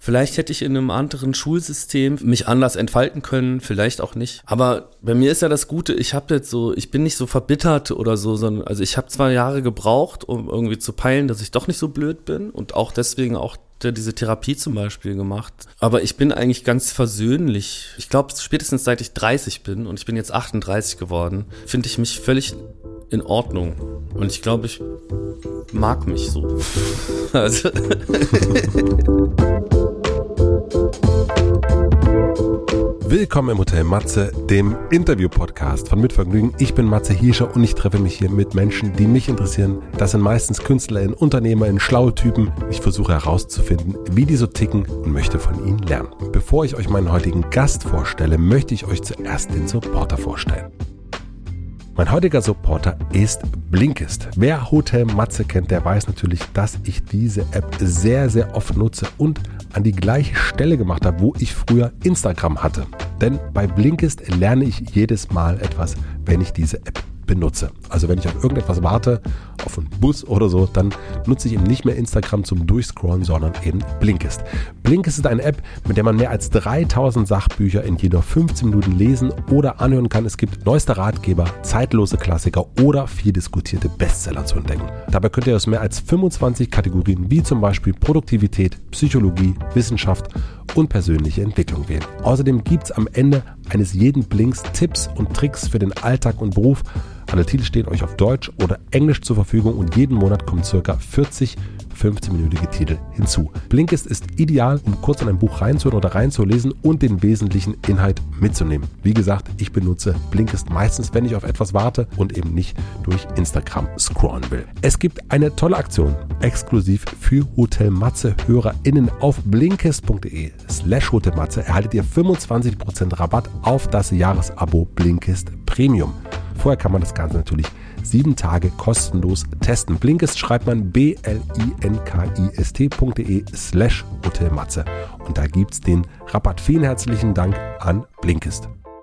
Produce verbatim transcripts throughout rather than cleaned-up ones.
Vielleicht hätte ich in einem anderen Schulsystem mich anders entfalten können, vielleicht auch nicht. Aber bei mir ist ja das Gute, ich habe jetzt so, ich bin nicht so verbittert oder so, sondern also ich habe zwei Jahre gebraucht, um irgendwie zu peilen, dass ich doch nicht so blöd bin und auch deswegen auch diese Therapie zum Beispiel gemacht. Aber ich bin eigentlich ganz versöhnlich. Ich glaube, spätestens seit ich dreißig bin und ich bin jetzt achtunddreißig geworden, finde ich mich völlig in Ordnung. Und ich glaube, ich mag mich so. Also Willkommen im Hotel Matze, dem Interview-Podcast von Mitvergnügen. Ich bin Matze Hirscher und ich treffe mich hier mit Menschen, die mich interessieren. Das sind meistens KünstlerInnen, UnternehmerInnen, schlaue Typen. Ich versuche herauszufinden, wie die so ticken und möchte von ihnen lernen. Bevor ich euch meinen heutigen Gast vorstelle, möchte ich euch zuerst den Supporter vorstellen. Mein heutiger Supporter ist Blinkist. Wer Hotel Matze kennt, der weiß natürlich, dass ich diese App sehr, sehr oft nutze und an die gleiche Stelle gemacht habe, wo ich früher Instagram hatte. Denn bei Blinkist lerne ich jedes Mal etwas, wenn ich diese App benutze. Also wenn ich auf irgendetwas warte, auf einen Bus oder so, dann nutze ich eben nicht mehr Instagram zum Durchscrollen, sondern eben Blinkist. Blinkist ist eine App, mit der man mehr als dreitausend Sachbücher in jedoch fünfzehn Minuten lesen oder anhören kann. Es gibt neueste Ratgeber, zeitlose Klassiker oder viel diskutierte Bestseller zu entdecken. Dabei könnt ihr aus mehr als fünfundzwanzig Kategorien wie zum Beispiel Produktivität, Psychologie, Wissenschaft und persönliche Entwicklung wählen. Außerdem gibt es am Ende eines jeden Blinks Tipps und Tricks für den Alltag und Beruf. Alle Titel stehen euch auf Deutsch oder Englisch zur Verfügung und jeden Monat kommen ca. vierzig fünfzehn-minütige Titel hinzu. Blinkist ist ideal, um kurz in ein Buch reinzuhören oder reinzulesen und den wesentlichen Inhalt mitzunehmen. Wie gesagt, ich benutze Blinkist meistens, wenn ich auf etwas warte und eben nicht durch Instagram scrollen will. Es gibt eine tolle Aktion, exklusiv für Hotel Matze HörerInnen auf blinkist.de slash Hotel Matze erhaltet ihr fünfundzwanzig Prozent Rabatt auf das Jahresabo Blinkist Premium. Vorher kann man das Ganze natürlich sieben Tage kostenlos testen. Blinkist schreibt man b-l-i-n-k-i-s-t.de slash hotelmatze und da gibt's den Rabatt. Vielen herzlichen Dank an Blinkist.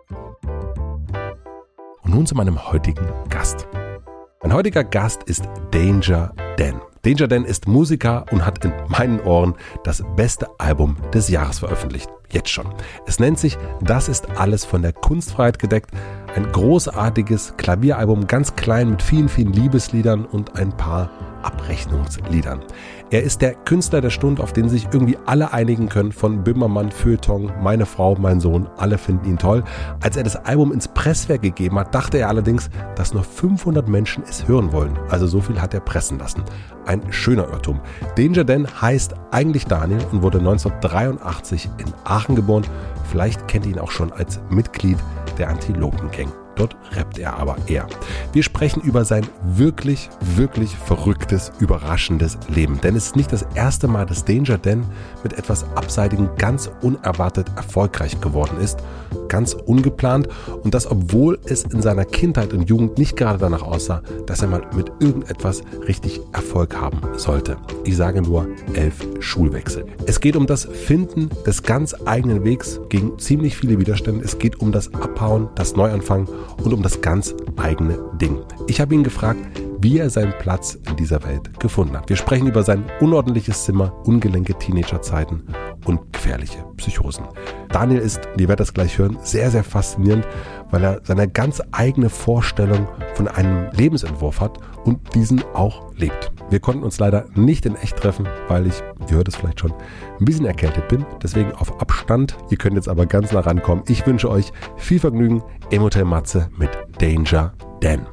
Und nun zu meinem heutigen Gast. Mein heutiger Gast ist Danger Dan. Danger Dan ist Musiker und hat in meinen Ohren das beste Album des Jahres veröffentlicht. Jetzt schon. Es nennt sich Das ist alles von der Kunstfreiheit gedeckt. Ein großartiges Klavieralbum, ganz klein mit vielen, vielen Liebesliedern und ein paar Abrechnungsliedern. Er ist der Künstler der Stunde, auf den sich irgendwie alle einigen können, von Böhmermann, Feuilleton, Meine Frau, mein Sohn, alle finden ihn toll. Als er das Album ins Presswerk gegeben hat, dachte er allerdings, dass nur fünfhundert Menschen es hören wollen. Also so viel hat er pressen lassen. Ein schöner Irrtum. Danger Dan heißt eigentlich Daniel und wurde neunzehnhundertdreiundachtzig in Aachen geboren. Vielleicht kennt ihr ihn auch schon als Mitglied der Antilopen-Gang. Dort rappt er aber eher. Wir sprechen über sein wirklich, wirklich verrücktes, überraschendes Leben. Denn es ist nicht das erste Mal, dass Danger Dan mit etwas Abseitigem ganz unerwartet erfolgreich geworden ist. Ganz ungeplant. Und das, obwohl es in seiner Kindheit und Jugend nicht gerade danach aussah, dass er mal mit irgendetwas richtig Erfolg haben sollte. Ich sage nur elf Schulwechsel. Es geht um das Finden des ganz eigenen Wegs gegen ziemlich viele Widerstände. Es geht um das Abhauen, das Neuanfangen und um das ganz eigene Ding. Ich habe ihn gefragt, wie er seinen Platz in dieser Welt gefunden hat. Wir sprechen über sein unordentliches Zimmer, ungelenke Teenagerzeiten und gefährliche Psychosen. Daniel ist, ihr werdet das gleich hören, sehr, sehr faszinierend, weil er seine ganz eigene Vorstellung von einem Lebensentwurf hat und diesen auch lebt. Wir konnten uns leider nicht in echt treffen, weil ich, ihr hört es vielleicht schon, ein bisschen erkältet bin. Deswegen auf Abstand. Ihr könnt jetzt aber ganz nah rankommen. Ich wünsche euch viel Vergnügen im Hotel Matze mit Danger Dan.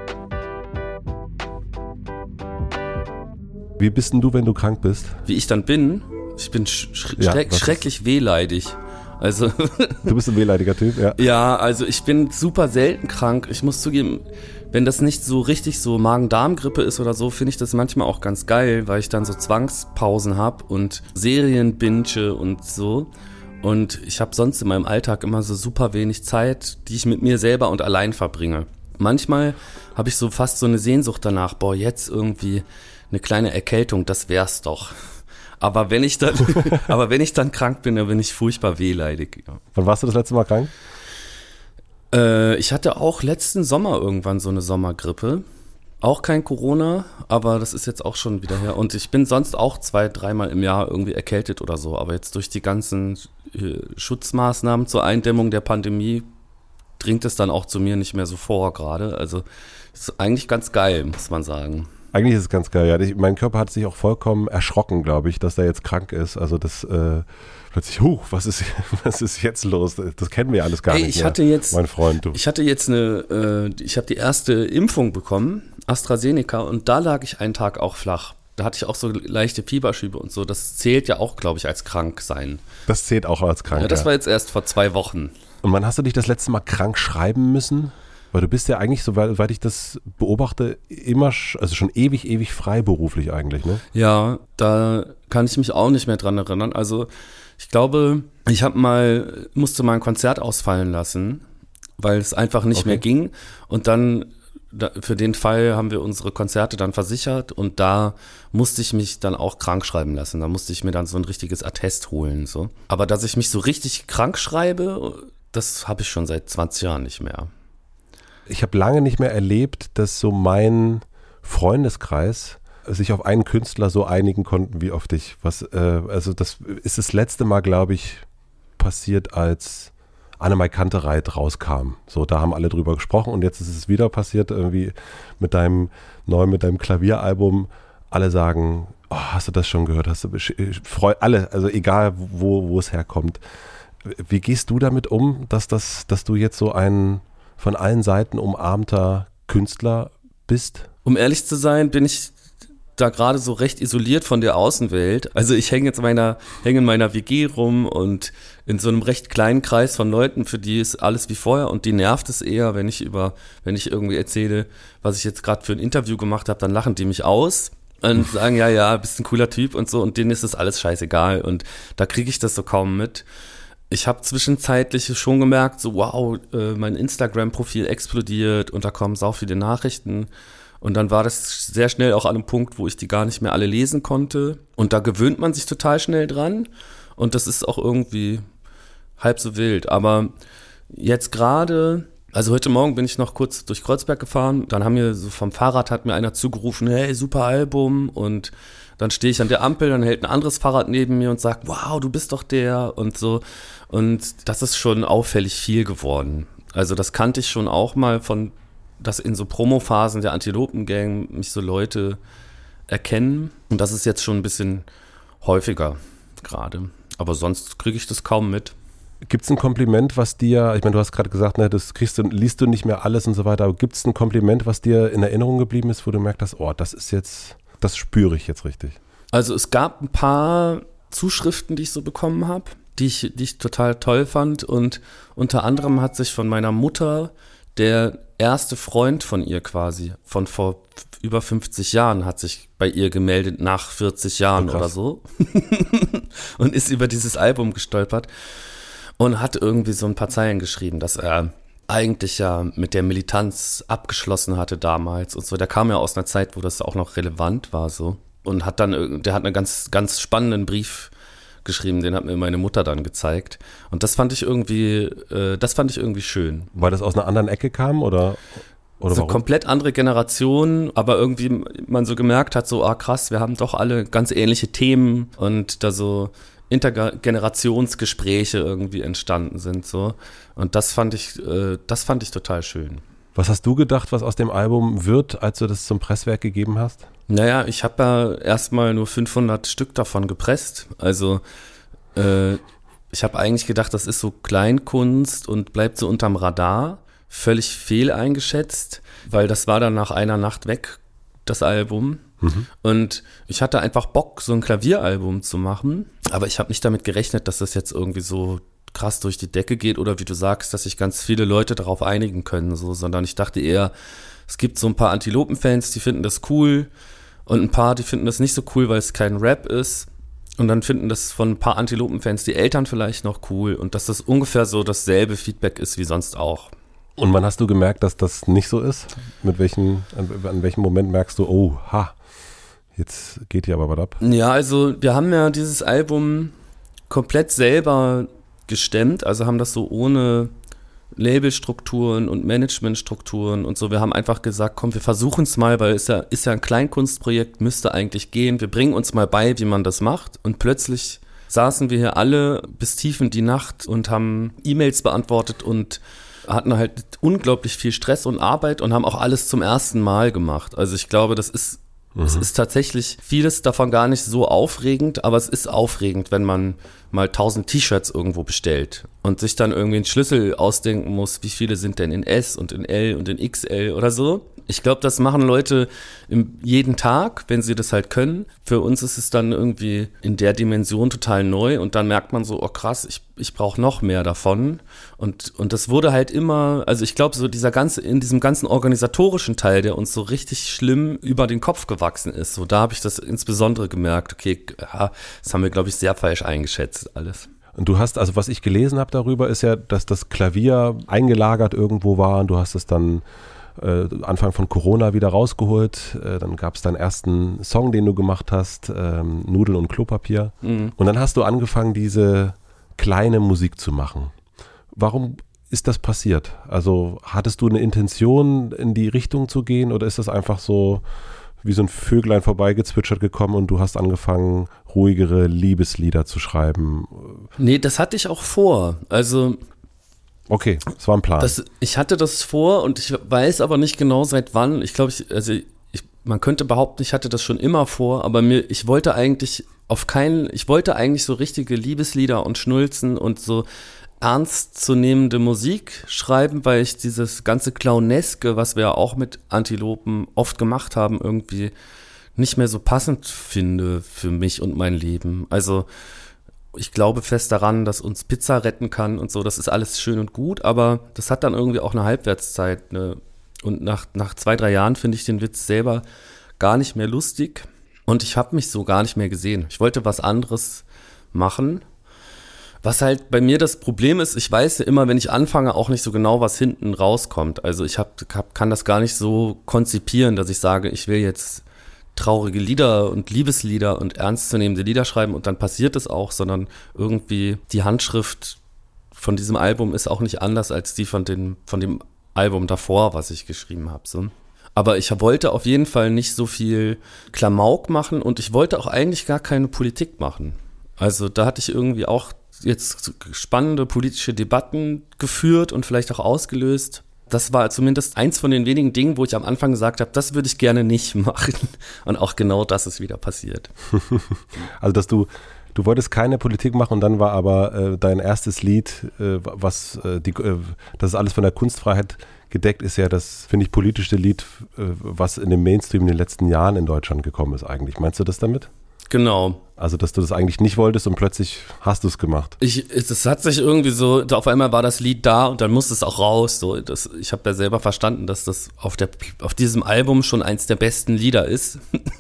Wie bist denn du, wenn du krank bist? wie ich dann bin, ich bin sch- sch- Ja, schreck- was schrecklich wehleidig. Also Du bist ein wehleidiger Typ, ja. ja, also ich bin super selten krank. Ich muss zugeben, wenn das nicht so richtig so Magen-Darm-Grippe ist oder so, finde ich das manchmal auch ganz geil, weil ich dann so Zwangspausen habe und Serien binge und so. Und ich habe sonst in meinem Alltag immer so super wenig Zeit, die ich mit mir selber und allein verbringe. Manchmal habe ich so fast so eine Sehnsucht danach, boah, jetzt irgendwie eine kleine Erkältung, das wär's doch. Aber wenn ich dann, aber wenn ich dann krank bin, dann bin ich furchtbar wehleidig. Ja. Wann warst du das letzte Mal krank? Äh, ich hatte auch letzten Sommer irgendwann so eine Sommergrippe. Auch kein Corona, aber das ist jetzt auch schon wieder her. Und ich bin sonst auch zwei, dreimal im Jahr irgendwie erkältet oder so. Aber jetzt durch die ganzen äh, Schutzmaßnahmen zur Eindämmung der Pandemie dringt es dann auch zu mir nicht mehr so vor gerade. Also ist eigentlich ganz geil, muss man sagen. Eigentlich ist es ganz geil, ja. Ich, mein Körper hat sich auch vollkommen erschrocken, glaube ich, dass er jetzt krank ist. Also das äh, plötzlich, huch, was ist, was ist jetzt los? Das kennen wir alles gar Ey, nicht ich mehr, hatte jetzt, mein Freund. Du. Ich hatte jetzt eine, äh, ich habe die erste Impfung bekommen, AstraZeneca, und da lag ich einen Tag auch flach. Da hatte ich auch so leichte Fieberschübe und so. Das zählt ja auch, glaube ich, als krank sein. Das zählt auch als krank, ja. Das ja. war jetzt erst vor zwei Wochen. Und wann hast du dich das letzte Mal krank schreiben müssen? Weil du bist ja eigentlich, soweit ich das beobachte, immer, also schon ewig, ewig freiberuflich eigentlich, ne? Ja, da kann ich mich auch nicht mehr dran erinnern. Also ich glaube, ich habe mal, musste mal ein Konzert ausfallen lassen, weil es einfach nicht okay. mehr ging. Und dann, da, für den Fall haben wir unsere Konzerte dann versichert und da musste ich mich dann auch krank schreiben lassen. Da musste ich mir dann so ein richtiges Attest holen. So. Aber dass ich mich so richtig krank schreibe, das habe ich schon seit zwanzig Jahren nicht mehr. Ich habe lange nicht mehr erlebt, dass so mein Freundeskreis sich auf einen Künstler so einigen konnten wie auf dich. Was, äh, also das ist das letzte Mal, glaube ich, passiert, als Annemai Kantereit rauskam. So, da haben alle drüber gesprochen und jetzt ist es wieder passiert, irgendwie mit deinem neuen, mit deinem Klavieralbum. Alle sagen, oh, hast du das schon gehört? Hast du freu, alle, also egal wo, wo es herkommt. Wie gehst du damit um, dass das, dass du jetzt so ein von allen Seiten umarmter Künstler bist? Um ehrlich zu sein, bin ich da gerade so recht isoliert von der Außenwelt. Also ich hänge jetzt meiner, hänge in meiner W G rum und in so einem recht kleinen Kreis von Leuten, für die ist alles wie vorher und die nervt es eher, wenn ich über, wenn ich irgendwie erzähle, was ich jetzt gerade für ein Interview gemacht habe, dann lachen die mich aus und sagen, ja, ja, bist ein cooler Typ und so, und denen ist das alles scheißegal und da kriege ich das so kaum mit. Ich habe zwischenzeitlich schon gemerkt, so wow, äh, mein Instagram-Profil explodiert und da kommen sau viele Nachrichten. Und dann war das sehr schnell auch an einem Punkt, wo ich die gar nicht mehr alle lesen konnte. Und da gewöhnt man sich total schnell dran. Und das ist auch irgendwie halb so wild. Aber jetzt gerade, also heute Morgen bin ich noch kurz durch Kreuzberg gefahren. Dann haben mir so vom Fahrrad hat mir einer zugerufen, hey, super Album. Und dann stehe ich an der Ampel, dann hält ein anderes Fahrrad neben mir und sagt, wow, du bist doch der und so. Und das ist schon auffällig viel geworden. Also das kannte ich schon auch mal von, dass in so Promophasen der Antilopen-Gang mich so Leute erkennen. Und das ist jetzt schon ein bisschen häufiger gerade. Aber sonst kriege ich das kaum mit. Gibt es ein Kompliment, was dir, ich meine, du hast gerade gesagt, ne, das kriegst du, liest du nicht mehr alles und so weiter, aber gibt es ein Kompliment, was dir in Erinnerung geblieben ist, wo du merkst, oh, das ist jetzt, das spüre ich jetzt richtig? Also es gab ein paar Zuschriften, die ich so bekommen habe, die ich, die ich total toll fand, und unter anderem hat sich von meiner Mutter der erste Freund von ihr quasi, von vor über fünfzig Jahren, hat sich bei ihr gemeldet, nach vierzig Jahren oh, oder so und ist über dieses Album gestolpert und hat irgendwie so ein paar Zeilen geschrieben, dass er eigentlich ja mit der Militanz abgeschlossen hatte damals und so. Der kam ja aus einer Zeit, wo das auch noch relevant war so, und hat dann, der hat einen ganz, ganz spannenden Brief geschrieben, den hat mir meine Mutter dann gezeigt. Und das fand ich irgendwie, äh, das fand ich irgendwie schön. Weil das aus einer anderen Ecke kam oder, oder so warum? Komplett andere Generation, aber irgendwie man so gemerkt hat, so, ah krass, wir haben doch alle ganz ähnliche Themen und da so Intergenerationsgespräche irgendwie entstanden sind, so. Und das fand ich, äh, das fand ich total schön. Was hast du gedacht, was aus dem Album wird, als du das zum Presswerk gegeben hast? Naja, ich habe ja erstmal nur fünfhundert Stück davon gepresst. Also äh, ich habe eigentlich gedacht, das ist so Kleinkunst und bleibt so unterm Radar. Völlig fehl eingeschätzt, weil das war dann nach einer Nacht weg, das Album. Mhm. Und ich hatte einfach Bock, so ein Klavieralbum zu machen. Aber ich habe nicht damit gerechnet, dass das jetzt irgendwie so krass durch die Decke geht oder wie du sagst, dass sich ganz viele Leute darauf einigen können, so, sondern ich dachte eher, es gibt so ein paar Antilopen-Fans, die finden das cool und ein paar, die finden das nicht so cool, weil es kein Rap ist, und dann finden das von ein paar Antilopen-Fans die Eltern vielleicht noch cool, und dass das ungefähr so dasselbe Feedback ist wie sonst auch. Und wann hast du gemerkt, dass das nicht so ist? Mit welchen, an, an welchem Moment merkst du, oh, ha, jetzt geht hier aber was ab? Ja, also wir haben ja dieses Album komplett selber gestemmt, also haben das so ohne Labelstrukturen und Managementstrukturen und so. Wir haben einfach gesagt, komm, wir versuchen es mal, weil es ist ja, ist ja ein Kleinkunstprojekt, müsste eigentlich gehen. Wir bringen uns mal bei, wie man das macht. Und plötzlich saßen wir hier alle bis tief in die Nacht und haben E-Mails beantwortet und hatten halt unglaublich viel Stress und Arbeit und haben auch alles zum ersten Mal gemacht. Also ich glaube, das ist mhm. es ist tatsächlich vieles davon gar nicht so aufregend, aber es ist aufregend, wenn man mal tausend T-Shirts irgendwo bestellt und sich dann irgendwie einen Schlüssel ausdenken muss, wie viele sind denn in S und in L und in X L oder so. Ich glaube, das machen Leute im, jeden Tag, wenn sie das halt können. Für uns ist es dann irgendwie in der Dimension total neu und dann merkt man so, oh krass, ich, ich brauche noch mehr davon. Und, und das wurde halt immer, also ich glaube, so dieser ganze, in diesem ganzen organisatorischen Teil, der uns so richtig schlimm über den Kopf gewachsen ist, so da habe ich das insbesondere gemerkt, okay, ja, das haben wir, glaube ich, sehr falsch eingeschätzt alles. Und du hast, also was ich gelesen habe darüber, ist ja, dass das Klavier eingelagert irgendwo war und du hast es dann äh, Anfang von Corona wieder rausgeholt. Äh, dann gab es deinen ersten Song, den du gemacht hast, ähm, Nudeln und Klopapier. Mhm. Und dann hast du angefangen, diese kleine Musik zu machen. Warum ist das passiert? Also hattest du eine Intention, in die Richtung zu gehen oder ist das einfach so wie so ein Vöglein vorbeigezwitschert gekommen und du hast angefangen, ruhigere Liebeslieder zu schreiben? Nee, das hatte ich auch vor. Also okay, das war ein Plan. Das, ich hatte das vor und ich weiß aber nicht genau seit wann. Ich glaube, ich, also ich, man könnte behaupten, ich hatte das schon immer vor, aber mir, ich wollte eigentlich auf keinen, ich wollte eigentlich so richtige Liebeslieder und Schnulzen und so ernstzunehmende Musik schreiben, weil ich dieses ganze Clowneske, was wir ja auch mit Antilopen oft gemacht haben, irgendwie nicht mehr so passend finde für mich und mein Leben. Also ich glaube fest daran, dass uns Pizza retten kann und so, das ist alles schön und gut, aber das hat dann irgendwie auch eine Halbwertszeit, ne? Und nach, nach zwei, drei Jahren finde ich den Witz selber gar nicht mehr lustig und ich habe mich so gar nicht mehr gesehen. Ich wollte was anderes machen. Was halt bei mir das Problem ist, ich weiß ja immer, wenn ich anfange, auch nicht so genau, was hinten rauskommt. Also ich hab, hab, kann das gar nicht so konzipieren, dass ich sage, ich will jetzt traurige Lieder und Liebeslieder und ernstzunehmende Lieder schreiben und dann passiert es auch, sondern irgendwie die Handschrift von diesem Album ist auch nicht anders als die von, den, von dem Album davor, was ich geschrieben habe. So. Aber ich wollte auf jeden Fall nicht so viel Klamauk machen und ich wollte auch eigentlich gar keine Politik machen. Also da hatte ich irgendwie auch jetzt spannende politische Debatten geführt und vielleicht auch ausgelöst. Das war zumindest eins von den wenigen Dingen, wo ich am Anfang gesagt habe, das würde ich gerne nicht machen. Und auch genau das ist wieder passiert. Also dass du, du wolltest keine Politik machen und dann war aber äh, dein erstes Lied, äh, was äh, die, äh, das ist alles von der Kunstfreiheit gedeckt ist, ja das, finde ich, politischste Lied, äh, was in dem Mainstream in den letzten Jahren in Deutschland gekommen ist eigentlich. Meinst du das damit? Genau. Also, dass du das eigentlich nicht wolltest und plötzlich hast du es gemacht. Ich, das hat sich irgendwie so, auf einmal war das Lied da und dann musste es auch raus. So, das, ich habe ja selber verstanden, dass das auf, der, auf diesem Album schon eins der besten Lieder ist.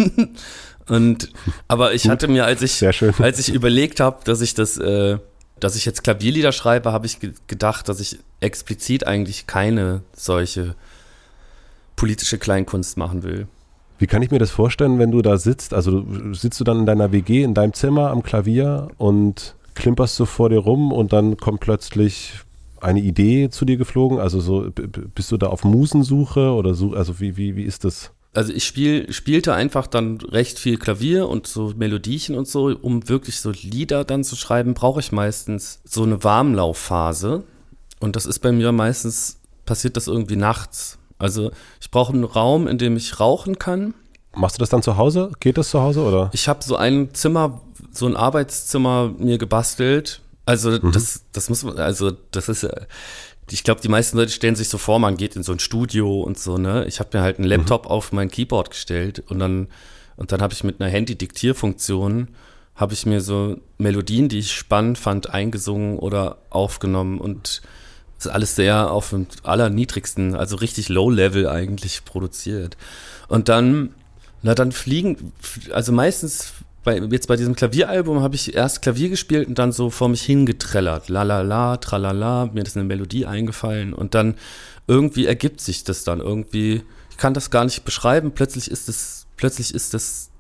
und, aber ich hatte mir, als ich, als ich überlegt habe, dass ich das, äh, dass ich jetzt Klavierlieder schreibe, habe ich ge- gedacht, dass ich explizit eigentlich keine solche politische Kleinkunst machen will. Wie kann ich mir das vorstellen, wenn du da sitzt? Also sitzt du dann in deiner W G, in deinem Zimmer am Klavier und klimperst so vor dir rum und dann kommt plötzlich eine Idee zu dir geflogen? Also so b- bist du da auf Musensuche oder so? Also wie, wie, wie ist das? Also ich spiel, spielte einfach dann recht viel Klavier und so Melodiechen und so, um wirklich so Lieder dann zu schreiben, brauche ich meistens so eine Warmlaufphase. Und das ist bei mir meistens, passiert das irgendwie nachts. Also ich brauche einen Raum, in dem ich rauchen kann. Machst du das dann zu Hause? Geht das zu Hause oder? Ich habe so ein Zimmer, so ein Arbeitszimmer mir gebastelt. Also mhm. das, das muss man, also das ist, ich glaube, die meisten Leute stellen sich so vor, man geht in so ein Studio und so, ne? Ich habe mir halt einen Laptop mhm. auf mein Keyboard gestellt und dann und dann habe ich mit einer Handy-Diktierfunktion habe ich mir so Melodien, die ich spannend fand, eingesungen oder aufgenommen und das ist alles sehr auf dem allerniedrigsten, also richtig Low-Level eigentlich produziert. Und dann, na dann fliegen, also meistens, bei, jetzt bei diesem Klavieralbum habe ich erst Klavier gespielt und dann so vor mich hingetrellert. La la la, tralala, mir ist eine Melodie eingefallen und dann irgendwie ergibt sich das dann irgendwie, ich kann das gar nicht beschreiben, plötzlich ist es, plötzlich ist das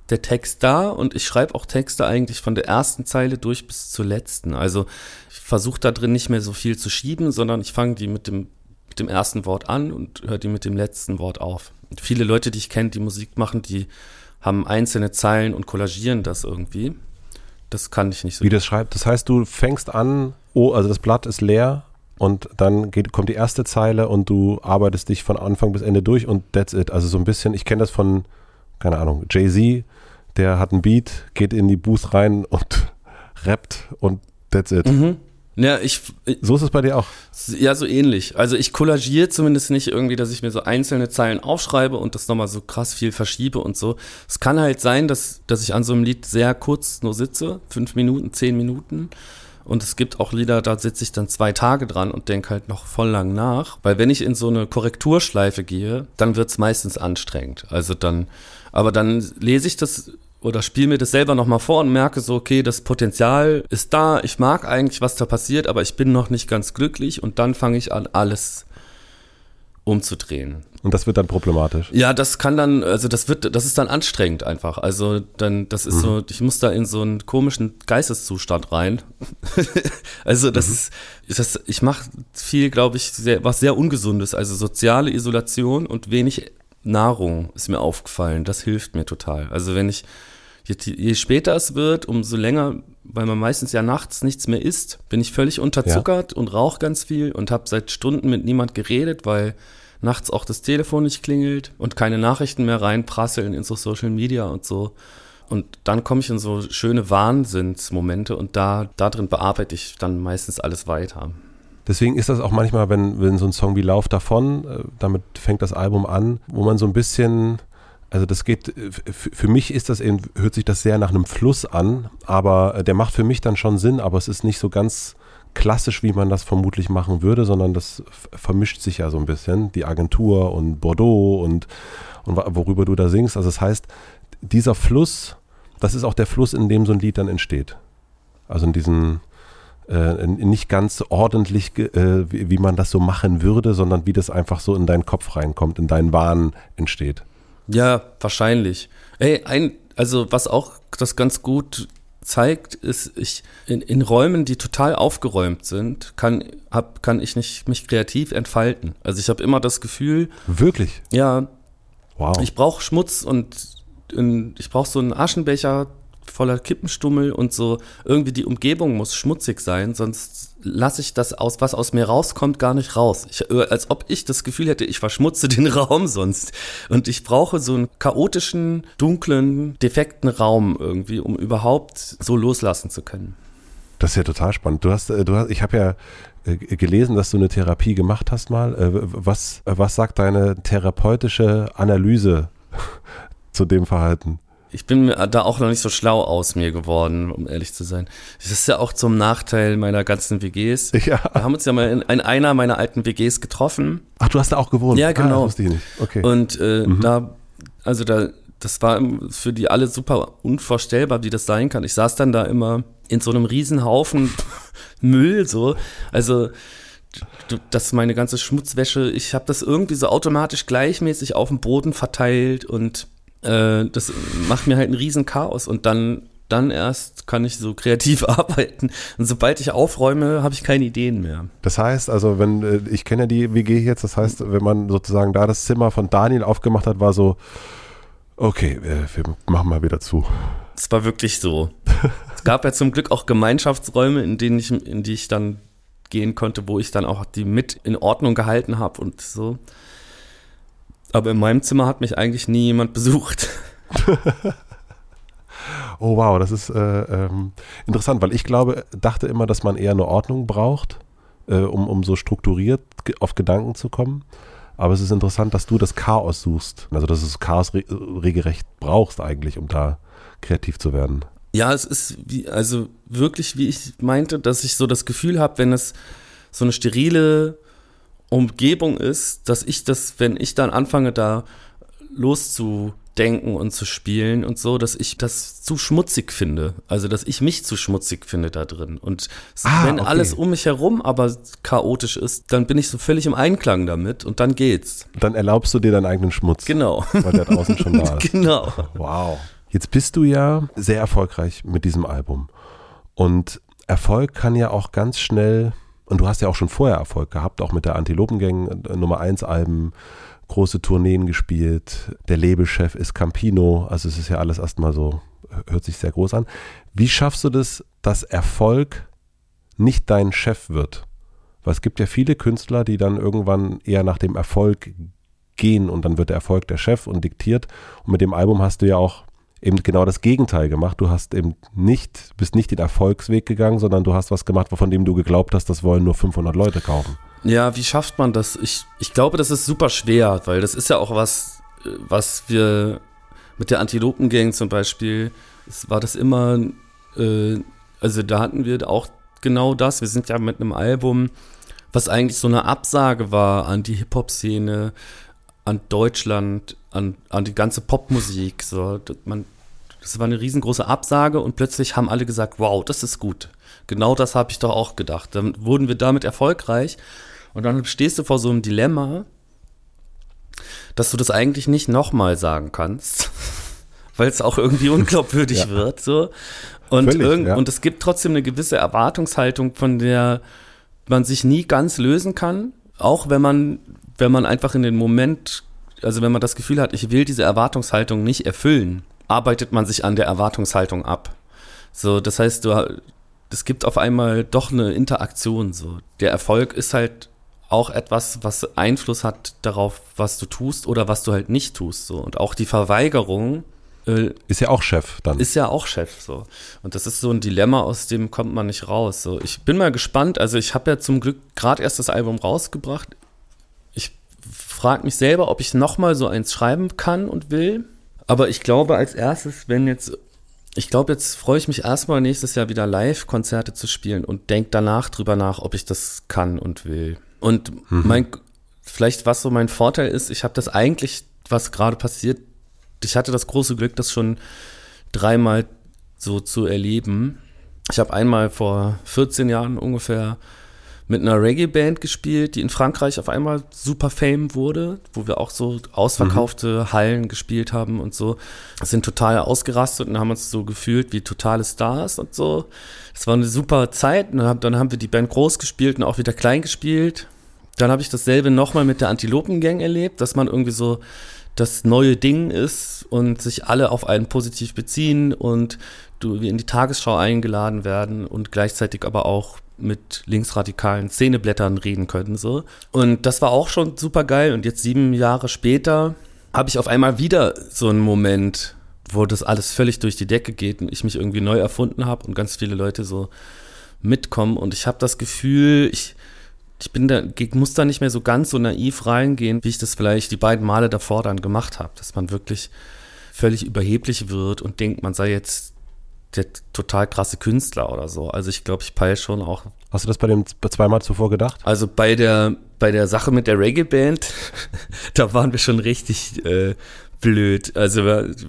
der Text da und ich schreibe auch Texte eigentlich von der ersten Zeile durch bis zur letzten. Also ich versuche da drin nicht mehr so viel zu schieben, sondern ich fange die mit dem, mit dem ersten Wort an und höre die mit dem letzten Wort auf. Und viele Leute, die ich kenne, die Musik machen, die haben einzelne Zeilen und kollagieren das irgendwie. Das kann ich nicht so. Wie das schreibt, das heißt, du fängst an, oh, also das Blatt ist leer und dann geht, kommt die erste Zeile und du arbeitest dich von Anfang bis Ende durch und that's it. Also so ein bisschen, ich kenne das von, keine Ahnung, Jay-Z, der hat einen Beat, geht in die Booth rein und rappt und that's it. Mhm. Ja, ich, ich, so ist es bei dir auch? Ja, so ähnlich. Also ich kollagiere zumindest nicht irgendwie, dass ich mir so einzelne Zeilen aufschreibe und das nochmal so krass viel verschiebe und so. Es kann halt sein, dass, dass ich an so einem Lied sehr kurz nur sitze, fünf Minuten, zehn Minuten. Und es gibt auch Lieder, da sitze ich dann zwei Tage dran und denke halt noch voll lang nach. Weil wenn ich in so eine Korrekturschleife gehe, dann wird's meistens anstrengend. Also dann, aber dann lese ich das oder spiele mir das selber nochmal vor und merke so, okay, das Potenzial ist da, ich mag eigentlich, was da passiert, aber ich bin noch nicht ganz glücklich und dann fange ich an, alles umzudrehen. Und das wird dann problematisch? Ja, das kann dann, also das wird, das ist dann anstrengend einfach. Also dann, das ist mhm. so, ich muss da in so einen komischen Geisteszustand rein. Also das mhm. ist, das, ich mache viel, glaube ich, sehr, was sehr Ungesundes, also soziale Isolation und wenig Nahrung ist mir aufgefallen. Das hilft mir total. Also wenn ich, je, je später es wird, umso länger, weil man meistens ja nachts nichts mehr isst, bin ich völlig unterzuckert ja. und rauche ganz viel und habe seit Stunden mit niemand geredet, weil nachts auch das Telefon nicht klingelt und keine Nachrichten mehr reinprasseln in so Social Media und so. Und dann komme ich in so schöne Wahnsinnsmomente und da, da drin bearbeite ich dann meistens alles weiter. Deswegen ist das auch manchmal, wenn, wenn so ein Song wie Lauf davon, äh, damit fängt das Album an, wo man so ein bisschen, also das geht, f- für mich ist das eben, hört sich das sehr nach einem Fluss an, aber der macht für mich dann schon Sinn, aber es ist nicht so ganz klassisch, wie man das vermutlich machen würde, sondern das f- vermischt sich ja so ein bisschen, die Agentur und Bordeaux und, und worüber du da singst. Also das heißt, dieser Fluss, das ist auch der Fluss, in dem so ein Lied dann entsteht. Also in diesen Äh, nicht ganz ordentlich, äh, wie, wie man das so machen würde, sondern wie das einfach so in deinen Kopf reinkommt, in deinen Wahn entsteht. Ja, wahrscheinlich. Ey, ein, also was auch das ganz gut zeigt, ist, ich in, in Räumen, die total aufgeräumt sind, kann, hab, kann ich nicht mich kreativ entfalten. Also ich habe immer das Gefühl. Wirklich? Ja. Wow. Ich brauche Schmutz und in, ich brauche so einen Aschenbecher voller Kippenstummel und so, irgendwie die Umgebung muss schmutzig sein, sonst lasse ich das aus, was aus mir rauskommt, gar nicht raus. Ich, als ob ich das Gefühl hätte, ich verschmutze den Raum sonst. Und ich brauche so einen chaotischen, dunklen, defekten Raum irgendwie, um überhaupt so loslassen zu können. Das ist ja total spannend. Du hast, du hast, ich habe ja gelesen, dass du eine Therapie gemacht hast mal. Was, was sagt deine therapeutische Analyse zu dem Verhalten? Ich bin mir da auch noch nicht so schlau aus mir geworden, um ehrlich zu sein. Das ist ja auch zum Nachteil meiner ganzen W Gs. Ja. Wir haben uns ja mal in, in einer meiner alten W Gs getroffen. Ach, du hast da auch gewohnt? Ja, genau. Ah, das wusste ich nicht. Okay. Und äh, mhm. da, also da, das war für die alle super unvorstellbar, wie das sein kann. Ich saß dann da immer in so einem Riesenhaufen Müll, so. Also dass meine ganze Schmutzwäsche, ich habe das irgendwie so automatisch gleichmäßig auf dem Boden verteilt und das macht mir halt ein riesen Chaos und dann, dann erst kann ich so kreativ arbeiten. Und sobald ich aufräume, habe ich keine Ideen mehr. Das heißt, also wenn, ich kenne ja die W G jetzt, das heißt, wenn man sozusagen da das Zimmer von Daniel aufgemacht hat, war so, okay, wir machen mal wieder zu. Es war wirklich so. Es gab ja zum Glück auch Gemeinschaftsräume, in denen ich, in die ich dann gehen konnte, wo ich dann auch die mit in Ordnung gehalten habe und so. Aber in meinem Zimmer hat mich eigentlich nie jemand besucht. Oh wow, das ist äh, ähm, interessant, weil ich glaube, dachte immer, dass man eher eine Ordnung braucht, äh, um, um so strukturiert auf Gedanken zu kommen. Aber es ist interessant, dass du das Chaos suchst. Also dass du das Chaos re- regelrecht brauchst eigentlich, um da kreativ zu werden. Ja, es ist wie, also wirklich, wie ich meinte, dass ich so das Gefühl habe, wenn es so eine sterile Umgebung ist, dass ich das, wenn ich dann anfange, da loszudenken und zu spielen und so, dass ich das zu schmutzig finde. Also, dass ich mich zu schmutzig finde da drin. Und ah, wenn okay. alles um mich herum aber chaotisch ist, dann bin ich so völlig im Einklang damit und dann geht's. Dann erlaubst du dir deinen eigenen Schmutz. Genau. Weil der draußen schon da ist. Genau. Wow. Jetzt bist du ja sehr erfolgreich mit diesem Album. Und Erfolg kann ja auch ganz schnell, und du hast ja auch schon vorher Erfolg gehabt, auch mit der Antilopengang, Nummer eins Alben, große Tourneen gespielt, der Labelchef ist Campino, also es ist ja alles erstmal so, hört sich sehr groß an. Wie schaffst du das, dass Erfolg nicht dein Chef wird? Weil es gibt ja viele Künstler, die dann irgendwann eher nach dem Erfolg gehen und dann wird der Erfolg der Chef und diktiert. Und mit dem Album hast du ja auch eben genau das Gegenteil gemacht. Du hast eben nicht, bist nicht den Erfolgsweg gegangen, sondern du hast was gemacht, von dem du geglaubt hast, das wollen nur fünfhundert Leute kaufen. Ja, wie schafft man das? Ich, ich glaube, das ist super schwer, weil das ist ja auch was, was wir mit der Antilopengang zum Beispiel, es war das immer, äh, also da hatten wir auch genau das. Wir sind ja mit einem Album, was eigentlich so eine Absage war an die Hip-Hop-Szene, an Deutschland, an, an die ganze Popmusik. So, das, man, das war eine riesengroße Absage und plötzlich haben alle gesagt, wow, das ist gut. Genau das habe ich doch auch gedacht. Dann wurden wir damit erfolgreich und dann stehst du vor so einem Dilemma, dass du das eigentlich nicht nochmal sagen kannst, weil es auch irgendwie unglaubwürdig ja. wird. So. Und, Völlig, irgend, ja. und es gibt trotzdem eine gewisse Erwartungshaltung, von der man sich nie ganz lösen kann, auch wenn man, wenn man einfach in den Moment, also wenn man das Gefühl hat, ich will diese Erwartungshaltung nicht erfüllen, arbeitet man sich an der Erwartungshaltung ab. So, das heißt, du, es gibt auf einmal doch eine Interaktion. So. Der Erfolg ist halt auch etwas, was Einfluss hat darauf, was du tust oder was du halt nicht tust. So. Und auch die Verweigerung äh, ist ja auch Chef dann. Ist ja auch Chef. So. Und das ist so ein Dilemma, aus dem kommt man nicht raus. So. Ich bin mal gespannt. Also ich habe ja zum Glück gerade erst das Album rausgebracht. Ich frage mich selber, ob ich nochmal so eins schreiben kann und will. Aber ich glaube als erstes, wenn jetzt, ich glaube jetzt freue ich mich erstmal nächstes Jahr wieder Live-Konzerte zu spielen und denke danach drüber nach, ob ich das kann und will. Und mhm. mein, vielleicht was so mein Vorteil ist, ich habe das eigentlich, was gerade passiert, ich hatte das große Glück, das schon dreimal so zu erleben. Ich habe einmal vor vierzehn Jahren ungefähr mit einer Reggae-Band gespielt, die in Frankreich auf einmal super Fame wurde, wo wir auch so ausverkaufte mhm. Hallen gespielt haben und so. Sind total ausgerastet und haben uns so gefühlt wie totale Stars und so. Das war eine super Zeit. Und dann haben wir die Band groß gespielt und auch wieder klein gespielt. Dann habe ich dasselbe nochmal mit der Antilopengang erlebt, dass man irgendwie so das neue Ding ist und sich alle auf einen positiv beziehen und du wie in die Tagesschau eingeladen werden und gleichzeitig aber auch mit linksradikalen Szeneblättern reden können. So. Und das war auch schon super geil. Und jetzt sieben Jahre später habe ich auf einmal wieder so einen Moment, wo das alles völlig durch die Decke geht und ich mich irgendwie neu erfunden habe und ganz viele Leute so mitkommen. Und ich habe das Gefühl, ich, ich bin da, muss da nicht mehr so ganz so naiv reingehen, wie ich das vielleicht die beiden Male davor dann gemacht habe. Dass man wirklich völlig überheblich wird und denkt, man sei jetzt der total krasse Künstler oder so. Also ich glaube, ich peile schon auch. Hast du das bei dem zweimal zuvor gedacht? Also bei der bei der Sache mit der Reggae-Band, da waren wir schon richtig äh, blöd. Also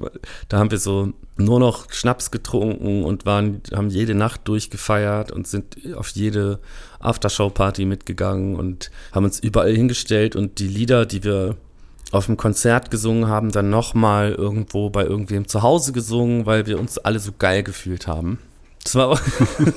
da haben wir so nur noch Schnaps getrunken und waren haben jede Nacht durchgefeiert und sind auf jede Aftershow-Party mitgegangen und haben uns überall hingestellt und die Lieder, die wir auf dem Konzert gesungen haben, dann nochmal irgendwo bei irgendwem zu Hause gesungen, weil wir uns alle so geil gefühlt haben. Das war auch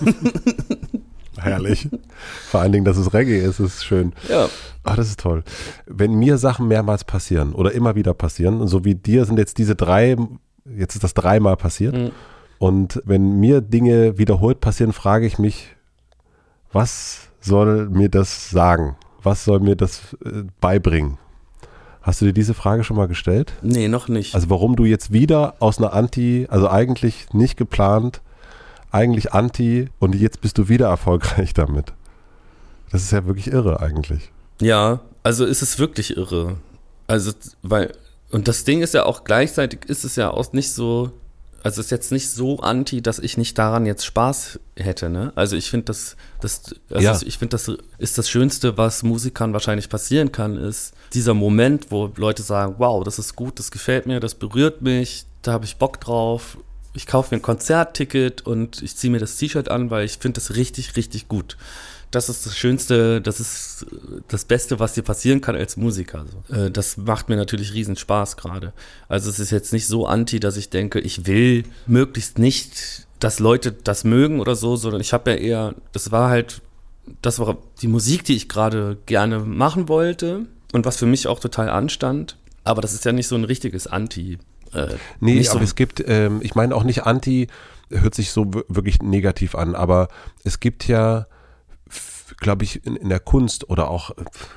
herrlich. Vor allen Dingen, dass es Reggae ist, ist schön. Ja. Ach, das ist toll. Wenn mir Sachen mehrmals passieren oder immer wieder passieren, so wie dir sind jetzt diese drei, jetzt ist das dreimal passiert. Mhm. Und wenn mir Dinge wiederholt passieren, frage ich mich, was soll mir das sagen? Was soll mir das äh, beibringen? Hast du dir diese Frage schon mal gestellt? Nee, noch nicht. Also warum du jetzt wieder aus einer Anti, also eigentlich nicht geplant, eigentlich Anti und jetzt bist du wieder erfolgreich damit. Das ist ja wirklich irre eigentlich. Ja, also ist es wirklich irre. Also, weil, und das Ding ist ja auch gleichzeitig, ist es ja auch nicht so, also ist jetzt nicht so anti, dass ich nicht daran jetzt Spaß hätte, ne? Also ich finde das, das, also ja. ich finde das ist das Schönste, was Musikern wahrscheinlich passieren kann, ist dieser Moment, wo Leute sagen, wow, das ist gut, das gefällt mir, das berührt mich, da habe ich Bock drauf ich kaufe mir ein Konzertticket und ich ziehe mir das T-Shirt an, weil ich finde das richtig, richtig gut. Das ist das Schönste, das ist das Beste, was dir passieren kann als Musiker. Das macht mir natürlich riesen Spaß gerade. Also es ist jetzt nicht so anti, dass ich denke, ich will möglichst nicht, dass Leute das mögen oder so, sondern ich habe ja eher, das war halt, das war die Musik, die ich gerade gerne machen wollte und was für mich auch total anstand. Aber das ist ja nicht so ein richtiges Anti. Äh, nee, so aber es gibt, ähm, ich meine auch nicht Anti, hört sich so w- wirklich negativ an, aber es gibt ja, glaube ich, in, in der Kunst oder auch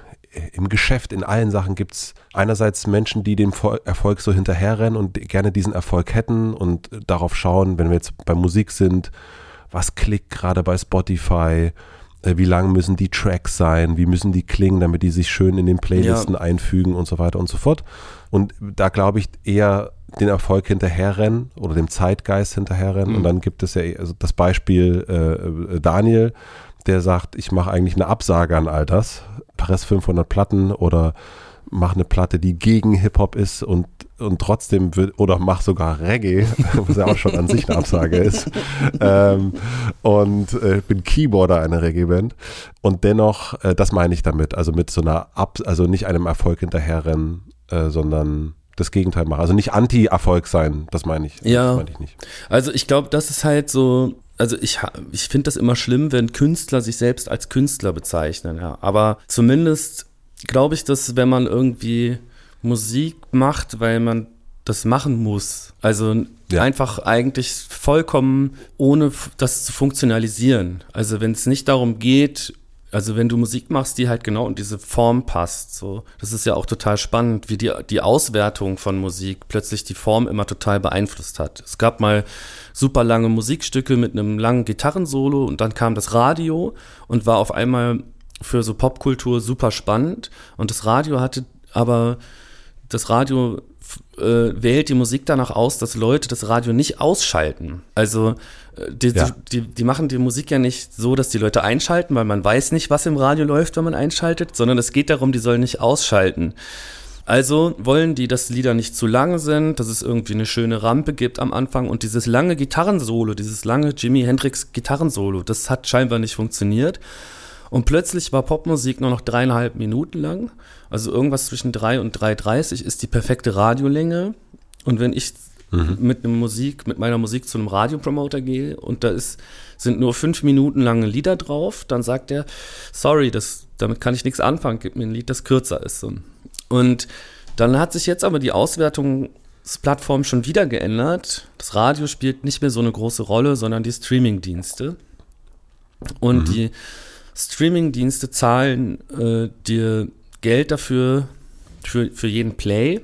im Geschäft, in allen Sachen gibt es einerseits Menschen, die dem Vol- Erfolg so hinterherrennen und gerne diesen Erfolg hätten und darauf schauen, wenn wir jetzt bei Musik sind, was klickt gerade bei Spotify, äh, wie lang müssen die Tracks sein, wie müssen die klingen, damit die sich schön in den Playlisten ja. einfügen und so weiter und so fort. Und da glaube ich eher den Erfolg hinterherrennen oder dem Zeitgeist hinterherrennen. Mhm. Und dann gibt es ja also das Beispiel äh, Daniel, der sagt, ich mache eigentlich eine Absage an all das, press fünfhundert Platten oder mache eine Platte, die gegen Hip-Hop ist und, und trotzdem wird, oder mach sogar Reggae, was ja auch schon an sich eine Absage ist, ähm, und äh, bin Keyboarder einer Reggae-Band und dennoch, äh, das meine ich damit, also mit so einer, Ab- also nicht einem Erfolg hinterherrennen, äh, sondern das Gegenteil machen, also nicht Anti-Erfolg sein, das meine ich, ja. das meine ich nicht. Also ich glaube, das ist halt so, also ich, ich finde das immer schlimm, wenn Künstler sich selbst als Künstler bezeichnen, ja. Aber zumindest glaube ich, dass wenn man irgendwie Musik macht, weil man das machen muss, also ja. einfach eigentlich vollkommen ohne das zu funktionalisieren. Also wenn es nicht darum geht, also wenn du Musik machst, die halt genau in diese Form passt, so, das ist ja auch total spannend, wie die, die Auswertung von Musik plötzlich die Form immer total beeinflusst hat. Es gab mal super lange Musikstücke mit einem langen Gitarrensolo und dann kam das Radio und war auf einmal für so Popkultur super spannend und das Radio hatte aber, das Radio äh, wählt die Musik danach aus, dass Leute das Radio nicht ausschalten. Also die, ja. die, die machen die Musik ja nicht so, dass die Leute einschalten, weil man weiß nicht, was im Radio läuft, wenn man einschaltet, sondern es geht darum, die sollen nicht ausschalten. Also wollen die, dass Lieder nicht zu lang sind, dass es irgendwie eine schöne Rampe gibt am Anfang und dieses lange Gitarrensolo, dieses lange Jimi Hendrix Gitarrensolo, das hat scheinbar nicht funktioniert. Und plötzlich war Popmusik nur noch dreieinhalb Minuten lang, also irgendwas zwischen drei und drei Uhr dreißig ist die perfekte Radiolänge. Und wenn ich mhm. mit einem Musik, mit meiner Musik zu einem Radiopromoter gehe und da ist, sind nur fünf Minuten lange Lieder drauf, dann sagt er, sorry, das, damit kann ich nichts anfangen, gib mir ein Lied, das kürzer ist. Und dann hat sich jetzt aber die Auswertungsplattform schon wieder geändert. Das Radio spielt nicht mehr so eine große Rolle, sondern die Streamingdienste. Und mhm. die Streamingdienste zahlen äh, dir Geld dafür, für, für jeden Play,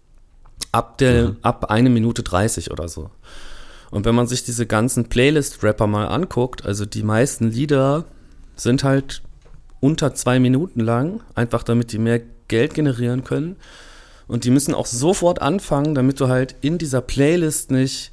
ab, der, mhm. ab eine Minute dreißig oder so. Und wenn man sich diese ganzen Playlist-Rapper mal anguckt, also die meisten Lieder sind halt unter zwei Minuten lang, einfach damit die mehr Geld generieren können. Und die müssen auch sofort anfangen, damit du halt in dieser Playlist nicht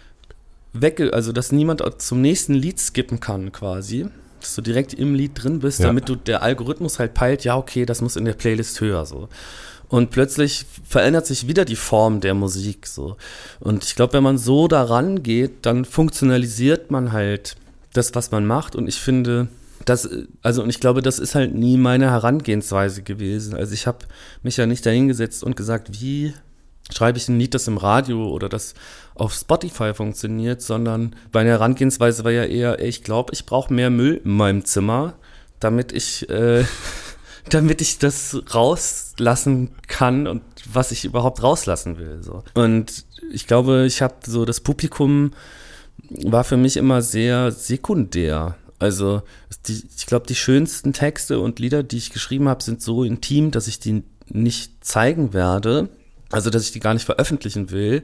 weg, also dass niemand zum nächsten Lied skippen kann quasi. Dass du direkt im Lied drin bist, ja. damit du der Algorithmus halt peilt, ja okay, das muss in der Playlist höher so. Und plötzlich verändert sich wieder die Form der Musik so. Und ich glaube, wenn man so daran geht, dann funktionalisiert man halt das, was man macht. Und ich finde, das, also und ich glaube, das ist halt nie meine Herangehensweise gewesen. Also ich habe mich ja nicht dahingesetzt und gesagt, wie schreibe ich ein Lied, das im Radio oder das auf Spotify funktioniert, sondern meine Herangehensweise war ja eher, ey, ich glaube, ich brauche mehr Müll in meinem Zimmer, damit ich, äh, damit ich das rauslassen kann und was ich überhaupt rauslassen will. So. Und ich glaube, ich habe so, das Publikum war für mich immer sehr sekundär. Also die, ich glaube, die schönsten Texte und Lieder, die ich geschrieben habe, sind so intim, dass ich die nicht zeigen werde. Also, dass ich die gar nicht veröffentlichen will.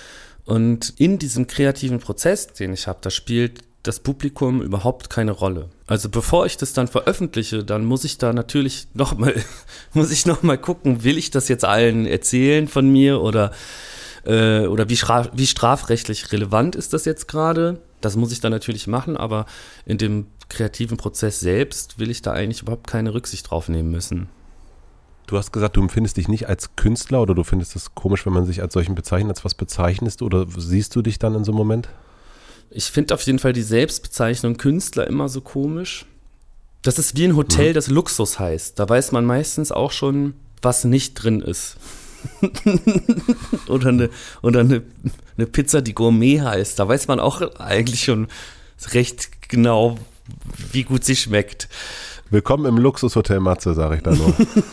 Und in diesem kreativen Prozess, den ich habe, da spielt das Publikum überhaupt keine Rolle. Also, bevor ich das dann veröffentliche, dann muss ich da natürlich nochmal, muss ich noch mal gucken, will ich das jetzt allen erzählen von mir oder, äh, oder wie, straf, wie strafrechtlich relevant ist das jetzt gerade? Das muss ich dann natürlich machen, aber in dem kreativen Prozess selbst will ich da eigentlich überhaupt keine Rücksicht drauf nehmen müssen. Du hast gesagt, du empfindest dich nicht als Künstler oder du findest es komisch, wenn man sich als solchen bezeichnet, als was bezeichnest, oder siehst du dich dann in so einem Moment? Ich finde auf jeden Fall die Selbstbezeichnung Künstler immer so komisch. Das ist wie ein Hotel, mhm. das Luxus heißt. Da weiß man meistens auch schon, was nicht drin ist. oder eine, oder eine, eine Pizza, die Gourmet heißt. Da weiß man auch eigentlich schon recht genau, wie gut sie schmeckt. Willkommen im Luxushotel Matze, sage ich da nur.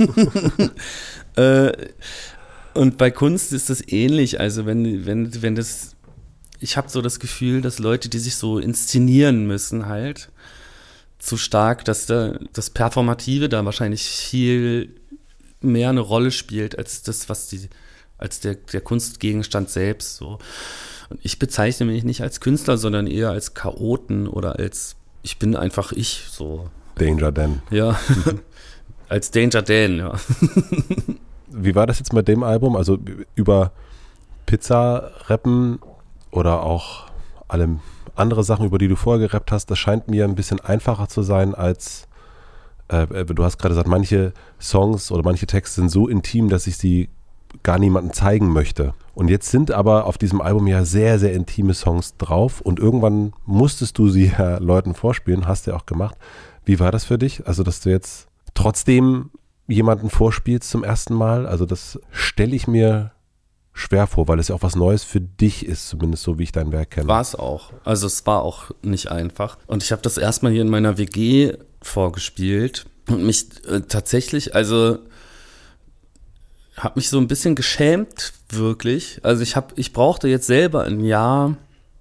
äh, und bei Kunst ist das ähnlich. Also wenn, wenn, wenn das, ich habe so das Gefühl, dass Leute, die sich so inszenieren müssen halt, zu stark, dass da das Performative da wahrscheinlich viel mehr eine Rolle spielt als das, was die, als der, der Kunstgegenstand selbst so. Und ich bezeichne mich nicht als Künstler, sondern eher als Chaoten oder als, ich bin einfach ich so. Danger Dan. Ja, als Danger Dan, ja. Wie war das jetzt mit dem Album? Also über Pizza rappen oder auch alle andere Sachen, über die du vorher gerappt hast, das scheint mir ein bisschen einfacher zu sein als, äh, du hast gerade gesagt, manche Songs oder manche Texte sind so intim, dass ich sie gar niemandem zeigen möchte. Und jetzt sind aber auf diesem Album ja sehr, sehr intime Songs drauf und irgendwann musstest du sie ja Leuten vorspielen, hast du ja auch gemacht. Wie war das für dich? Also, dass du jetzt trotzdem jemanden vorspielst zum ersten Mal? Also, das stelle ich mir schwer vor, weil es ja auch was Neues für dich ist, zumindest so, wie ich dein Werk kenne. War es auch. Also, es war auch nicht einfach. Und ich habe das erstmal hier in meiner W G vorgespielt und mich äh, tatsächlich, also, habe mich so ein bisschen geschämt, wirklich. Also, ich, hab, ich brauchte jetzt selber ein Jahr,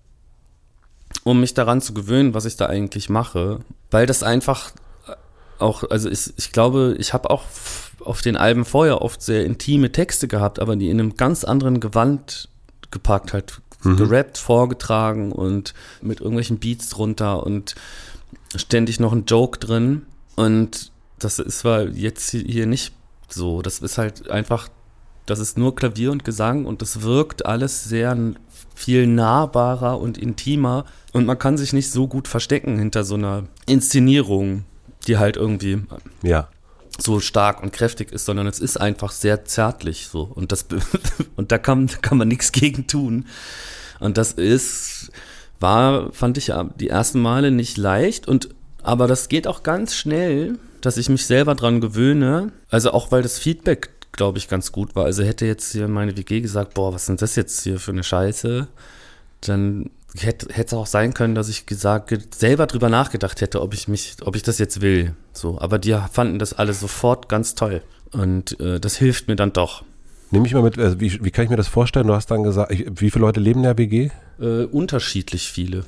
um mich daran zu gewöhnen, was ich da eigentlich mache. Weil das einfach auch, also ich, ich glaube, ich habe auch auf den Alben vorher oft sehr intime Texte gehabt, aber die in einem ganz anderen Gewand gepackt, halt mhm. gerappt, vorgetragen und mit irgendwelchen Beats drunter und ständig noch ein Joke drin. Und das ist war jetzt hier nicht so. Das ist halt einfach, das ist nur Klavier und Gesang und das wirkt alles sehr viel nahbarer und intimer und man kann sich nicht so gut verstecken hinter so einer Inszenierung, die halt irgendwie ja. so stark und kräftig ist, sondern es ist einfach sehr zärtlich so und das und da kann, kann man nichts gegen tun und das ist, war, fand ich die ersten Male nicht leicht und aber das geht auch ganz schnell, dass ich mich selber dran gewöhne, also auch weil das Feedback glaube ich, ganz gut war. Also hätte jetzt hier meine W G gesagt, boah, was ist denn das jetzt hier für eine Scheiße, dann hätte es auch sein können, dass ich gesagt, selber drüber nachgedacht hätte, ob ich mich, ob ich das jetzt will. So, aber die fanden das alle sofort ganz toll. Und äh, das hilft mir dann doch. Nimm mich mal mit, also wie, wie kann ich mir das vorstellen? Du hast dann gesagt, wie viele Leute leben in der W G? Äh, unterschiedlich viele.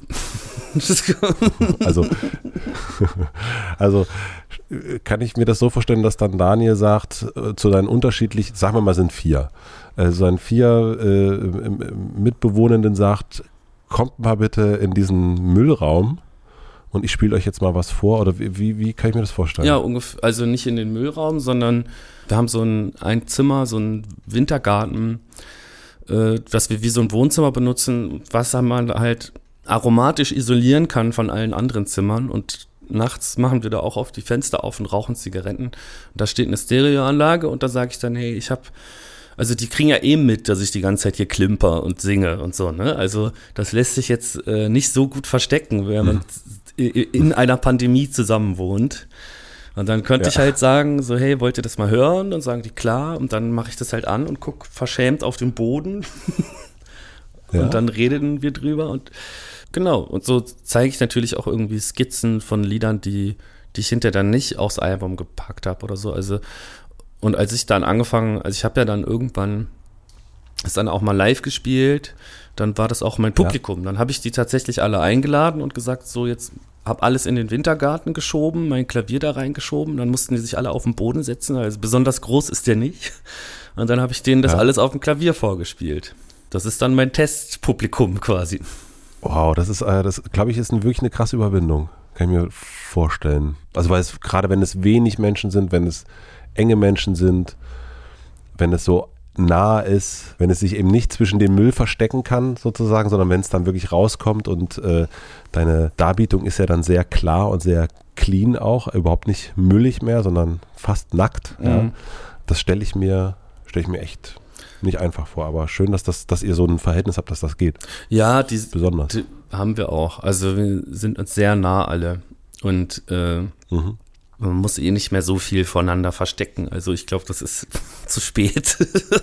also, also kann ich mir das so vorstellen, dass dann Daniel sagt, äh, zu deinen unterschiedlichen, sagen wir mal, sind vier, äh, seinen vier äh, Mitbewohnenden sagt, kommt mal bitte in diesen Müllraum und ich spiele euch jetzt mal was vor, oder wie, wie, wie kann ich mir das vorstellen? Ja, ungefähr, also nicht in den Müllraum, sondern wir haben so ein, ein Zimmer, so einen Wintergarten, äh, das wir wie so ein Wohnzimmer benutzen, was man halt aromatisch isolieren kann von allen anderen Zimmern und nachts machen wir da auch auf die Fenster auf und rauchen Zigaretten. Und da steht eine Stereoanlage und da sage ich dann, hey, ich habe, also die kriegen ja eh mit, dass ich die ganze Zeit hier klimper und singe und so, ne? Also das lässt sich jetzt äh, nicht so gut verstecken, wenn man mhm. in einer Pandemie zusammen wohnt. Und dann könnte ja. ich halt sagen, so, hey, wollt ihr das mal hören? Und sagen die, klar. Und dann mache ich das halt an und gucke verschämt auf den Boden. ja. Und dann reden wir drüber und genau, und so zeige ich natürlich auch irgendwie Skizzen von Liedern, die, die ich hinterher dann nicht aufs Album gepackt habe oder so. Also, und als ich dann angefangen, also ich habe ja dann irgendwann es dann auch mal live gespielt, dann war das auch mein Publikum. Ja. Dann habe ich die tatsächlich alle eingeladen und gesagt, so jetzt habe alles in den Wintergarten geschoben, mein Klavier da reingeschoben, dann mussten die sich alle auf den Boden setzen, also besonders groß ist der nicht. Und dann habe ich denen das ja. alles auf dem Klavier vorgespielt. Das ist dann mein Testpublikum quasi. Wow, das ist, äh, das glaube ich, ist eine, wirklich eine krasse Überwindung. Kann ich mir vorstellen. Also weil es, gerade wenn es wenig Menschen sind, wenn es enge Menschen sind, wenn es so nah ist, wenn es sich eben nicht zwischen dem Müll verstecken kann sozusagen, sondern wenn es dann wirklich rauskommt und äh, deine Darbietung ist ja dann sehr klar und sehr clean auch, überhaupt nicht müllig mehr, sondern fast nackt. Mhm. Ja. das stelle ich mir, stelle ich mir echt nicht einfach vor. Aber schön, dass, das, dass ihr so ein Verhältnis habt, dass das geht. Ja, die, besonders. Die haben wir auch. Also wir sind uns sehr nah alle. Und äh, mhm. man muss eh nicht mehr so viel voneinander verstecken. Also ich glaube, das ist zu spät.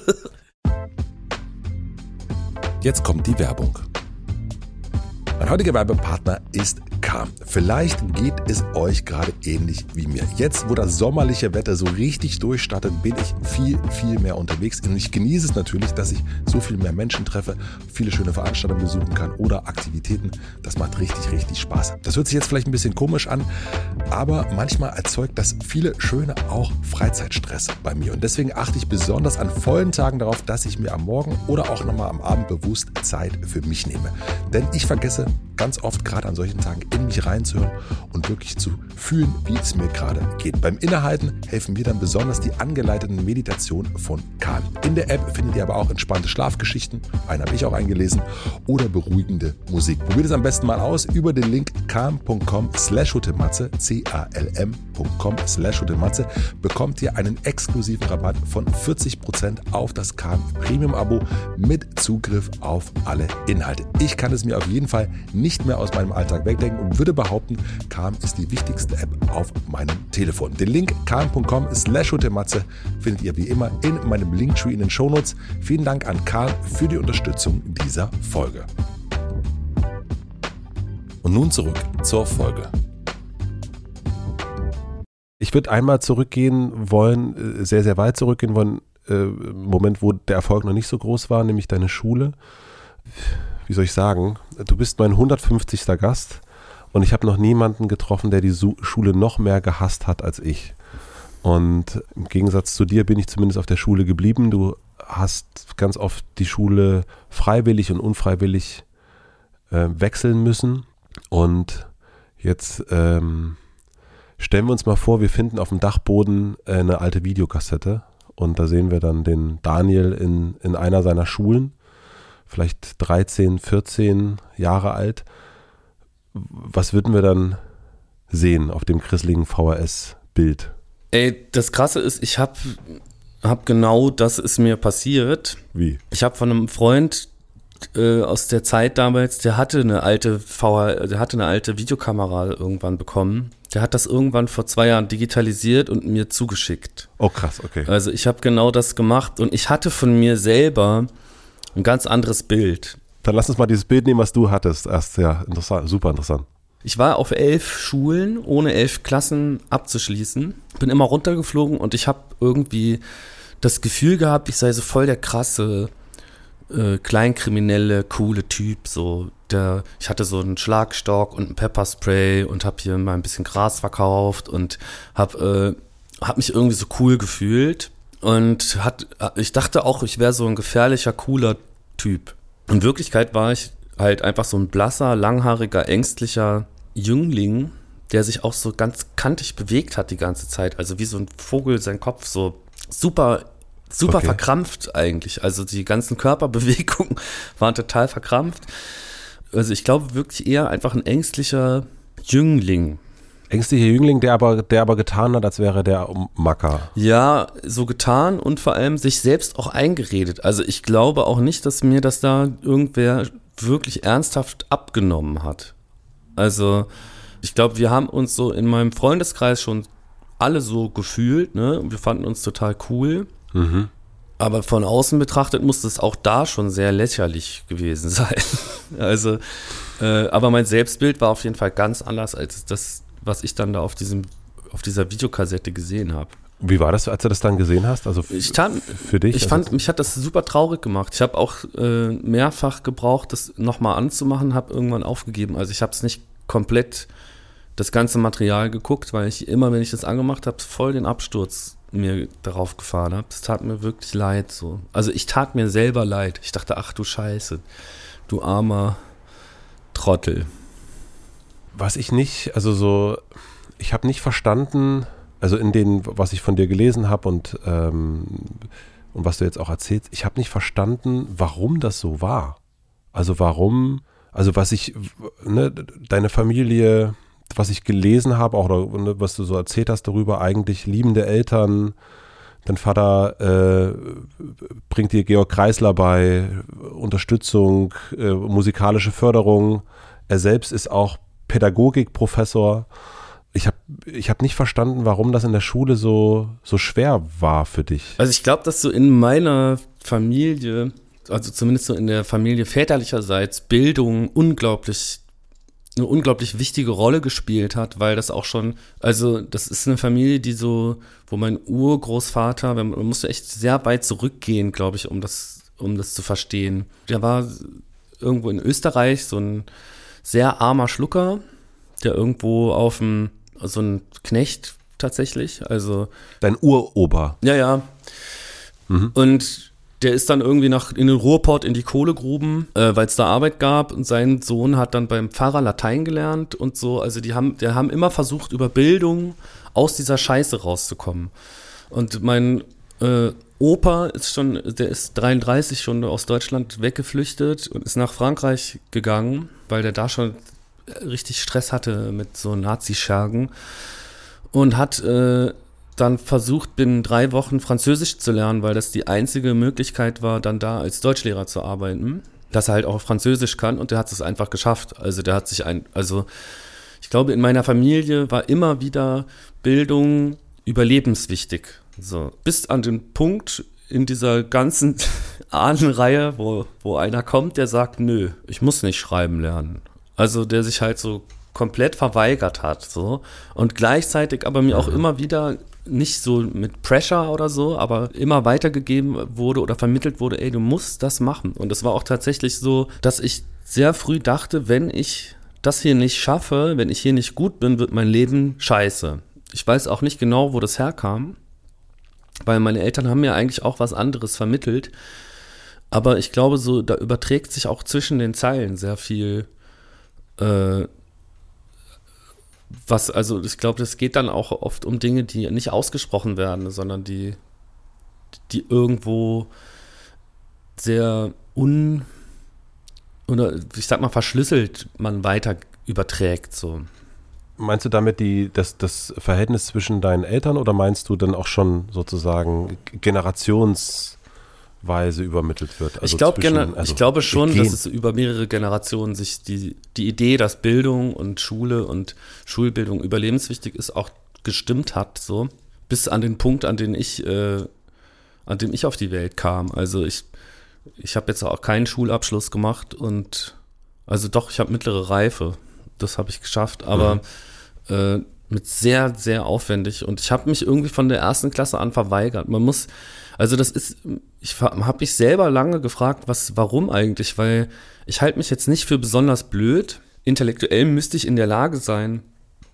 Jetzt kommt die Werbung. Mein heutiger Werbepartner ist Calm. Vielleicht geht es euch gerade ähnlich wie mir. Jetzt, wo das sommerliche Wetter so richtig durchstartet, bin ich viel, viel mehr unterwegs. Und ich genieße es natürlich, dass ich so viel mehr Menschen treffe, viele schöne Veranstaltungen besuchen kann oder Aktivitäten. Das macht richtig, richtig Spaß. Das hört sich jetzt vielleicht ein bisschen komisch an, aber manchmal erzeugt das viele schöne auch Freizeitstress bei mir. Und deswegen achte ich besonders an vollen Tagen darauf, dass ich mir am Morgen oder auch nochmal am Abend bewusst Zeit für mich nehme. Denn ich vergesse ganz oft gerade an solchen Tagen in mich reinzuhören und wirklich zu fühlen, wie es mir gerade geht. Beim Innehalten helfen mir dann besonders die angeleiteten Meditationen von Calm. In der App findet ihr aber auch entspannte Schlafgeschichten, einen habe ich auch eingelesen, oder beruhigende Musik. Probiert es am besten mal aus über den Link calm punkt com slash hotelmatze, c a l m punkt com slash hotelmatze, bekommt ihr einen exklusiven Rabatt von vierzig Prozent auf das Calm Premium-Abo mit Zugriff auf alle Inhalte. Ich kann es mir auf jeden Fall nicht mehr aus meinem Alltag wegdenken und würde behaupten, Calm ist die wichtigste App auf meinem Telefon. Den Link calm punkt com slash hotelmatze findet ihr wie immer in meinem Linktree in den Shownotes. Vielen Dank an Calm für die Unterstützung dieser Folge. Und nun zurück zur Folge. Ich würde einmal zurückgehen wollen, sehr, sehr weit zurückgehen wollen, äh, Moment, wo der Erfolg noch nicht so groß war, nämlich deine Schule. Wie soll ich sagen, du bist mein hundertfünfzigster Gast und ich habe noch niemanden getroffen, der die Su- Schule noch mehr gehasst hat als ich. Und im Gegensatz zu dir bin ich zumindest auf der Schule geblieben. Du hast ganz oft die Schule freiwillig und unfreiwillig äh, wechseln müssen. Und jetzt ähm, stellen wir uns mal vor, wir finden auf dem Dachboden äh, eine alte Videokassette und da sehen wir dann den Daniel in, in einer seiner Schulen. Vielleicht dreizehn, vierzehn Jahre alt. Was würden wir dann sehen auf dem grisseligen V H S-Bild? Ey, das Krasse ist, ich habe hab genau das ist mir passiert. Wie? Ich habe von einem Freund äh, aus der Zeit damals, der hatte eine alte V H, der hatte eine alte Videokamera irgendwann bekommen. Der hat das irgendwann vor zwei Jahren digitalisiert und mir zugeschickt. Oh krass, okay. Also ich habe genau das gemacht und ich hatte von mir selber ein ganz anderes Bild. Dann lass uns mal dieses Bild nehmen, was du hattest. Erst, ja, interessant, super interessant. Ich war auf elf Schulen, ohne elf Klassen abzuschließen. Bin immer runtergeflogen und ich habe irgendwie das Gefühl gehabt, ich sei so voll der krasse, äh, kleinkriminelle, coole Typ. So der, ich hatte so einen Schlagstock und ein Pepperspray und habe hier mal ein bisschen Gras verkauft und habe äh, hab mich irgendwie so cool gefühlt. Und hat, ich dachte auch, ich wäre so ein gefährlicher, cooler Typ. In Wirklichkeit war ich halt einfach so ein blasser, langhaariger, ängstlicher Jüngling, der sich auch so ganz kantig bewegt hat die ganze Zeit. Also wie so ein Vogel, sein Kopf so super, super okay. verkrampft eigentlich. Also die ganzen Körperbewegungen waren total verkrampft. Also ich glaube wirklich eher einfach ein ängstlicher Jüngling. Ängstlicher Jüngling, der aber, der aber getan hat, als wäre der Macker. Ja, so getan und vor allem sich selbst auch eingeredet. Also ich glaube auch nicht, dass mir das da irgendwer wirklich ernsthaft abgenommen hat. Also ich glaube, wir haben uns so in meinem Freundeskreis schon alle so gefühlt, ne? Wir fanden uns total cool. Mhm. Aber von außen betrachtet muss es auch da schon sehr lächerlich gewesen sein. Also, äh, aber mein Selbstbild war auf jeden Fall ganz anders als das, was ich dann da auf diesem, auf dieser Videokassette gesehen habe. Wie war das, als du das dann gesehen hast? Also f- ich tat, für dich? Ich fand, mich hat das super traurig gemacht. Ich habe auch äh, mehrfach gebraucht, das nochmal anzumachen, habe irgendwann aufgegeben. Also ich habe es nicht komplett das ganze Material geguckt, weil ich immer, wenn ich das angemacht habe, voll den Absturz mir darauf gefahren habe. Das tat mir wirklich leid. So. Also ich tat mir selber leid. Ich dachte, ach du Scheiße, du armer Trottel. Was ich nicht, also so, ich habe nicht verstanden, also in den, was ich von dir gelesen habe und, ähm, und was du jetzt auch erzählst, ich habe nicht verstanden, warum das so war. Also warum, also was ich, ne, deine Familie, was ich gelesen habe, auch oder, was du so erzählt hast darüber, eigentlich liebende Eltern, Dein Vater äh, bringt dir Georg Kreisler bei, Unterstützung, äh, musikalische Förderung. Er selbst ist auch Pädagogikprofessor. Ich habe ich hab nicht verstanden, warum das in der Schule so, so schwer war für dich. Also ich glaube, dass so in meiner Familie, also zumindest so in der Familie väterlicherseits, Bildung unglaublich eine unglaublich wichtige Rolle gespielt hat, weil das auch schon, also das ist eine Familie, die so, wo mein Urgroßvater, man musste echt sehr weit zurückgehen, glaube ich, um das, um das zu verstehen. Der war irgendwo in Österreich so ein sehr armer Schlucker, der irgendwo auf dem, so ein Knecht tatsächlich, also. Dein Uropa. Ja, ja. Mhm. Und der ist dann irgendwie nach in den Ruhrpott in die Kohlegruben, äh, weil es da Arbeit gab, und sein Sohn hat dann beim Pfarrer Latein gelernt und so. Also die haben, die haben immer versucht, über Bildung aus dieser Scheiße rauszukommen. Und mein äh, Opa ist schon, der ist dreiunddreißig schon aus Deutschland weggeflüchtet und ist nach Frankreich gegangen, weil der da schon richtig Stress hatte mit so Nazi-Schergen und hat äh, dann versucht, binnen drei Wochen Französisch zu lernen, weil das die einzige Möglichkeit war, dann da als Deutschlehrer zu arbeiten, dass er halt auch Französisch kann, und der hat es einfach geschafft. Also der hat sich ein, also ich glaube, in meiner Familie war immer wieder Bildung überlebenswichtig. So, bis an den Punkt in dieser ganzen Ahnenreihe, wo, wo einer kommt, der sagt, nö, ich muss nicht schreiben lernen. Also der sich halt so komplett verweigert hat, so, und gleichzeitig aber mir auch immer wieder nicht so mit Pressure oder so, aber immer weitergegeben wurde oder vermittelt wurde, ey, du musst das machen. Und es war auch tatsächlich so, dass ich sehr früh dachte, wenn ich das hier nicht schaffe, wenn ich hier nicht gut bin, wird mein Leben scheiße. Ich weiß auch nicht genau, wo das herkam, weil meine Eltern haben mir eigentlich auch was anderes vermittelt, aber ich glaube so, da überträgt sich auch zwischen den Zeilen sehr viel, äh, was, also ich glaube, das geht dann auch oft um Dinge, die nicht ausgesprochen werden, sondern die, die irgendwo sehr un, oder ich sag mal verschlüsselt man weiter überträgt, so. Meinst du damit die, das, das Verhältnis zwischen deinen Eltern, oder meinst du dann auch schon sozusagen generationsweise übermittelt wird? Also ich, glaub, zwischen, gener- also ich glaube schon, Gen- dass es über mehrere Generationen sich die, die Idee, dass Bildung und Schule und Schulbildung überlebenswichtig ist, auch gestimmt hat, so bis an den Punkt, an den ich, äh, an dem ich auf die Welt kam. Also ich, ich habe jetzt auch keinen Schulabschluss gemacht, und also doch, ich habe mittlere Reife. Das habe ich geschafft, aber mhm. äh, mit sehr, sehr aufwendig. Und ich habe mich irgendwie von der ersten Klasse an verweigert. Man muss, also das ist, ich habe mich selber lange gefragt, was, warum eigentlich? Weil ich halte mich jetzt nicht für besonders blöd. Intellektuell müsste ich in der Lage sein,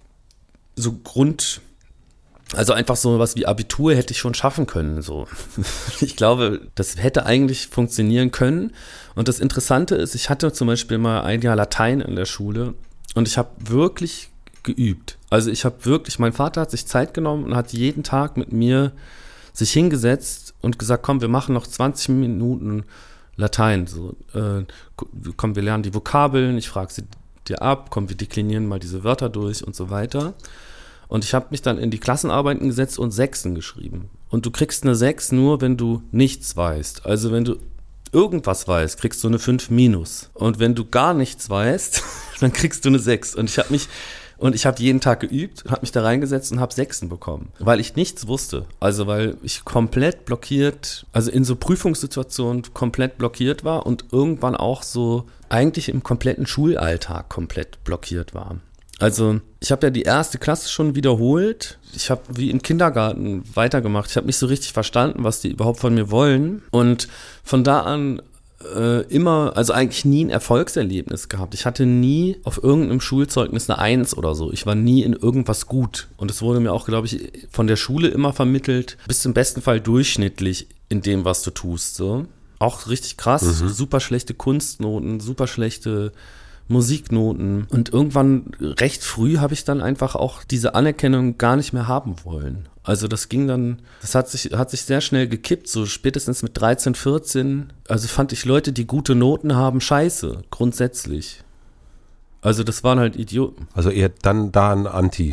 so Grund, also einfach so was wie Abitur hätte ich schon schaffen können. So, ich glaube, das hätte eigentlich funktionieren können. Und das Interessante ist, ich hatte zum Beispiel mal ein Jahr Latein in der Schule. Und ich habe wirklich geübt. Also ich habe wirklich, mein Vater hat sich Zeit genommen und hat jeden Tag mit mir sich hingesetzt und gesagt, komm, wir machen noch zwanzig Minuten Latein. So, äh, komm, wir lernen die Vokabeln, ich frage sie dir ab, komm, wir deklinieren mal diese Wörter durch und so weiter. Und ich habe mich dann in die Klassenarbeiten gesetzt und Sechsen geschrieben. Und du kriegst eine Sechs nur, wenn du nichts weißt. Also wenn du irgendwas weißt, kriegst du eine fünf minus. Und wenn du gar nichts weißt, dann kriegst du eine sechs. Und ich habe mich, und ich habe jeden Tag geübt, habe mich da reingesetzt und habe Sechsen bekommen. Weil ich nichts wusste. Also weil ich komplett blockiert, also in so Prüfungssituationen komplett blockiert war und irgendwann auch so eigentlich im kompletten Schulalltag komplett blockiert war. Also ich habe ja die erste Klasse schon wiederholt. Ich habe wie im Kindergarten weitergemacht. Ich habe nicht so richtig verstanden, was die überhaupt von mir wollen. Und von da an äh, immer, also eigentlich nie ein Erfolgserlebnis gehabt. Ich hatte nie auf irgendeinem Schulzeugnis eine Eins oder so. Ich war nie in irgendwas gut. Und es wurde mir auch, glaube ich, von der Schule immer vermittelt, bist im besten Fall durchschnittlich in dem, was du tust. So. Auch richtig krass, mhm. super schlechte Kunstnoten, super schlechte Musiknoten. Und irgendwann recht früh habe ich dann einfach auch diese Anerkennung gar nicht mehr haben wollen. Also das ging dann, das hat sich, hat sich sehr schnell gekippt, so spätestens mit dreizehn, vierzehn. Also fand ich Leute, die gute Noten haben, scheiße, grundsätzlich. Also das waren halt Idioten. Also eher dann da ein Anti.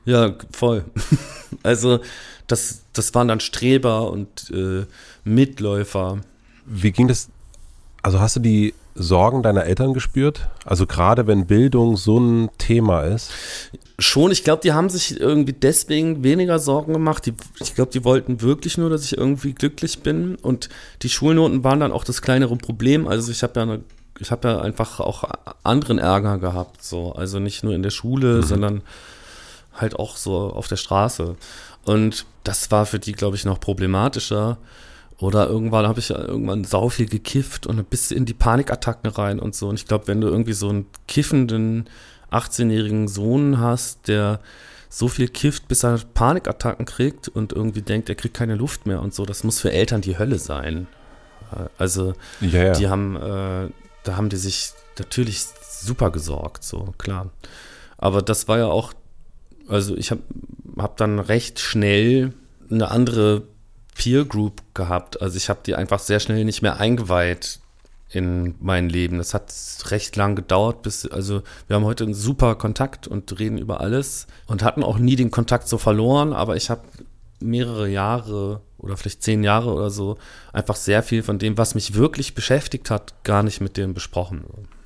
Ja, voll. Also das, das waren dann Streber und äh, Mitläufer. Wie ging das, also hast du die Sorgen deiner Eltern gespürt? Also gerade wenn Bildung so ein Thema ist? Schon, ich glaube, die haben sich irgendwie deswegen weniger Sorgen gemacht. Die, ich glaube, die wollten wirklich nur, dass ich irgendwie glücklich bin. Und die Schulnoten waren dann auch das kleinere Problem. Also ich habe ja eine, ich habe ja einfach auch anderen Ärger gehabt. So. Also nicht nur in der Schule, mhm. sondern halt auch so auf der Straße. Und das war für die, glaube ich, noch problematischer. Oder irgendwann habe ich ja irgendwann sau viel gekifft und ein bisschen in die Panikattacken rein und so. Und ich glaube, wenn du irgendwie so einen kiffenden achtzehnjährigen Sohn hast, der so viel kifft, bis er Panikattacken kriegt und irgendwie denkt, er kriegt keine Luft mehr und so, das muss für Eltern die Hölle sein. Also ja, ja. die haben, äh, da haben die sich natürlich super gesorgt, so klar. Aber das war ja auch, also ich habe hab dann recht schnell eine andere Peer Group gehabt. Also ich habe die einfach sehr schnell nicht mehr eingeweiht in mein Leben. Das hat recht lang gedauert, bis, also wir haben heute einen super Kontakt und reden über alles und hatten auch nie den Kontakt so verloren, aber ich habe mehrere Jahre oder vielleicht zehn Jahre oder so einfach sehr viel von dem, was mich wirklich beschäftigt hat, gar nicht mit dem besprochen.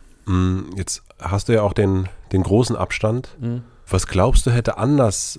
Jetzt hast du ja auch den, den großen Abstand. Mhm. Was glaubst du, hätte anders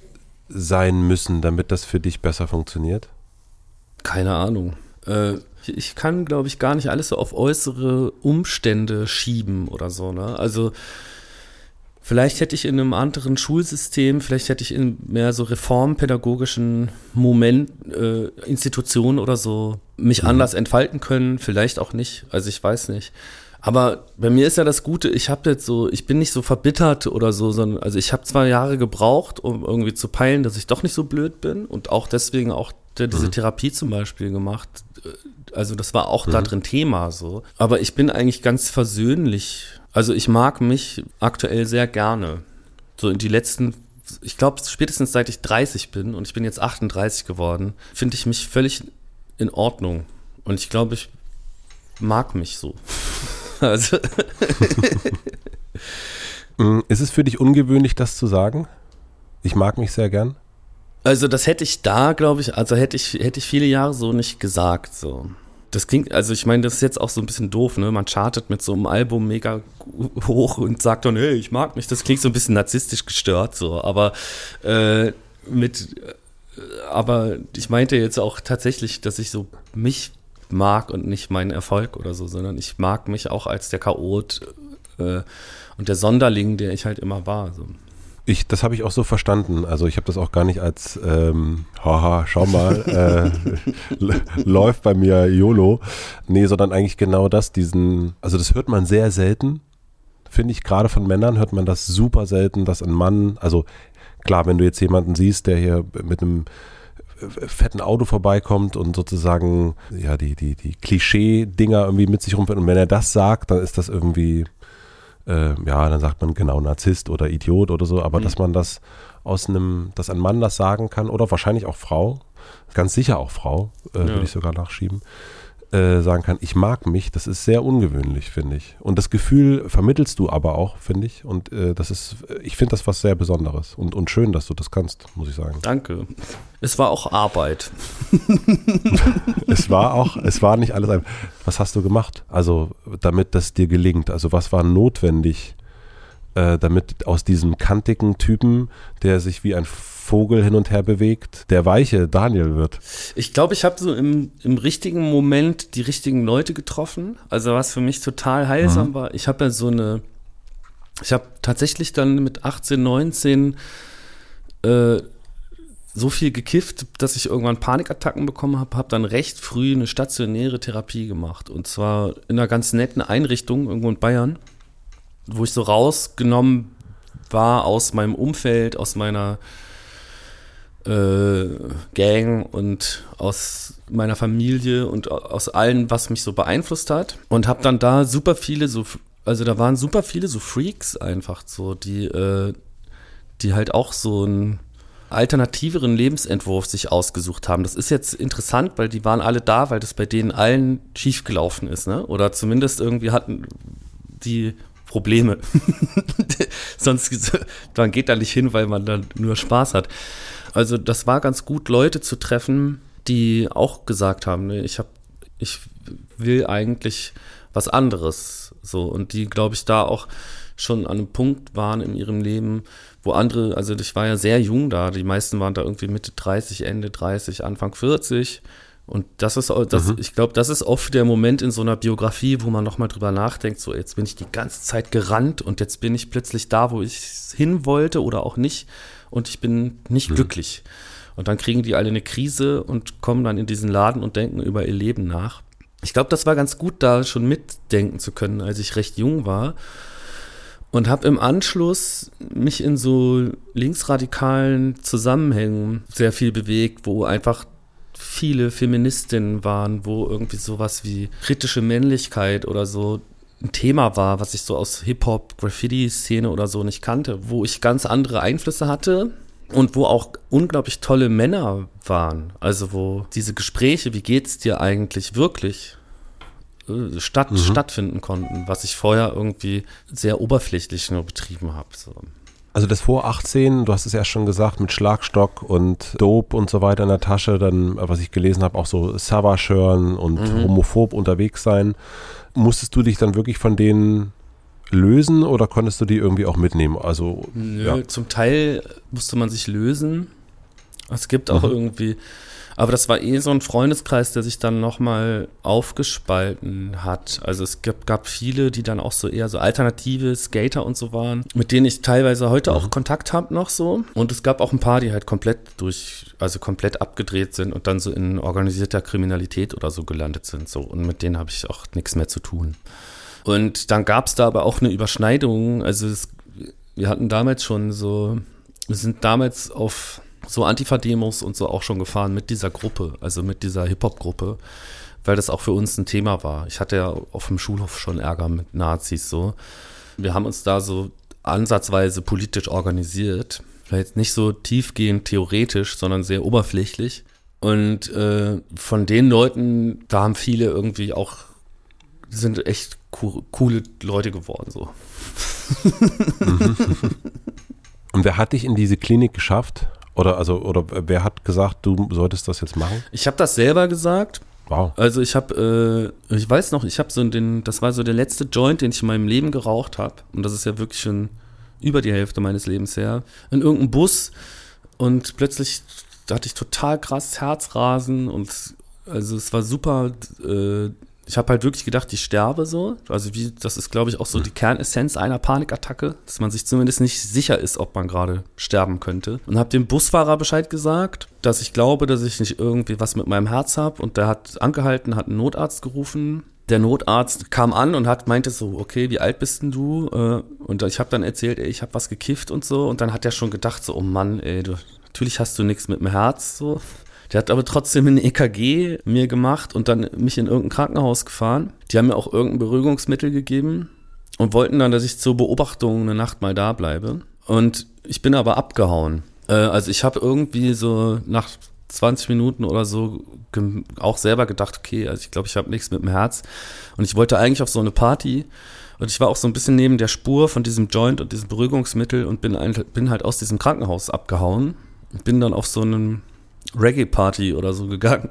sein müssen, damit das für dich besser funktioniert? Keine Ahnung. Äh, ich kann, glaube ich, gar nicht alles so auf äußere Umstände schieben oder so, ne? Also vielleicht hätte ich in einem anderen Schulsystem, vielleicht hätte ich in mehr so reformpädagogischen Moment, äh, Institutionen oder so mich mhm. anders entfalten können, vielleicht auch nicht, also ich weiß nicht. Aber bei mir ist ja das Gute, ich habe jetzt so, ich bin nicht so verbittert oder so, sondern also ich habe zwei Jahre gebraucht, um irgendwie zu peilen, dass ich doch nicht so blöd bin und auch deswegen auch der, diese mhm. Therapie zum Beispiel gemacht. Also das war auch mhm. da drin Thema so. Aber ich bin eigentlich ganz versöhnlich. Also ich mag mich aktuell sehr gerne. So in die letzten, ich glaube spätestens seit ich dreißig bin und ich bin jetzt achtunddreißig geworden, finde ich mich völlig in Ordnung. Und ich glaube, ich mag mich so. Also. Ist es für dich ungewöhnlich, das zu sagen? Ich mag mich sehr gern. Also das hätte ich da, glaube ich, also hätte ich, hätte ich viele Jahre so nicht gesagt. So. Das klingt, also ich meine, das ist jetzt auch so ein bisschen doof, ne? Man chartet mit so einem Album mega hoch und sagt dann, hey, ich mag mich. Das klingt so ein bisschen narzisstisch gestört, so. Aber äh, mit, aber ich meinte jetzt auch tatsächlich, dass ich so mich mag und nicht meinen Erfolg oder so, sondern ich mag mich auch als der Chaot äh, und der Sonderling, der ich halt immer war. So. Ich, das habe ich auch so verstanden. Also ich habe das auch gar nicht als ähm, haha, schau mal, äh, läuft bei mir YOLO. Nee, sondern eigentlich genau das, diesen, also das hört man sehr selten, finde ich, gerade von Männern hört man das super selten, dass ein Mann, also klar, wenn du jetzt jemanden siehst, der hier mit einem fetten Auto vorbeikommt und sozusagen ja die, die, die Klischee-Dinger irgendwie mit sich rumfährt und wenn er das sagt, dann ist das irgendwie äh, ja, dann sagt man genau Narzisst oder Idiot oder so, aber mhm. dass man das aus einem, dass ein Mann das sagen kann oder wahrscheinlich auch Frau, ganz sicher auch Frau, äh, ja. würde ich sogar nachschieben, äh, sagen kann, ich mag mich, das ist sehr ungewöhnlich, finde ich. Und das Gefühl vermittelst du aber auch, finde ich. Und äh, das ist, ich finde das was sehr Besonderes und, und schön, dass du das kannst, muss ich sagen. Danke. Es war auch Arbeit. es war auch, es war nicht alles einfach. Was hast du gemacht? Also, damit das dir gelingt. Also, was war notwendig, äh, damit aus diesem kantigen Typen, der sich wie ein Vogel hin und her bewegt, der weiche Daniel wird? Ich glaube, ich habe so im, im richtigen Moment die richtigen Leute getroffen. Also was für mich total heilsam mhm. war. Ich habe ja so eine, ich habe tatsächlich dann mit achtzehn, neunzehn äh, so viel gekifft, dass ich irgendwann Panikattacken bekommen habe, habe dann recht früh eine stationäre Therapie gemacht. Und zwar in einer ganz netten Einrichtung irgendwo in Bayern, wo ich so rausgenommen war aus meinem Umfeld, aus meiner Äh, Gang und aus meiner Familie und aus allem, was mich so beeinflusst hat und habe dann da super viele so, also da waren super viele so Freaks einfach so, die äh, die halt auch so einen alternativeren Lebensentwurf sich ausgesucht haben. Das ist jetzt interessant, weil die waren alle da, weil das bei denen allen schiefgelaufen ist, ne? Oder zumindest irgendwie hatten die Probleme. Sonst, man geht da nicht hin, weil man dann nur Spaß hat. Also das war ganz gut, Leute zu treffen, die auch gesagt haben, ne, ich hab, ich will eigentlich was anderes. So, und die, glaube ich, da auch schon an einem Punkt waren in ihrem Leben, wo andere, also ich war ja sehr jung da, die meisten waren da irgendwie Mitte dreißig, Ende dreißig, Anfang vierzig. Und das ist, das, mhm. ich glaube, das ist oft der Moment in so einer Biografie, wo man nochmal drüber nachdenkt, so jetzt bin ich die ganze Zeit gerannt und jetzt bin ich plötzlich da, wo ich hin wollte oder auch nicht und ich bin nicht mhm. glücklich. Und dann kriegen die alle eine Krise und kommen dann in diesen Laden und denken über ihr Leben nach. Ich glaube, das war ganz gut, da schon mitdenken zu können, als ich recht jung war. Und habe im Anschluss mich in so linksradikalen Zusammenhängen sehr viel bewegt, wo einfach viele Feministinnen waren, wo irgendwie sowas wie kritische Männlichkeit oder so ein Thema war, was ich so aus Hip-Hop, Graffiti-Szene oder so nicht kannte, wo ich ganz andere Einflüsse hatte und wo auch unglaublich tolle Männer waren. Also wo diese Gespräche, wie geht's dir eigentlich wirklich, statt, mhm. stattfinden konnten, was ich vorher irgendwie sehr oberflächlich nur betrieben habe. So. Also das vor achtzehn, du hast es ja schon gesagt, mit Schlagstock und Dope und so weiter in der Tasche, dann, was ich gelesen habe, auch so Savage hören und mhm. homophob unterwegs sein. Musstest du dich dann wirklich von denen lösen oder konntest du die irgendwie auch mitnehmen? Also, Nö, ja. Zum Teil musste man sich lösen. Es gibt auch mhm. irgendwie, aber das war eh so ein Freundeskreis, der sich dann nochmal aufgespalten hat. Also es gab, gab viele, die dann auch so eher so alternative Skater und so waren, mit denen ich teilweise heute mhm. auch Kontakt habe noch so. Und es gab auch ein paar, die halt komplett durch, also komplett abgedreht sind und dann so in organisierter Kriminalität oder so gelandet sind. So. Und mit denen habe ich auch nichts mehr zu tun. Und dann gab es da aber auch eine Überschneidung. Also es, wir hatten damals schon so, wir sind damals auf so Antifa-Demos und so auch schon gefahren mit dieser Gruppe, also mit dieser Hip-Hop-Gruppe, weil das auch für uns ein Thema war. Ich hatte ja auf dem Schulhof schon Ärger mit Nazis so. Wir haben uns da so ansatzweise politisch organisiert, vielleicht nicht so tiefgehend theoretisch, sondern sehr oberflächlich. Und äh, von den Leuten, da haben viele irgendwie auch, sind echt co- coole Leute geworden so. Und wer hat dich in diese Klinik geschafft? Oder also oder wer hat gesagt, du solltest das jetzt machen? Ich habe das selber gesagt. Wow. Also ich habe, äh, ich weiß noch, ich habe so den, das war so der letzte Joint, den ich in meinem Leben geraucht habe. Und das ist ja wirklich schon über die Hälfte meines Lebens her. In irgendeinem Bus und plötzlich hatte ich total krass Herzrasen und also es war super. Äh, ich habe halt wirklich gedacht, ich sterbe so. Also wie, das ist, glaube ich, auch so die Kernessenz einer Panikattacke, dass man sich zumindest nicht sicher ist, ob man gerade sterben könnte. Und habe dem Busfahrer Bescheid gesagt, dass ich glaube, dass ich nicht irgendwie was mit meinem Herz habe. Und der hat angehalten, hat einen Notarzt gerufen. Der Notarzt kam an und hat meinte so, okay, wie alt bist denn du? Und ich habe dann erzählt, ey, ich habe was gekifft und so. Und dann hat er schon gedacht so, oh Mann, ey, du, natürlich hast du nichts mit dem Herz so. Der hat aber trotzdem ein E K G mir gemacht und dann mich in irgendein Krankenhaus gefahren. Die haben mir auch irgendein Beruhigungsmittel gegeben und wollten dann, dass ich zur Beobachtung eine Nacht mal da bleibe. Und ich bin aber abgehauen. Äh, also ich habe irgendwie so nach zwanzig Minuten oder so ge- auch selber gedacht, okay, also ich glaube, ich habe nichts mit dem Herz. Und ich wollte eigentlich auf so eine Party. Und ich war auch so ein bisschen neben der Spur von diesem Joint und diesem Beruhigungsmittel und bin, ein, bin halt aus diesem Krankenhaus abgehauen. Und bin dann auf so einem Reggae-Party oder so gegangen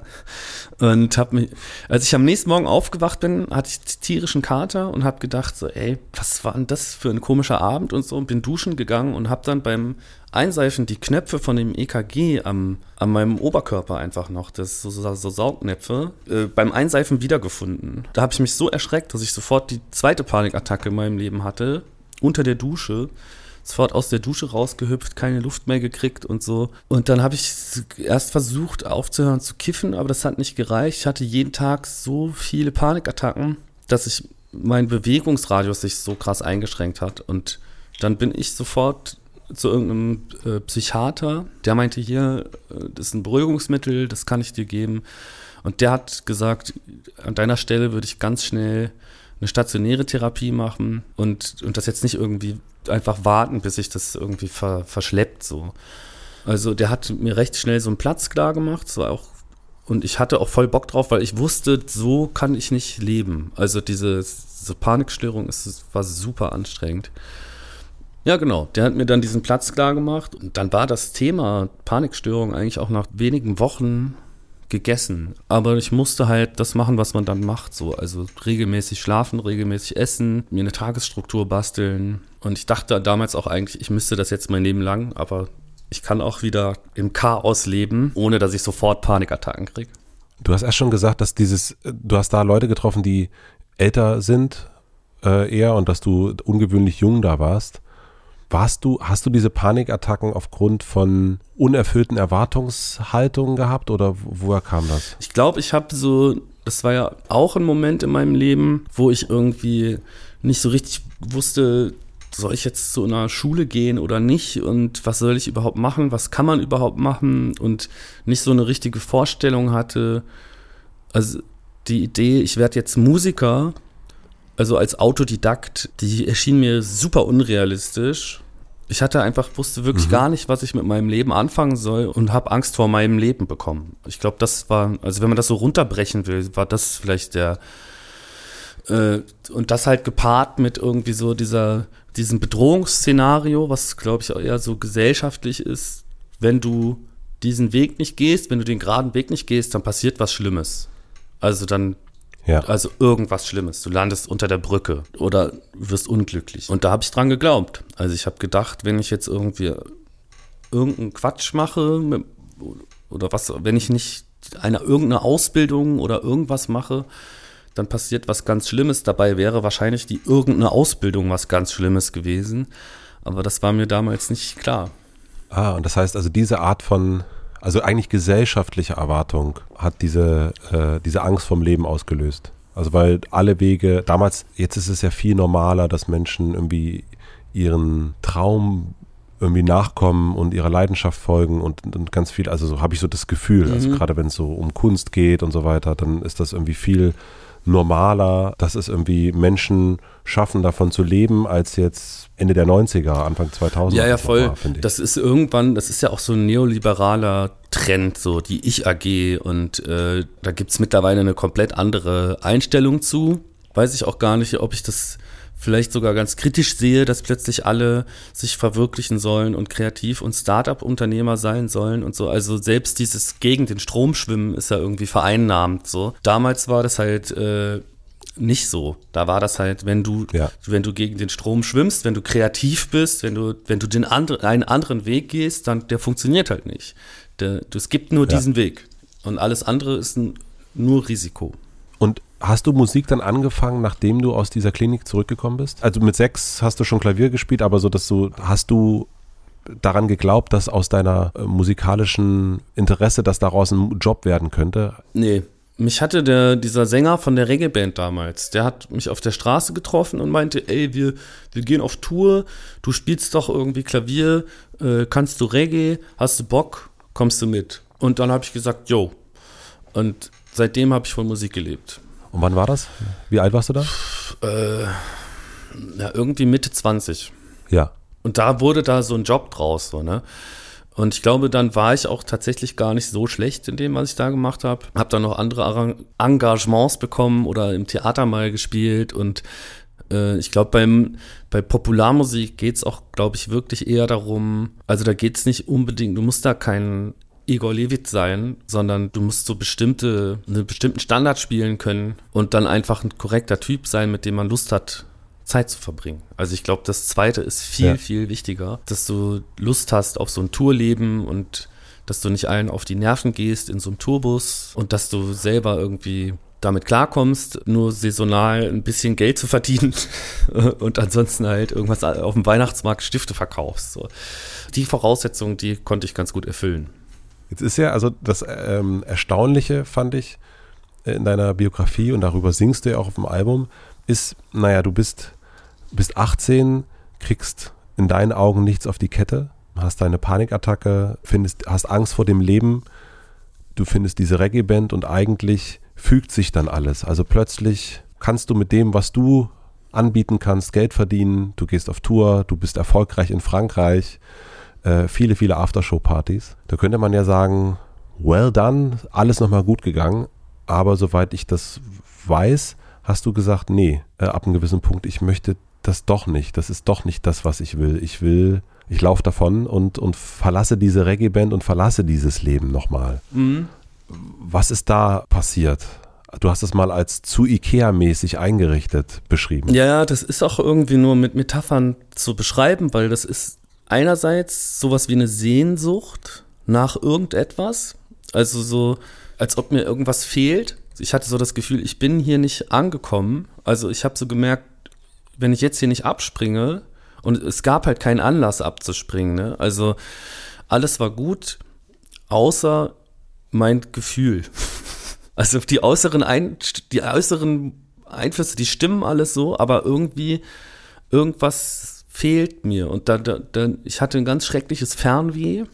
und hab mich, als ich am nächsten Morgen aufgewacht bin, hatte ich tierischen Kater und hab gedacht so, ey, was war denn das für ein komischer Abend und so und bin duschen gegangen und hab dann beim Einseifen die Knöpfe von dem E K G am, an meinem Oberkörper einfach noch, das so, so, so Saugnäpfe, äh, beim Einseifen wiedergefunden. Da habe ich mich so erschreckt, dass ich sofort die zweite Panikattacke in meinem Leben hatte, unter der Dusche. Sofort aus der Dusche rausgehüpft, keine Luft mehr gekriegt und so. Und dann habe ich erst versucht aufzuhören zu kiffen, aber das hat nicht gereicht. Ich hatte jeden Tag so viele Panikattacken, dass ich mein Bewegungsradius sich so krass eingeschränkt hat. Und dann bin ich sofort zu irgendeinem äh, Psychiater, der meinte, hier, äh, das ist ein Beruhigungsmittel, das kann ich dir geben. Und der hat gesagt, an deiner Stelle würde ich ganz schnell eine stationäre Therapie machen und, und das jetzt nicht irgendwie einfach warten, bis sich das irgendwie ver, verschleppt so. Also der hat mir recht schnell so einen Platz klar gemacht, so auch, und ich hatte auch voll Bock drauf, weil ich wusste, so kann ich nicht leben. Also diese diese Panikstörung ist, war super anstrengend. Ja, genau. Der hat mir dann diesen Platz klar gemacht und dann war das Thema Panikstörung eigentlich auch nach wenigen Wochen gegessen. Aber ich musste halt das machen, was man dann macht, so. Also regelmäßig schlafen, regelmäßig essen, mir eine Tagesstruktur basteln. Und ich dachte damals auch eigentlich, ich müsste das jetzt mein Leben lang, aber ich kann auch wieder im Chaos leben, ohne dass ich sofort Panikattacken kriege. Du hast erst schon gesagt, dass dieses, du hast da Leute getroffen, die älter sind äh, eher und dass du ungewöhnlich jung da warst. Warst du, hast du diese Panikattacken aufgrund von unerfüllten Erwartungshaltungen gehabt oder woher kam das? Ich glaube, ich habe so, das war ja auch ein Moment in meinem Leben, wo ich irgendwie nicht so richtig wusste, soll ich jetzt zu einer Schule gehen oder nicht und was soll ich überhaupt machen, was kann man überhaupt machen und nicht so eine richtige Vorstellung hatte. Also die Idee, ich werde jetzt Musiker, also als Autodidakt, die erschien mir super unrealistisch. Ich hatte einfach, wusste wirklich mhm. gar nicht, was ich mit meinem Leben anfangen soll und habe Angst vor meinem Leben bekommen. Ich glaube, das war, also wenn man das so runterbrechen will, war das vielleicht der, äh, und das halt gepaart mit irgendwie so dieser, diesem Bedrohungsszenario, was glaube ich auch eher so gesellschaftlich ist. Wenn du diesen Weg nicht gehst, wenn du den geraden Weg nicht gehst, dann passiert was Schlimmes. Also dann Ja. Also irgendwas Schlimmes. Du landest unter der Brücke oder wirst unglücklich. Und da habe ich dran geglaubt. Also ich habe gedacht, wenn ich jetzt irgendwie irgendeinen Quatsch mache mit, oder was, wenn ich nicht eine irgendeine Ausbildung oder irgendwas mache, dann passiert was ganz Schlimmes. Dabei wäre wahrscheinlich die irgendeine Ausbildung was ganz Schlimmes gewesen. Aber das war mir damals nicht klar. Ah, und das heißt also diese Art von Also eigentlich gesellschaftliche Erwartung hat diese, äh, diese Angst vom Leben ausgelöst. Also weil alle Wege, damals, jetzt ist es ja viel normaler, dass Menschen irgendwie ihren Traum irgendwie nachkommen und ihrer Leidenschaft folgen und, und ganz viel, also so habe ich so das Gefühl, mhm. also gerade wenn es so um Kunst geht und so weiter, dann ist das irgendwie viel normaler, dass es irgendwie Menschen schaffen, davon zu leben, als jetzt Ende der neunziger, Anfang zweitausend. Ja, ja, voll. War, finde ich. Das ist irgendwann, das ist ja auch so ein neoliberaler Trend, so die Ich-A G und äh, da gibt es mittlerweile eine komplett andere Einstellung zu. Weiß ich auch gar nicht, ob ich das vielleicht sogar ganz kritisch sehe, dass plötzlich alle sich verwirklichen sollen und kreativ und Start-up-Unternehmer sein sollen und so. Also selbst dieses gegen den Strom schwimmen ist ja irgendwie vereinnahmt so. Damals war das halt äh, nicht so. Da war das halt, wenn du, ja. wenn du gegen den Strom schwimmst, wenn du kreativ bist, wenn du, wenn du den andre, einen anderen Weg gehst, dann der funktioniert halt nicht. Der, es gibt nur ja. diesen Weg und alles andere ist ein, nur Risiko. Und hast du Musik dann angefangen, nachdem du aus dieser Klinik zurückgekommen bist? Also mit sechs hast du schon Klavier gespielt, aber so, dass du, hast du daran geglaubt, dass aus deiner äh, musikalischen Interesse, dass daraus ein Job werden könnte? Nee. Mich hatte der, dieser Sänger von der Reggae-Band damals, der hat mich auf der Straße getroffen und meinte, ey, wir, wir gehen auf Tour, du spielst doch irgendwie Klavier, äh, kannst du Reggae, hast du Bock, kommst du mit? Und dann habe ich gesagt, yo. Und seitdem habe ich von Musik gelebt. Und wann war das? Wie alt warst du da? Äh, ja, irgendwie Mitte zwanzig. Ja. Und da wurde da so ein Job draus, so, ne? Und ich glaube, dann war ich auch tatsächlich gar nicht so schlecht in dem, was ich da gemacht habe. Habe dann noch andere Engagements bekommen oder im Theater mal gespielt. Und äh, ich glaube, beim bei Popularmusik geht es auch, glaube ich, wirklich eher darum, also da geht es nicht unbedingt, du musst da kein Igor Levit sein, sondern du musst so bestimmte, einen bestimmten Standard spielen können und dann einfach ein korrekter Typ sein, mit dem man Lust hat, Zeit zu verbringen. Also ich glaube, das Zweite ist viel, ja. viel wichtiger, dass du Lust hast auf so ein Tourleben und dass du nicht allen auf die Nerven gehst in so einem Tourbus und dass du selber irgendwie damit klarkommst, nur saisonal ein bisschen Geld zu verdienen und ansonsten halt irgendwas auf dem Weihnachtsmarkt Stifte verkaufst. So. Die Voraussetzungen, die konnte ich ganz gut erfüllen. Jetzt ist ja, also das ähm, Erstaunliche, fand ich, in deiner Biografie, und darüber singst du ja auch auf dem Album, ist, naja, du bist, bist achtzehn, kriegst in deinen Augen nichts auf die Kette, hast deine Panikattacke, findest, hast Angst vor dem Leben, du findest diese Reggae-Band und eigentlich fügt sich dann alles. Also plötzlich kannst du mit dem, was du anbieten kannst, Geld verdienen, du gehst auf Tour, du bist erfolgreich in Frankreich, äh, viele, viele Aftershow-Partys. Da könnte man ja sagen, well done, alles nochmal gut gegangen, aber soweit ich das weiß, hast du gesagt, nee, äh, ab einem gewissen Punkt, ich möchte das doch nicht. Das ist doch nicht das, was ich will. Ich will, ich laufe davon und, und verlasse diese Reggae-Band und verlasse dieses Leben nochmal. Mhm. Was ist da passiert? Du hast es mal als zu Ikea-mäßig eingerichtet beschrieben. Ja, ja, das ist auch irgendwie nur mit Metaphern zu beschreiben, weil das ist einerseits sowas wie eine Sehnsucht nach irgendetwas, also so, als ob mir irgendwas fehlt. Ich hatte so das Gefühl, ich bin hier nicht angekommen. Also ich habe so gemerkt, wenn ich jetzt hier nicht abspringe, und es gab halt keinen Anlass abzuspringen, ne? Also alles war gut, außer mein Gefühl. Also die äußeren, Ein- die äußeren Einflüsse, die stimmen alles so, aber irgendwie irgendwas fehlt mir. Und da, da, da, ich hatte ein ganz schreckliches Fernweh.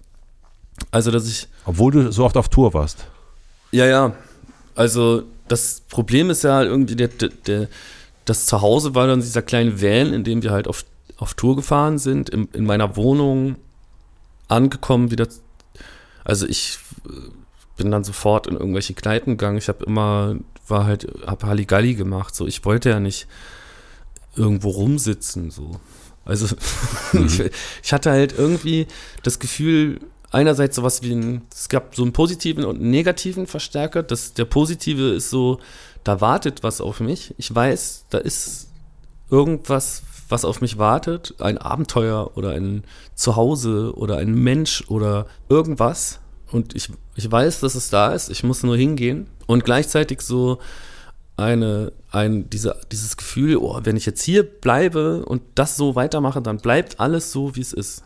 Also dass ich... Obwohl du so oft auf Tour warst. Ja, ja. Also das Problem ist ja halt irgendwie, der, der, der, das Zuhause war dann dieser kleine Van, in dem wir halt auf, auf Tour gefahren sind, in, in meiner Wohnung angekommen wieder. Also ich bin dann sofort in irgendwelche Kneipen gegangen. Ich habe immer, war halt, habe Halligalli gemacht. So, ich wollte ja nicht irgendwo rumsitzen. So, also mhm. ich, ich hatte halt irgendwie das Gefühl, einerseits sowas wie ein, es gab so einen positiven und einen negativen Verstärker. Das, der positive ist so, da wartet was auf mich. Ich weiß, da ist irgendwas, was auf mich wartet. Ein Abenteuer oder ein Zuhause oder ein Mensch oder irgendwas. Und ich, ich weiß, dass es da ist. Ich muss nur hingehen. Und gleichzeitig so eine, ein, diese, dieses Gefühl, oh, wenn ich jetzt hier bleibe und das so weitermache, dann bleibt alles so, wie es ist.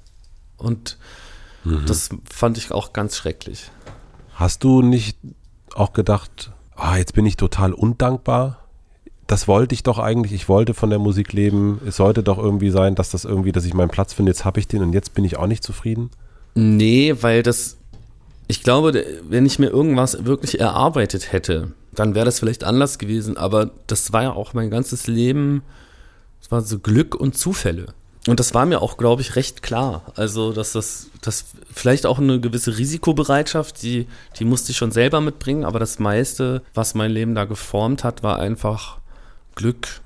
Und mhm. das fand ich auch ganz schrecklich. Hast du nicht auch gedacht, ah, jetzt bin ich total undankbar? Das wollte ich doch eigentlich, ich wollte von der Musik leben. Es sollte doch irgendwie sein, dass das irgendwie, dass ich meinen Platz finde, jetzt habe ich den und jetzt bin ich auch nicht zufrieden? Nee, weil das, ich glaube, wenn ich mir irgendwas wirklich erarbeitet hätte, dann wäre das vielleicht anders gewesen, aber das war ja auch mein ganzes Leben, es war so Glück und Zufälle. Und das war mir auch, glaube ich, recht klar. Also, dass das, das vielleicht auch eine gewisse Risikobereitschaft, die, die musste ich schon selber mitbringen, aber das meiste, was mein Leben da geformt hat, war einfach Glück.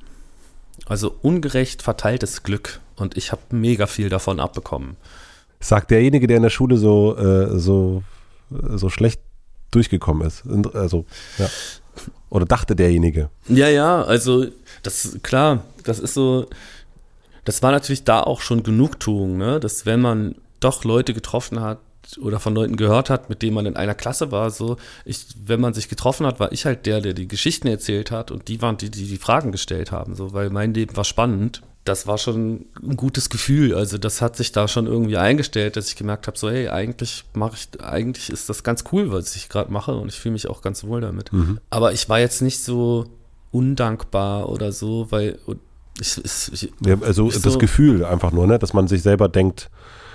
Also ungerecht verteiltes Glück. Und ich habe mega viel davon abbekommen. Sagt derjenige, der in der Schule so, äh, so, so schlecht durchgekommen ist. Also, ja. Oder dachte derjenige. Ja, ja, also das, klar, das ist so, das war natürlich da auch schon Genugtuung, ne? Dass wenn man doch Leute getroffen hat oder von Leuten gehört hat, mit denen man in einer Klasse war, so, ich, wenn man sich getroffen hat, war ich halt der, der die Geschichten erzählt hat und die waren die, die die Fragen gestellt haben, so, weil mein Leben war spannend. Das war schon ein gutes Gefühl, also das hat sich da schon irgendwie eingestellt, dass ich gemerkt habe, so hey, eigentlich mache ich, eigentlich ist das ganz cool, was ich gerade mache und ich fühle mich auch ganz wohl damit. Mhm. Aber ich war jetzt nicht so undankbar oder so, weil ich, ich, ja, also ich das so, Gefühl einfach nur, ne, dass man sich selber denkt,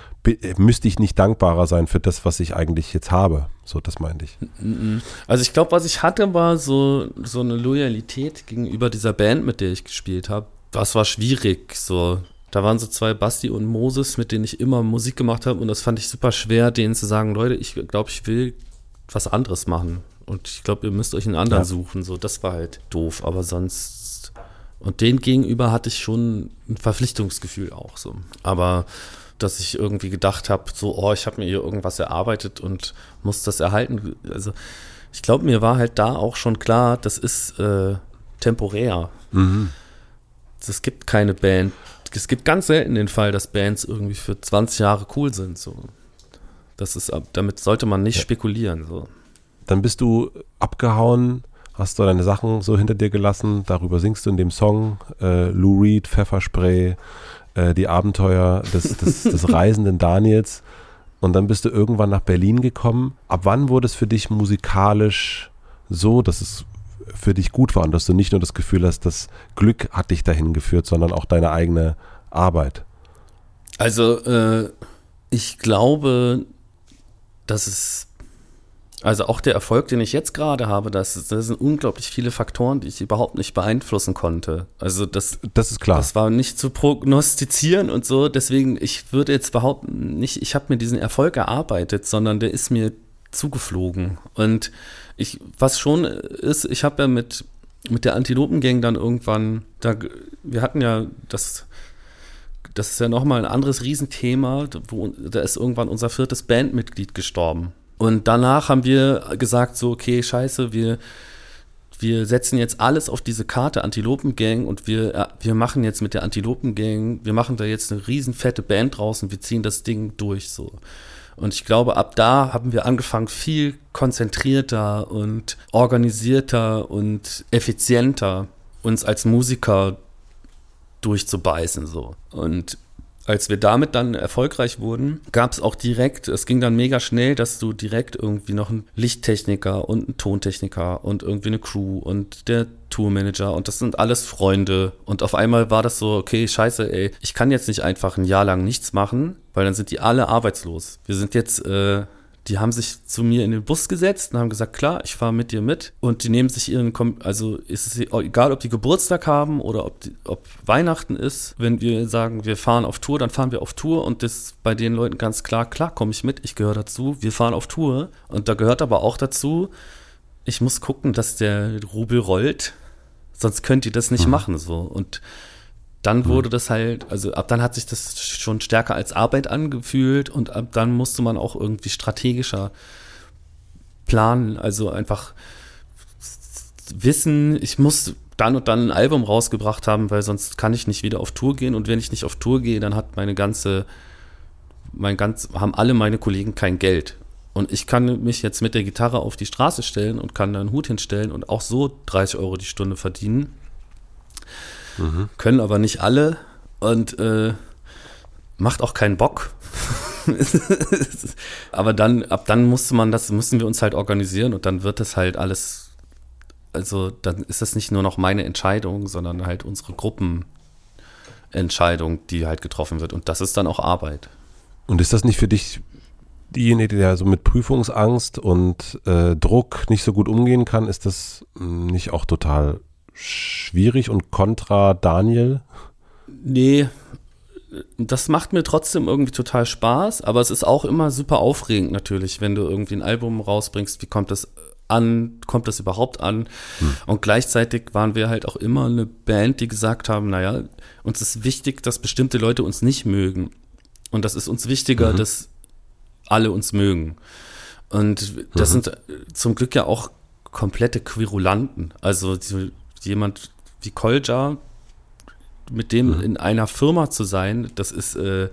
müsste ich nicht dankbarer sein für das, was ich eigentlich jetzt habe. So, das meinte ich. Also ich glaube, was ich hatte, war so, so eine Loyalität gegenüber dieser Band, mit der ich gespielt habe. Das war schwierig, so. Da waren so zwei, Basti und Moses, mit denen ich immer Musik gemacht habe und das fand ich super schwer, denen zu sagen, Leute, ich glaube, ich will was anderes machen und ich glaube, ihr müsst euch einen anderen ja. suchen, so. Das war halt doof, aber sonst, und denen gegenüber hatte ich schon ein Verpflichtungsgefühl auch, so. Aber dass ich irgendwie gedacht habe, so, oh, ich habe mir hier irgendwas erarbeitet und muss das erhalten, also ich glaube, mir war halt da auch schon klar, das ist äh, temporär. Mhm. Es gibt keine Band. Es gibt ganz selten den Fall, dass Bands irgendwie für zwanzig Jahre cool sind. So. Das ist, damit sollte man nicht ja. spekulieren. So. Dann bist du abgehauen, hast du deine Sachen so hinter dir gelassen. Darüber singst du in dem Song äh, Lou Reed, Pfefferspray, äh, die Abenteuer des, des, des reisenden Daniels. Und dann bist du irgendwann nach Berlin gekommen. Ab wann wurde es für dich musikalisch so, dass es für dich gut war und dass du nicht nur das Gefühl hast, das Glück hat dich dahin geführt, sondern auch deine eigene Arbeit? Also äh, ich glaube, dass es, also auch der Erfolg, den ich jetzt gerade habe, das, das sind unglaublich viele Faktoren, die ich überhaupt nicht beeinflussen konnte. Also das, das ist klar. Das war nicht zu prognostizieren und so, deswegen, ich würde jetzt behaupten, nicht, ich habe mir diesen Erfolg erarbeitet, sondern der ist mir zugeflogen. Und ich, was schon ist, ich habe ja mit mit der Antilopen-Gang dann irgendwann, da, wir hatten ja das, das ist ja nochmal ein anderes Riesenthema, wo, da ist irgendwann unser viertes Bandmitglied gestorben. Und danach haben wir gesagt so, okay, scheiße, wir, wir setzen jetzt alles auf diese Karte Antilopen-Gang und wir, wir machen jetzt mit der Antilopen-Gang, wir machen da jetzt eine riesen fette Band draus und wir ziehen das Ding durch so. Und ich glaube, ab da haben wir angefangen, viel konzentrierter und organisierter und effizienter uns als Musiker durchzubeißen so. Und als wir damit dann erfolgreich wurden, gab es auch direkt, es ging dann mega schnell, dass du direkt irgendwie noch einen Lichttechniker und einen Tontechniker und irgendwie eine Crew und der Tourmanager und das sind alles Freunde. Und auf einmal war das so, okay, scheiße, ey, ich kann jetzt nicht einfach ein Jahr lang nichts machen, weil dann sind die alle arbeitslos. Wir sind jetzt, äh, die haben sich zu mir in den Bus gesetzt und haben gesagt, klar, ich fahre mit dir mit. Und die nehmen sich ihren, also ist es egal, ob die Geburtstag haben oder ob, die, ob Weihnachten ist. Wenn wir sagen, wir fahren auf Tour, dann fahren wir auf Tour. Und das ist bei den Leuten ganz klar, klar, komme ich mit, ich gehöre dazu, wir fahren auf Tour. Und da gehört aber auch dazu, ich muss gucken, dass der Rubel rollt, sonst könnt ihr das nicht mhm. machen. So. Und dann wurde das halt, also ab dann hat sich das schon stärker als Arbeit angefühlt und ab dann musste man auch irgendwie strategischer planen, also einfach wissen, ich muss dann und dann ein Album rausgebracht haben, weil sonst kann ich nicht wieder auf Tour gehen und wenn ich nicht auf Tour gehe, dann hat meine ganze, mein ganz, haben alle meine Kollegen kein Geld. Und ich kann mich jetzt mit der Gitarre auf die Straße stellen und kann da einen Hut hinstellen und auch so dreißig Euro die Stunde verdienen. Mhm. Können aber nicht alle und äh, macht auch keinen Bock. Aber dann, ab dann musste man das, müssen wir uns halt organisieren und dann wird das halt alles, also dann ist das nicht nur noch meine Entscheidung, sondern halt unsere Gruppenentscheidung, die halt getroffen wird und das ist dann auch Arbeit. Und ist das nicht für dich diejenige, der so mit Prüfungsangst und äh, Druck nicht so gut umgehen kann, ist das nicht auch total schwierig und kontra Daniel? Nee, das macht mir trotzdem irgendwie total Spaß, aber es ist auch immer super aufregend natürlich, wenn du irgendwie ein Album rausbringst, wie kommt das an, kommt das überhaupt an? Hm. Und gleichzeitig waren wir halt auch immer eine Band, die gesagt haben, naja, uns ist wichtig, dass bestimmte Leute uns nicht mögen. Und das ist uns wichtiger, mhm. dass alle uns mögen. Und das mhm. sind zum Glück ja auch komplette Querulanten. Also die, jemand wie Kolja, mit dem mhm. in einer Firma zu sein, das ist äh,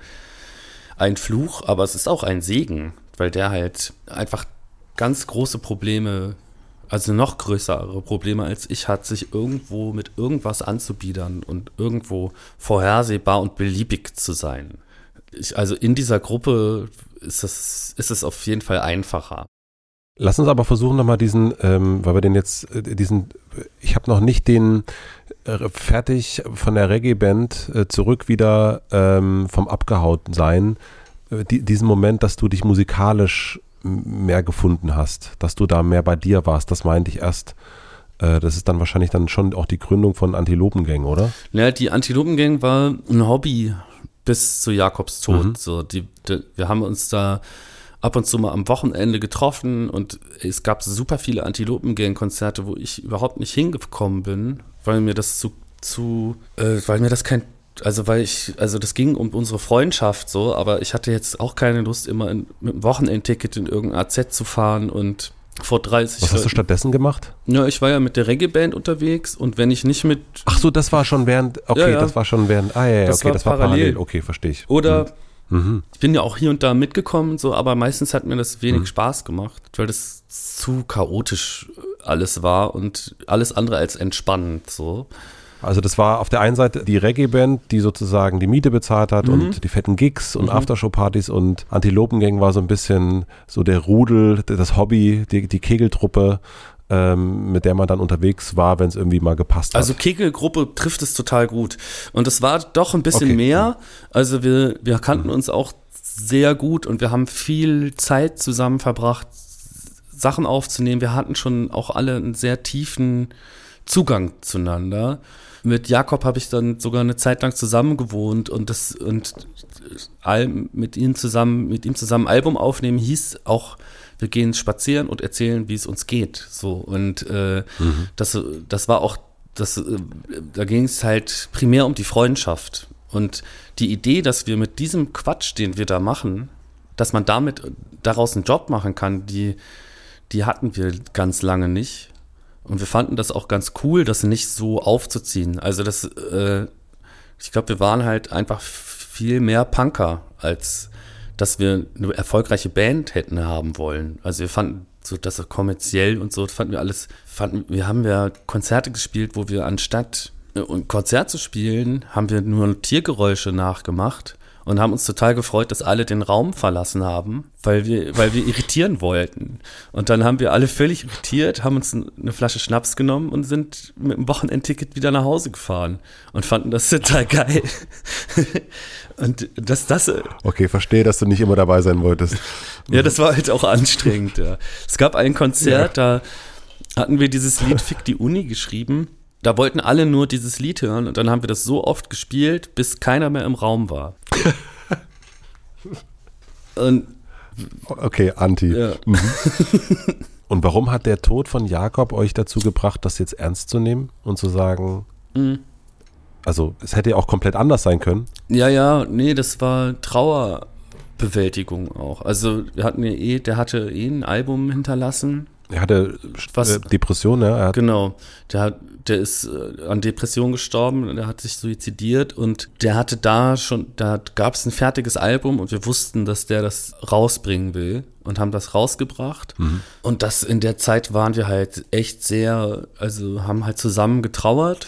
ein Fluch, aber es ist auch ein Segen, weil der halt einfach ganz große Probleme, also noch größere Probleme als ich hat, sich irgendwo mit irgendwas anzubiedern und irgendwo vorhersehbar und beliebig zu sein. Ich, also in dieser Gruppe ist es, ist es auf jeden Fall einfacher. Lass uns aber versuchen nochmal diesen, ähm, weil wir den jetzt, äh, diesen, ich habe noch nicht den äh, fertig von der Reggae-Band äh, zurück wieder ähm, vom Abgehauten-Sein, äh, die, diesen Moment, dass du dich musikalisch mehr gefunden hast, dass du da mehr bei dir warst, das meinte ich erst. Äh, das ist dann wahrscheinlich dann schon auch die Gründung von Antilopen-Gang, oder? Ja, die Antilopen-Gang war ein Hobby bis zu Jakobs Tod. Mhm. So, die, die, wir haben uns da ab und zu mal am Wochenende getroffen und es gab super viele Antilopen-Gang-Konzerte, wo ich überhaupt nicht hingekommen bin, weil mir das zu, zu äh, weil mir das kein, also weil ich, also das ging um unsere Freundschaft so, aber ich hatte jetzt auch keine Lust, immer in, mit einem Wochenendticket in irgendein A Z zu fahren und vor dreißig Was hast du stattdessen gemacht? Ja, ich war ja mit der Reggae-Band unterwegs und wenn ich nicht mit... Ach so, das war schon während, okay, ja, ja. das war schon während, ah ja, ja das okay, war das parallel. war parallel, okay, verstehe ich. Oder... Mhm. Mhm. Ich bin ja auch hier und da mitgekommen, so, aber meistens hat mir das wenig mhm. Spaß gemacht, weil das zu chaotisch alles war und alles andere als entspannend, so. Also das war auf der einen Seite die Reggae-Band, die sozusagen die Miete bezahlt hat mhm. und die fetten Gigs und mhm. Aftershow-Partys und Antilopen-Gang war so ein bisschen so der Rudel, das Hobby, die, die Kegeltruppe, ähm, mit der man dann unterwegs war, wenn es irgendwie mal gepasst hat. Also Kegelgruppe trifft es total gut. Und es war doch ein bisschen okay. mehr. Also wir, wir kannten mhm. uns auch sehr gut und wir haben viel Zeit zusammen verbracht, Sachen aufzunehmen. Wir hatten schon auch alle einen sehr tiefen Zugang zueinander. Mit Jakob habe ich dann sogar eine Zeit lang zusammen gewohnt und das und mit ihm zusammen, mit ihm zusammen Album aufnehmen hieß auch, wir gehen spazieren und erzählen, wie es uns geht. So und äh, mhm. das, das war auch das, da ging es halt primär um die Freundschaft. Und die Idee, dass wir mit diesem Quatsch, den wir da machen, dass man damit daraus einen Job machen kann, die, die hatten wir ganz lange nicht. Und wir fanden das auch ganz cool, das nicht so aufzuziehen. Also das, äh, ich glaube, wir waren halt einfach viel mehr Punker, als dass wir eine erfolgreiche Band hätten haben wollen. Also wir fanden so, dass er kommerziell und so, fanden wir alles, fanden, wir haben ja Konzerte gespielt, wo wir anstatt ein Konzert zu spielen, haben wir nur Tiergeräusche nachgemacht und haben uns total gefreut, dass alle den Raum verlassen haben, weil wir, weil wir irritieren wollten. Und dann haben wir alle völlig irritiert, haben uns eine Flasche Schnaps genommen und sind mit dem Wochenendticket wieder nach Hause gefahren und fanden das total geil. Und dass das... Okay, verstehe, dass du nicht immer dabei sein wolltest. Ja, das war halt auch anstrengend, ja. Es gab ein Konzert, ja. Da hatten wir dieses Lied Fick die Uni geschrieben. Da wollten alle nur dieses Lied hören und dann haben wir das so oft gespielt, bis keiner mehr im Raum war. Und, okay, Anti. Ja. Mhm. Und warum hat der Tod von Jakob euch dazu gebracht, das jetzt ernst zu nehmen und zu sagen, mhm. also es hätte ja auch komplett anders sein können? Ja, ja, nee, das war Trauerbewältigung auch. Also wir hatten ja eh, der hatte eh ein Album hinterlassen. Er hatte Was, Depressionen, ja. Er hat genau, der, hat, der ist äh, an Depression gestorben und er hat sich suizidiert und der hatte da schon, da gab es ein fertiges Album und wir wussten, dass der das rausbringen will und haben das rausgebracht. Mhm. Und das in der Zeit waren wir halt echt sehr, also haben halt zusammen getrauert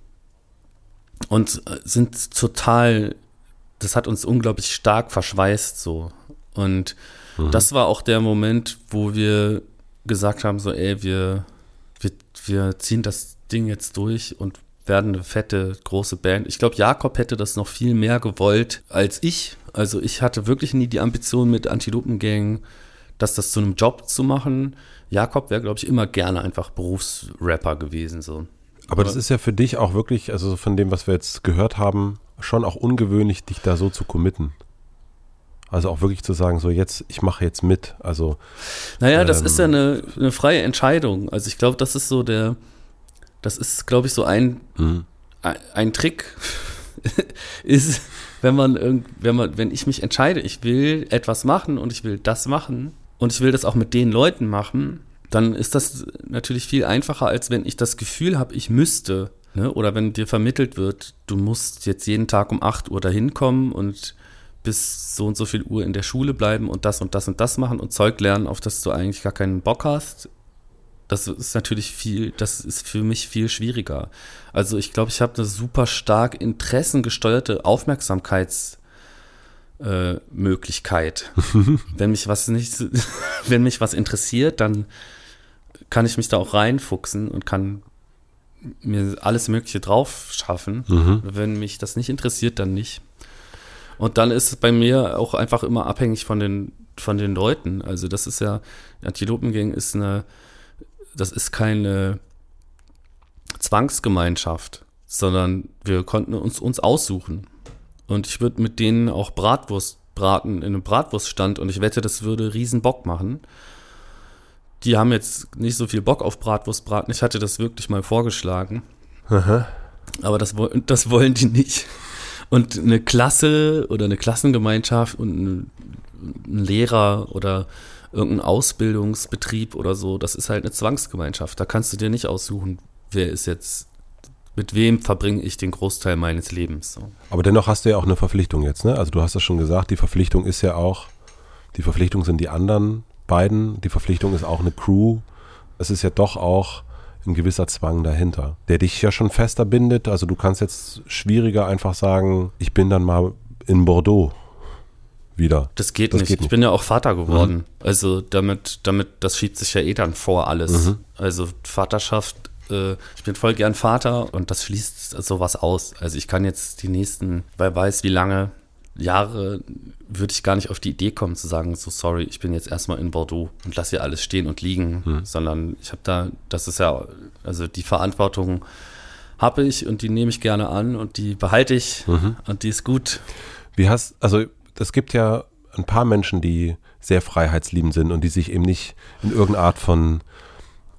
und sind total, das hat uns unglaublich stark verschweißt so. Und mhm. das war auch der Moment, wo wir gesagt haben, so ey, wir, wir, wir ziehen das Ding jetzt durch und werden eine fette, große Band. Ich glaube, Jakob hätte das noch viel mehr gewollt als ich. Also ich hatte wirklich nie die Ambition mit Antilopengang, dass das zu einem Job zu machen. Jakob wäre, glaube ich, immer gerne einfach Berufsrapper gewesen. So. Aber das ist ja für dich auch wirklich, also von dem, was wir jetzt gehört haben, schon auch ungewöhnlich, dich da so zu committen. Also auch wirklich zu sagen, so jetzt, ich mache jetzt mit. Also Naja, das ähm, ist ja eine, eine freie Entscheidung. Also ich glaube, das ist so der, das ist, glaube ich, so ein, mhm. ein, ein Trick ist, wenn man, wenn man, wenn ich mich entscheide, ich will etwas machen und ich will das machen und ich will das auch mit den Leuten machen, dann ist das natürlich viel einfacher, als wenn ich das Gefühl habe, ich müsste. Ne? Oder wenn dir vermittelt wird, du musst jetzt jeden Tag um acht Uhr dahin kommen und bis so und so viel Uhr in der Schule bleiben und das und das und das machen und Zeug lernen, auf das du eigentlich gar keinen Bock hast. Das ist natürlich viel, das ist für mich viel schwieriger. Also ich glaube, ich habe eine super stark interessengesteuerte Aufmerksamkeitsmöglichkeit. Äh, wenn mich was nicht, wenn mich was interessiert, dann kann ich mich da auch reinfuchsen und kann mir alles Mögliche drauf schaffen. Mhm. Wenn mich das nicht interessiert, dann nicht. Und dann ist es bei mir auch einfach immer abhängig von den, von den Leuten. Also das ist ja, Antilopengang ist eine, das ist keine Zwangsgemeinschaft, sondern wir konnten uns, uns aussuchen. Und ich würde mit denen auch Bratwurst braten in einem Bratwurststand und ich wette, das würde riesen Bock machen. Die haben jetzt nicht so viel Bock auf Bratwurstbraten. Ich hatte das wirklich mal vorgeschlagen. Aha. Aber das, das wollen die nicht. Und eine Klasse oder eine Klassengemeinschaft und ein, ein Lehrer oder irgendein Ausbildungsbetrieb oder so, das ist halt eine Zwangsgemeinschaft. Da kannst du dir nicht aussuchen, wer ist jetzt, mit wem verbringe ich den Großteil meines Lebens. So. Aber dennoch hast du ja auch eine Verpflichtung jetzt, ne? Also du hast das schon gesagt, die Verpflichtung ist ja auch, die Verpflichtung sind die anderen beiden, die Verpflichtung ist auch eine Crew. Es ist ja doch auch ein gewisser Zwang dahinter, der dich ja schon fester bindet. Also du kannst jetzt schwieriger einfach sagen, ich bin dann mal in Bordeaux wieder. Das geht das nicht. Geht nicht. Ich bin ja auch Vater geworden. Mhm. Also damit, damit, das schiebt sich ja eh dann vor alles. Mhm. Also Vaterschaft, äh, ich bin voll gern Vater und das schließt sowas aus. Also ich kann jetzt die nächsten, wer weiß wie lange Jahre, würde ich gar nicht auf die Idee kommen zu sagen, so sorry, ich bin jetzt erstmal in Bordeaux und lasse hier alles stehen und liegen, hm. sondern ich habe da, das ist ja, also die Verantwortung habe ich und die nehme ich gerne an und die behalte ich mhm. und die ist gut. Wie hast, also es gibt ja ein paar Menschen, die sehr freiheitsliebend sind und die sich eben nicht in irgendeiner Art von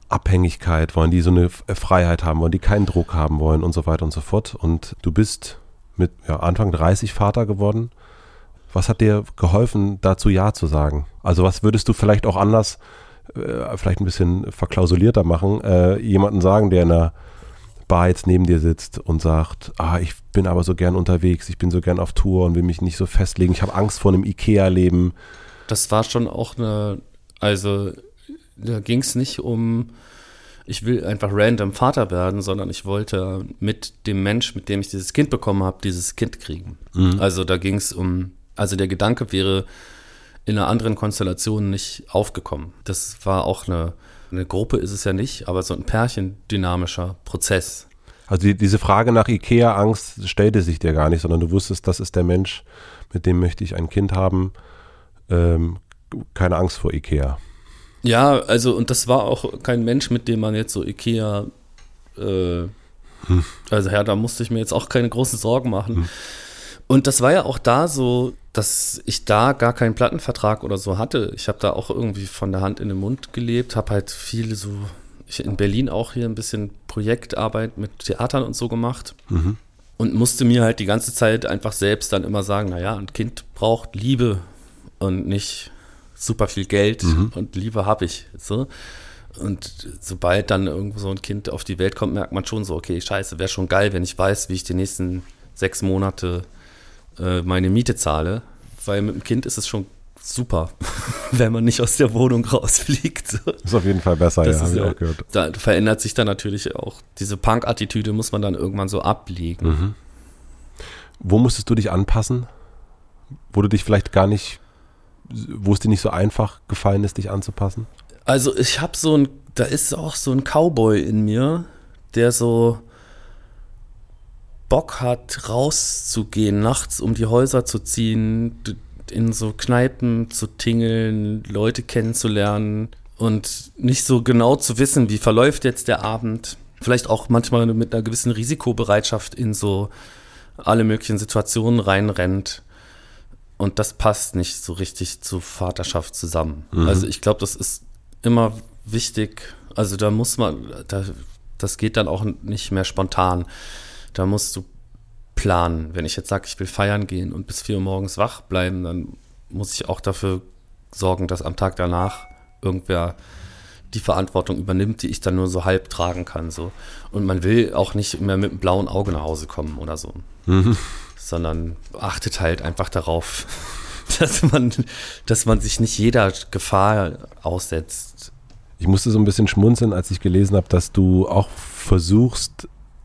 Abhängigkeit, wollen die so eine Freiheit haben, wollen die keinen Druck haben wollen und so weiter und so fort. Und du bist mit ja, Anfang dreißig Vater geworden. Was hat dir geholfen, dazu Ja zu sagen? Also was würdest du vielleicht auch anders, äh, vielleicht ein bisschen verklausulierter machen, äh, jemanden sagen, der in einer Bar jetzt neben dir sitzt und sagt, ah, ich bin aber so gern unterwegs, ich bin so gern auf Tour und will mich nicht so festlegen, ich habe Angst vor einem Ikea-Leben. Das war schon auch eine, also da ging es nicht um, ich will einfach random Vater werden, sondern ich wollte mit dem Mensch, mit dem ich dieses Kind bekommen habe, dieses Kind kriegen. Mhm. Also da ging es um, also der Gedanke wäre in einer anderen Konstellation nicht aufgekommen. Das war auch eine, eine Gruppe ist es ja nicht, aber so ein pärchendynamischer Prozess. Also die, diese Frage nach Ikea-Angst stellte sich dir gar nicht, sondern du wusstest, das ist der Mensch, mit dem möchte ich ein Kind haben. Ähm, keine Angst vor Ikea. Ja, also und das war auch kein Mensch, mit dem man jetzt so Ikea, äh, hm. also ja, da musste ich mir jetzt auch keine großen Sorgen machen. Hm. Und das war ja auch da so, dass ich da gar keinen Plattenvertrag oder so hatte. Ich habe da auch irgendwie von der Hand in den Mund gelebt, habe halt viel so, ich in Berlin auch hier ein bisschen Projektarbeit mit Theatern und so gemacht. Mhm. Und musste mir halt die ganze Zeit einfach selbst dann immer sagen, naja, ein Kind braucht Liebe und nicht super viel Geld mhm. und Liebe habe ich. So. Und sobald dann irgendwo so ein Kind auf die Welt kommt, merkt man schon so, okay, scheiße, wäre schon geil, wenn ich weiß, wie ich die nächsten sechs Monate äh, meine Miete zahle. Weil mit dem Kind ist es schon super, wenn man nicht aus der Wohnung rausfliegt. So. Ist auf jeden Fall besser, das ja, habe ich ja, auch gehört. Da verändert sich dann natürlich auch, diese Punk-Attitüde muss man dann irgendwann so ablegen. Mhm. Wo musstest du dich anpassen? Wo du dich vielleicht gar nicht, wo es dir nicht so einfach gefallen ist, dich anzupassen? Also ich habe so ein, da ist auch so ein Cowboy in mir, der so Bock hat, rauszugehen, nachts um die Häuser zu ziehen, in so Kneipen zu tingeln, Leute kennenzulernen und nicht so genau zu wissen, wie verläuft jetzt der Abend. Vielleicht auch manchmal mit einer gewissen Risikobereitschaft in so alle möglichen Situationen reinrennt. Und das passt nicht so richtig zu Vaterschaft zusammen. Mhm. Also ich glaube, das ist immer wichtig. Also da muss man, da, das geht dann auch nicht mehr spontan. Da musst du planen. Wenn ich jetzt sage, ich will feiern gehen und bis vier Uhr morgens wach bleiben, dann muss ich auch dafür sorgen, dass am Tag danach irgendwer die Verantwortung übernimmt, die ich dann nur so halb tragen kann. So. Und man will auch nicht mehr mit einem blauen Auge nach Hause kommen oder so. Mhm. Sondern achtet halt einfach darauf, dass man, dass man sich nicht jeder Gefahr aussetzt. Ich musste so ein bisschen schmunzeln, als ich gelesen habe, dass du auch versuchst,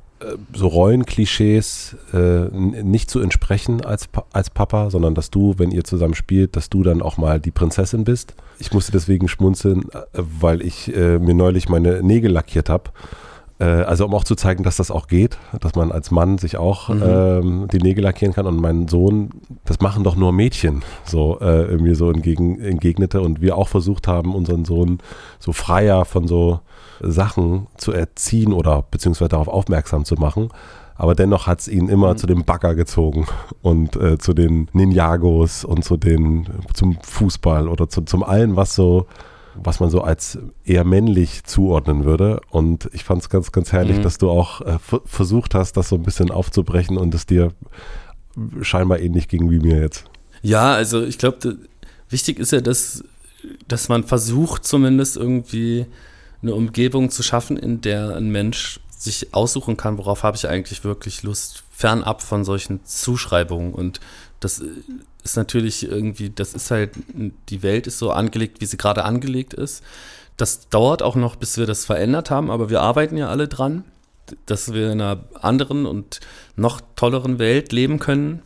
so Rollenklischees äh, nicht zu entsprechen als, als Papa, sondern dass du, wenn ihr zusammen spielt, dass du dann auch mal die Prinzessin bist. Ich musste deswegen schmunzeln, weil ich äh, mir neulich meine Nägel lackiert habe. Äh, also um auch zu zeigen, dass das auch geht, dass man als Mann sich auch mhm. ähm, die Nägel lackieren kann. Und mein Sohn, das machen doch nur Mädchen, so äh, irgendwie so entgegen, entgegnete. Und wir auch versucht haben, unseren Sohn so freier von so Sachen zu erziehen oder beziehungsweise darauf aufmerksam zu machen. Aber dennoch hat es ihn immer mhm. zu dem Bagger gezogen und äh, zu den Ninjagos und zu den, zum Fußball oder zu, zum allen, was so, was man so als eher männlich zuordnen würde. Und ich fand es ganz, ganz herrlich, mhm. dass du auch äh, f- versucht hast, das so ein bisschen aufzubrechen und es dir scheinbar ähnlich ging wie mir jetzt. Ja, also ich glaube, wichtig ist ja, dass, dass man versucht zumindest irgendwie eine Umgebung zu schaffen, in der ein Mensch sich aussuchen kann, worauf habe ich eigentlich wirklich Lust, fernab von solchen Zuschreibungen. Und das ist natürlich irgendwie, das ist halt, die Welt ist so angelegt, wie sie gerade angelegt ist. Das dauert auch noch, bis wir das verändert haben, aber wir arbeiten ja alle dran, dass wir in einer anderen und noch tolleren Welt leben können.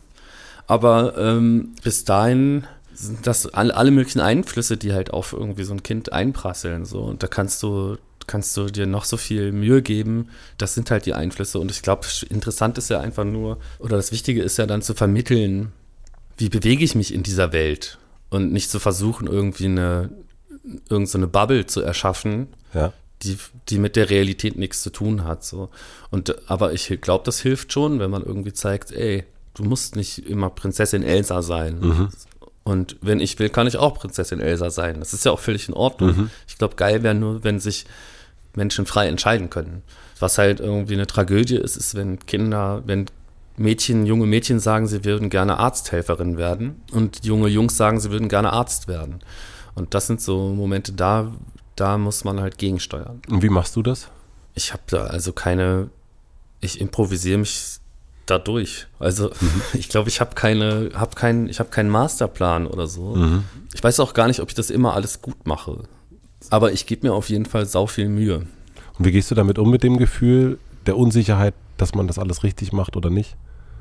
Aber ähm, bis dahin sind das alle, alle möglichen Einflüsse, die halt auf irgendwie so ein Kind einprasseln. So. Und da kannst du, kannst du dir noch so viel Mühe geben. Das sind halt die Einflüsse. Und ich glaube, interessant ist ja einfach nur, oder das Wichtige ist ja dann zu vermitteln, wie bewege ich mich in dieser Welt? Und nicht zu versuchen, irgendwie eine, irgend so eine Bubble zu erschaffen, ja. die, die mit der Realität nichts zu tun hat. So. Und, aber ich glaube, das hilft schon, wenn man irgendwie zeigt, ey, du musst nicht immer Prinzessin Elsa sein. Mhm. Und wenn ich will, kann ich auch Prinzessin Elsa sein. Das ist ja auch völlig in Ordnung. Mhm. Ich glaube, geil wäre nur, wenn sich Menschen frei entscheiden können. Was halt irgendwie eine Tragödie ist, ist, wenn Kinder, wenn Mädchen, junge Mädchen sagen, sie würden gerne Arzthelferin werden und junge Jungs sagen, sie würden gerne Arzt werden. Und das sind so Momente, da, da muss man halt gegensteuern. Und wie machst du das? Ich habe da also keine, ich improvisiere mich da durch. Also mhm. ich glaube, ich habe keine, habe keinen, ich habe keinen Masterplan oder so. Mhm. Ich weiß auch gar nicht, ob ich das immer alles gut mache. Aber ich gebe mir auf jeden Fall sau viel Mühe. Und wie gehst du damit um mit dem Gefühl der Unsicherheit, dass man das alles richtig macht oder nicht?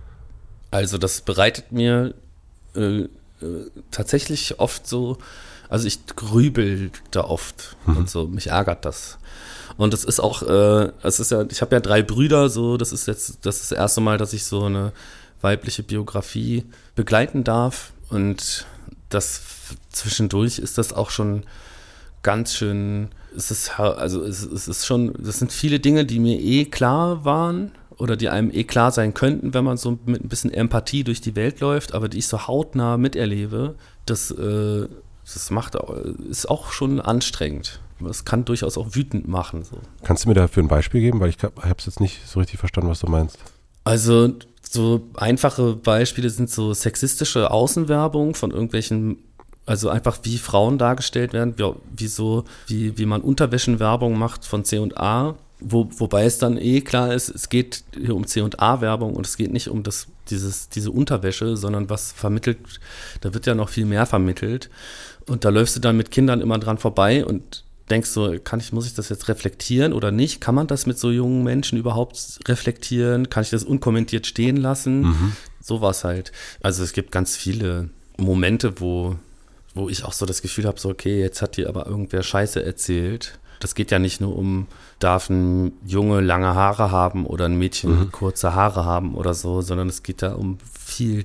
Also das bereitet mir äh, äh, tatsächlich oft so, also ich grübel da oft mhm. und so, mich ärgert das. Und es ist auch, äh, es ist ja, ich habe ja drei Brüder, so, das ist jetzt, das ist das erste Mal, dass ich so eine weibliche Biografie begleiten darf. Und das zwischendurch ist das auch schon ganz schön, es ist, also es, es ist schon, das sind viele Dinge, die mir eh klar waren oder die einem eh klar sein könnten, wenn man so mit ein bisschen Empathie durch die Welt läuft, aber die ich so hautnah miterlebe, das, äh, das macht, ist auch schon anstrengend. Das kann durchaus auch wütend machen. So. Kannst du mir dafür ein Beispiel geben? Weil ich habe es jetzt nicht so richtig verstanden, was du meinst. Also so einfache Beispiele sind so sexistische Außenwerbung von irgendwelchen, also einfach wie Frauen dargestellt werden, wie, wie, so, wie, wie man Unterwäschenwerbung macht von C und A, wo, wobei es dann eh klar ist, es geht hier um C und A-Werbung und es geht nicht um das, dieses, diese Unterwäsche, sondern was vermittelt, da wird ja noch viel mehr vermittelt und da läufst du dann mit Kindern immer dran vorbei und denkst so, kann ich, muss ich das jetzt reflektieren oder nicht? Kann man das mit so jungen Menschen überhaupt reflektieren? Kann ich das unkommentiert stehen lassen? Mhm. Sowas halt. Also es gibt ganz viele Momente, wo, wo ich auch so das Gefühl habe, so okay, jetzt hat dir aber irgendwer Scheiße erzählt. Das geht ja nicht nur um, darf ein Junge lange Haare haben oder ein Mädchen mhm. kurze Haare haben oder so, sondern es geht da um viel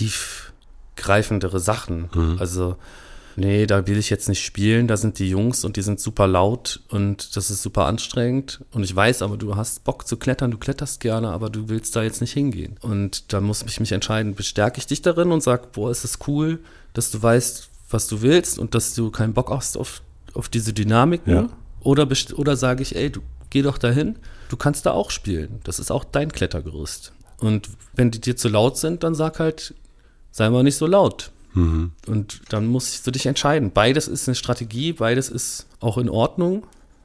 tiefgreifendere Sachen. Mhm. Also nee, da will ich jetzt nicht spielen, da sind die Jungs und die sind super laut und das ist super anstrengend und ich weiß aber, du hast Bock zu klettern, du kletterst gerne, aber du willst da jetzt nicht hingehen und da muss ich mich entscheiden, bestärke ich dich darin und sag, boah, ist es cool, dass du weißt, was du willst und dass du keinen Bock hast auf, auf diese Dynamiken ja. oder, best- oder sage ich, ey, du geh doch dahin, du kannst da auch spielen, das ist auch dein Klettergerüst und wenn die dir zu laut sind, dann sag halt, sei mal nicht so laut. Mhm. Und dann musst du dich entscheiden. Beides ist eine Strategie, beides ist auch in Ordnung,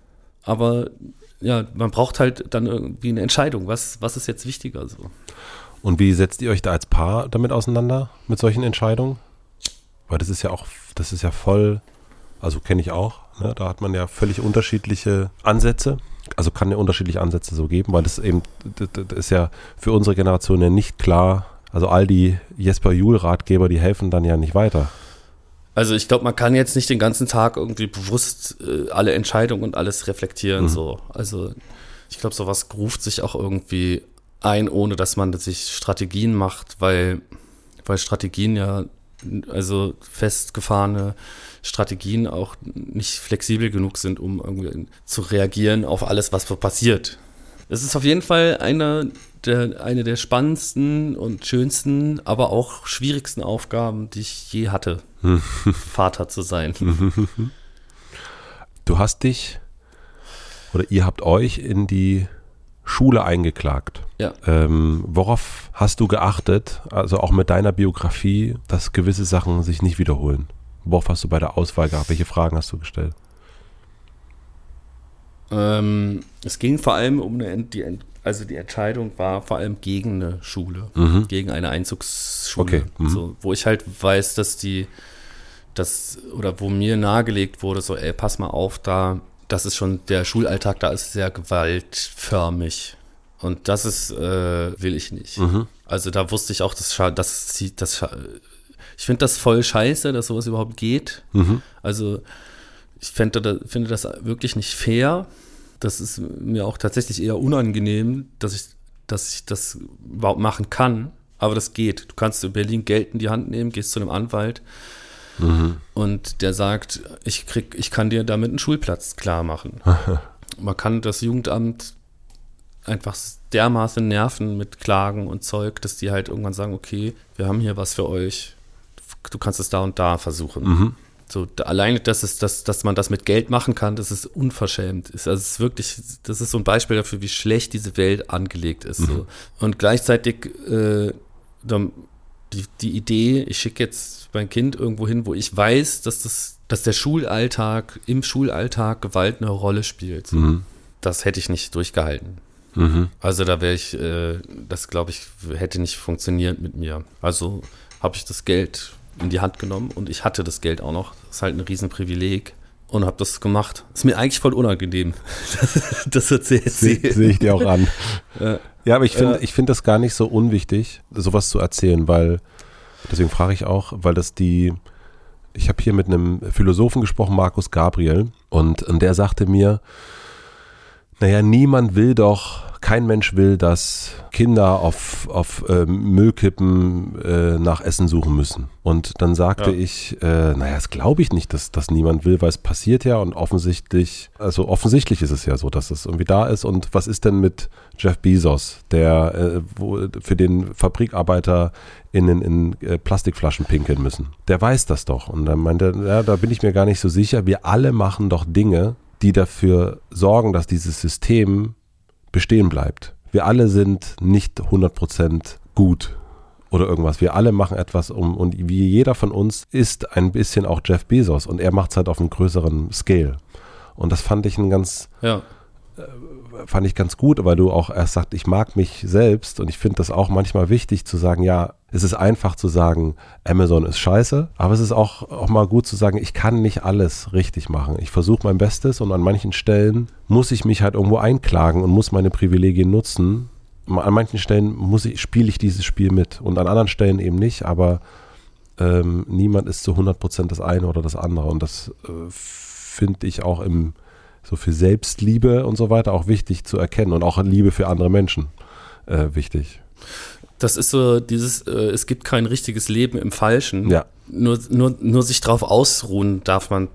aber ja, man braucht halt dann irgendwie eine Entscheidung. Was, was ist jetzt wichtiger so? Und wie setzt ihr euch da als Paar damit auseinander, mit solchen Entscheidungen? Weil das ist ja auch, das ist ja voll, also kenne ich auch, ne? Da hat man ja völlig unterschiedliche Ansätze. Also kann ja unterschiedliche Ansätze so geben, weil das eben, das, das ist ja für unsere Generation ja nicht klar. Also all die Jesper-Juhl-Ratgeber, die helfen dann ja nicht weiter. Also ich glaube, man kann jetzt nicht den ganzen Tag irgendwie bewusst äh, alle Entscheidungen und alles reflektieren. Mhm. So. Also ich glaube, sowas ruft sich auch irgendwie ein, ohne dass man sich Strategien macht, weil, weil Strategien ja, also festgefahrene Strategien auch nicht flexibel genug sind, um irgendwie zu reagieren auf alles, was passiert. Es ist auf jeden Fall eine der, eine der spannendsten und schönsten, aber auch schwierigsten Aufgaben, die ich je hatte, Vater zu sein. Du hast dich, oder ihr habt euch in die Schule eingeklagt. Ja. Ähm, worauf hast du geachtet, also auch mit deiner Biografie, dass gewisse Sachen sich nicht wiederholen? Worauf hast du bei der Auswahl gehabt? Welche Fragen hast du gestellt? Ähm, es ging vor allem um eine, die, also die Entscheidung war vor allem gegen eine Schule, mhm. gegen eine Einzugsschule, okay. mhm. so, wo ich halt weiß, dass die, das oder wo mir nahegelegt wurde, so, ey, pass mal auf, da, das ist schon, der Schulalltag da ist sehr gewaltförmig und das ist, äh, will ich nicht. Mhm. Also da wusste ich auch, dass das, das, ich finde das voll scheiße, dass sowas überhaupt geht. Mhm. Also ich finde, finde das wirklich nicht fair. Das ist mir auch tatsächlich eher unangenehm, dass ich, dass ich das überhaupt machen kann. Aber das geht. Du kannst in Berlin Geld in die Hand nehmen, gehst zu einem Anwalt mhm. und der sagt, ich krieg, ich kann dir damit einen Schulplatz klar machen. Man kann das Jugendamt einfach dermaßen nerven mit Klagen und Zeug, dass die halt irgendwann sagen, okay, wir haben hier was für euch. Du kannst es da und da versuchen. Mhm. So, da, alleine, dass, es, dass, dass man das mit Geld machen kann, das ist unverschämt. Ist, also es ist wirklich, das ist so ein Beispiel dafür, wie schlecht diese Welt angelegt ist. Mhm. So. Und gleichzeitig äh, dann die, die Idee, ich schicke jetzt mein Kind irgendwo hin, wo ich weiß, dass, das, dass der Schulalltag, im Schulalltag Gewalt eine Rolle spielt. So. Mhm. Das hätte ich nicht durchgehalten. Mhm. Also da wäre ich, äh, das glaube ich, hätte nicht funktioniert mit mir. Also habe ich das Geld in die Hand genommen und ich hatte das Geld auch noch. Das ist halt ein Riesenprivileg und habe das gemacht. Ist mir eigentlich voll unangenehm, das erzählt. Sehe seh ich dir auch an. Ja, ja aber ich finde ich finde das gar nicht so unwichtig, sowas zu erzählen, weil, deswegen frage ich auch, weil das die, ich habe hier mit einem Philosophen gesprochen, Markus Gabriel, und, und der sagte mir, naja, niemand will doch, kein Mensch will, dass Kinder auf, auf äh, Müllkippen äh, nach Essen suchen müssen. Und dann sagte ja. ich, äh, naja, das glaube ich nicht, dass das niemand will, weil es passiert ja und offensichtlich, also offensichtlich ist es ja so, dass es irgendwie da ist. Und was ist denn mit Jeff Bezos, der äh, wo, für den Fabrikarbeiter in, in, in äh, Plastikflaschen pinkeln müssen? Der weiß das doch. Und dann meinte er, ja, da bin ich mir gar nicht so sicher. Wir alle machen doch Dinge, die dafür sorgen, dass dieses System bestehen bleibt. Wir alle sind nicht hundert Prozent gut oder irgendwas. Wir alle machen etwas um, und wie jeder von uns ist ein bisschen auch Jeff Bezos und er macht es halt auf einem größeren Scale. Und das fand ich ein ganz, ja. äh, fand ich ganz gut, weil du auch erst sagst, ich mag mich selbst und ich finde das auch manchmal wichtig zu sagen, ja, es ist einfach zu sagen, Amazon ist scheiße, aber es ist auch, auch mal gut zu sagen, ich kann nicht alles richtig machen. Ich versuche mein Bestes und an manchen Stellen muss ich mich halt irgendwo einklagen und muss meine Privilegien nutzen. An manchen Stellen muss ich, spiele ich dieses Spiel mit und an anderen Stellen eben nicht, aber ähm, niemand ist zu hundert Prozent das eine oder das andere und das äh, finde ich auch im, so für Selbstliebe und so weiter auch wichtig zu erkennen und auch Liebe für andere Menschen äh, wichtig. Das ist so dieses, äh, es gibt kein richtiges Leben im Falschen. Ja. Nur, nur, nur sich drauf ausruhen darf man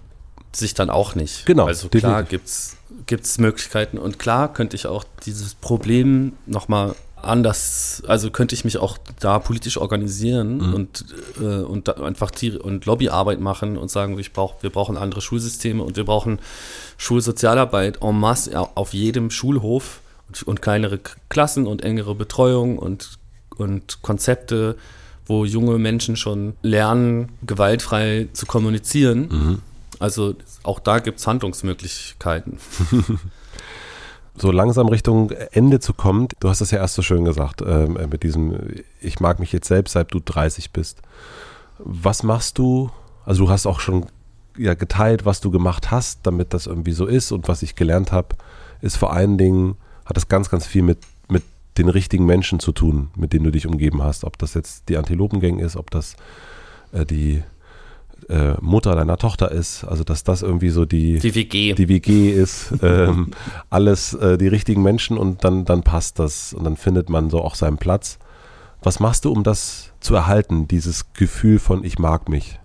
sich dann auch nicht. Genau. Also klar gibt's, gibt's Möglichkeiten und klar könnte ich auch dieses Problem nochmal anders, also könnte ich mich auch da politisch organisieren mhm. und, äh, und da einfach die, und Lobbyarbeit machen und sagen, ich brauch, wir brauchen andere Schulsysteme und wir brauchen Schulsozialarbeit en masse auf jedem Schulhof und, und kleinere Klassen und engere Betreuung und, und Konzepte, wo junge Menschen schon lernen, gewaltfrei zu kommunizieren. Mhm. Also auch da gibt es Handlungsmöglichkeiten. So langsam Richtung Ende zu kommen, du hast das ja erst so schön gesagt, äh, mit diesem, ich mag mich jetzt selbst, seit du dreißig bist. Was machst du, also du hast auch schon ja, geteilt, was du gemacht hast, damit das irgendwie so ist und was ich gelernt habe, ist vor allen Dingen, hat das ganz, ganz viel mit, mit den richtigen Menschen zu tun, mit denen du dich umgeben hast. Ob das jetzt die Antilopengang ist, ob das äh, die äh, Mutter deiner Tochter ist, also dass das irgendwie so die, die W G, die W G ist, ähm, alles äh, die richtigen Menschen und dann, dann passt das und dann findet man so auch seinen Platz. Was machst du, um das zu erhalten, dieses Gefühl von ich mag mich?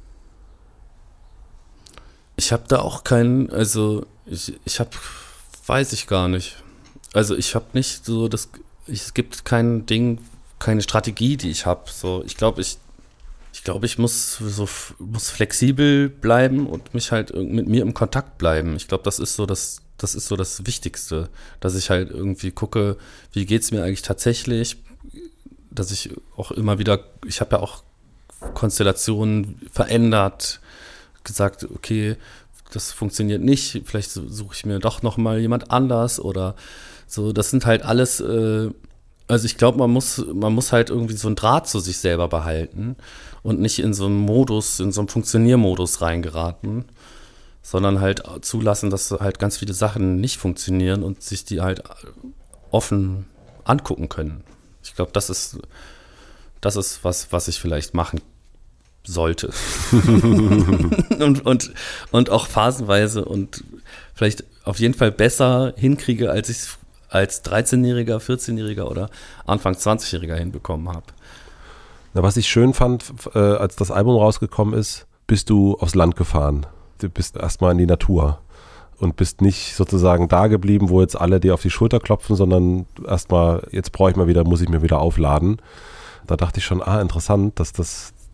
Ich habe da auch keinen, also ich, ich habe, weiß ich gar nicht. Also ich habe nicht so das, ich, es gibt kein Ding, keine Strategie, die ich habe. So, ich glaube, ich, ich glaube, ich muss so muss flexibel bleiben und mich halt mit mir im Kontakt bleiben. Ich glaube, das ist so das, das ist so das Wichtigste, dass ich halt irgendwie gucke, wie geht's mir eigentlich tatsächlich, dass ich auch immer wieder, ich habe ja auch Konstellationen verändert, gesagt, okay, das funktioniert nicht, vielleicht suche ich mir doch noch mal jemand anders oder so, das sind halt alles, äh, also ich glaube, man muss, man muss halt irgendwie so einen Draht zu sich selber behalten und nicht in so einen Modus, in so einen Funktioniermodus reingeraten, sondern halt zulassen, dass halt ganz viele Sachen nicht funktionieren und sich die halt offen angucken können. Ich glaube, das ist, das ist was, was ich vielleicht machen sollte. und, und, und auch phasenweise und vielleicht auf jeden Fall besser hinkriege, als ich es als dreizehnjähriger, vierzehnjähriger oder Anfang zwanzigjähriger hinbekommen habe. Na, was ich schön fand, äh, als das Album rausgekommen ist, bist du aufs Land gefahren. Du bist erstmal in die Natur und bist nicht sozusagen da geblieben, wo jetzt alle dir auf die Schulter klopfen, sondern erstmal, jetzt brauche ich mal wieder, muss ich mir wieder aufladen. Da dachte ich schon, ah, interessant, dass das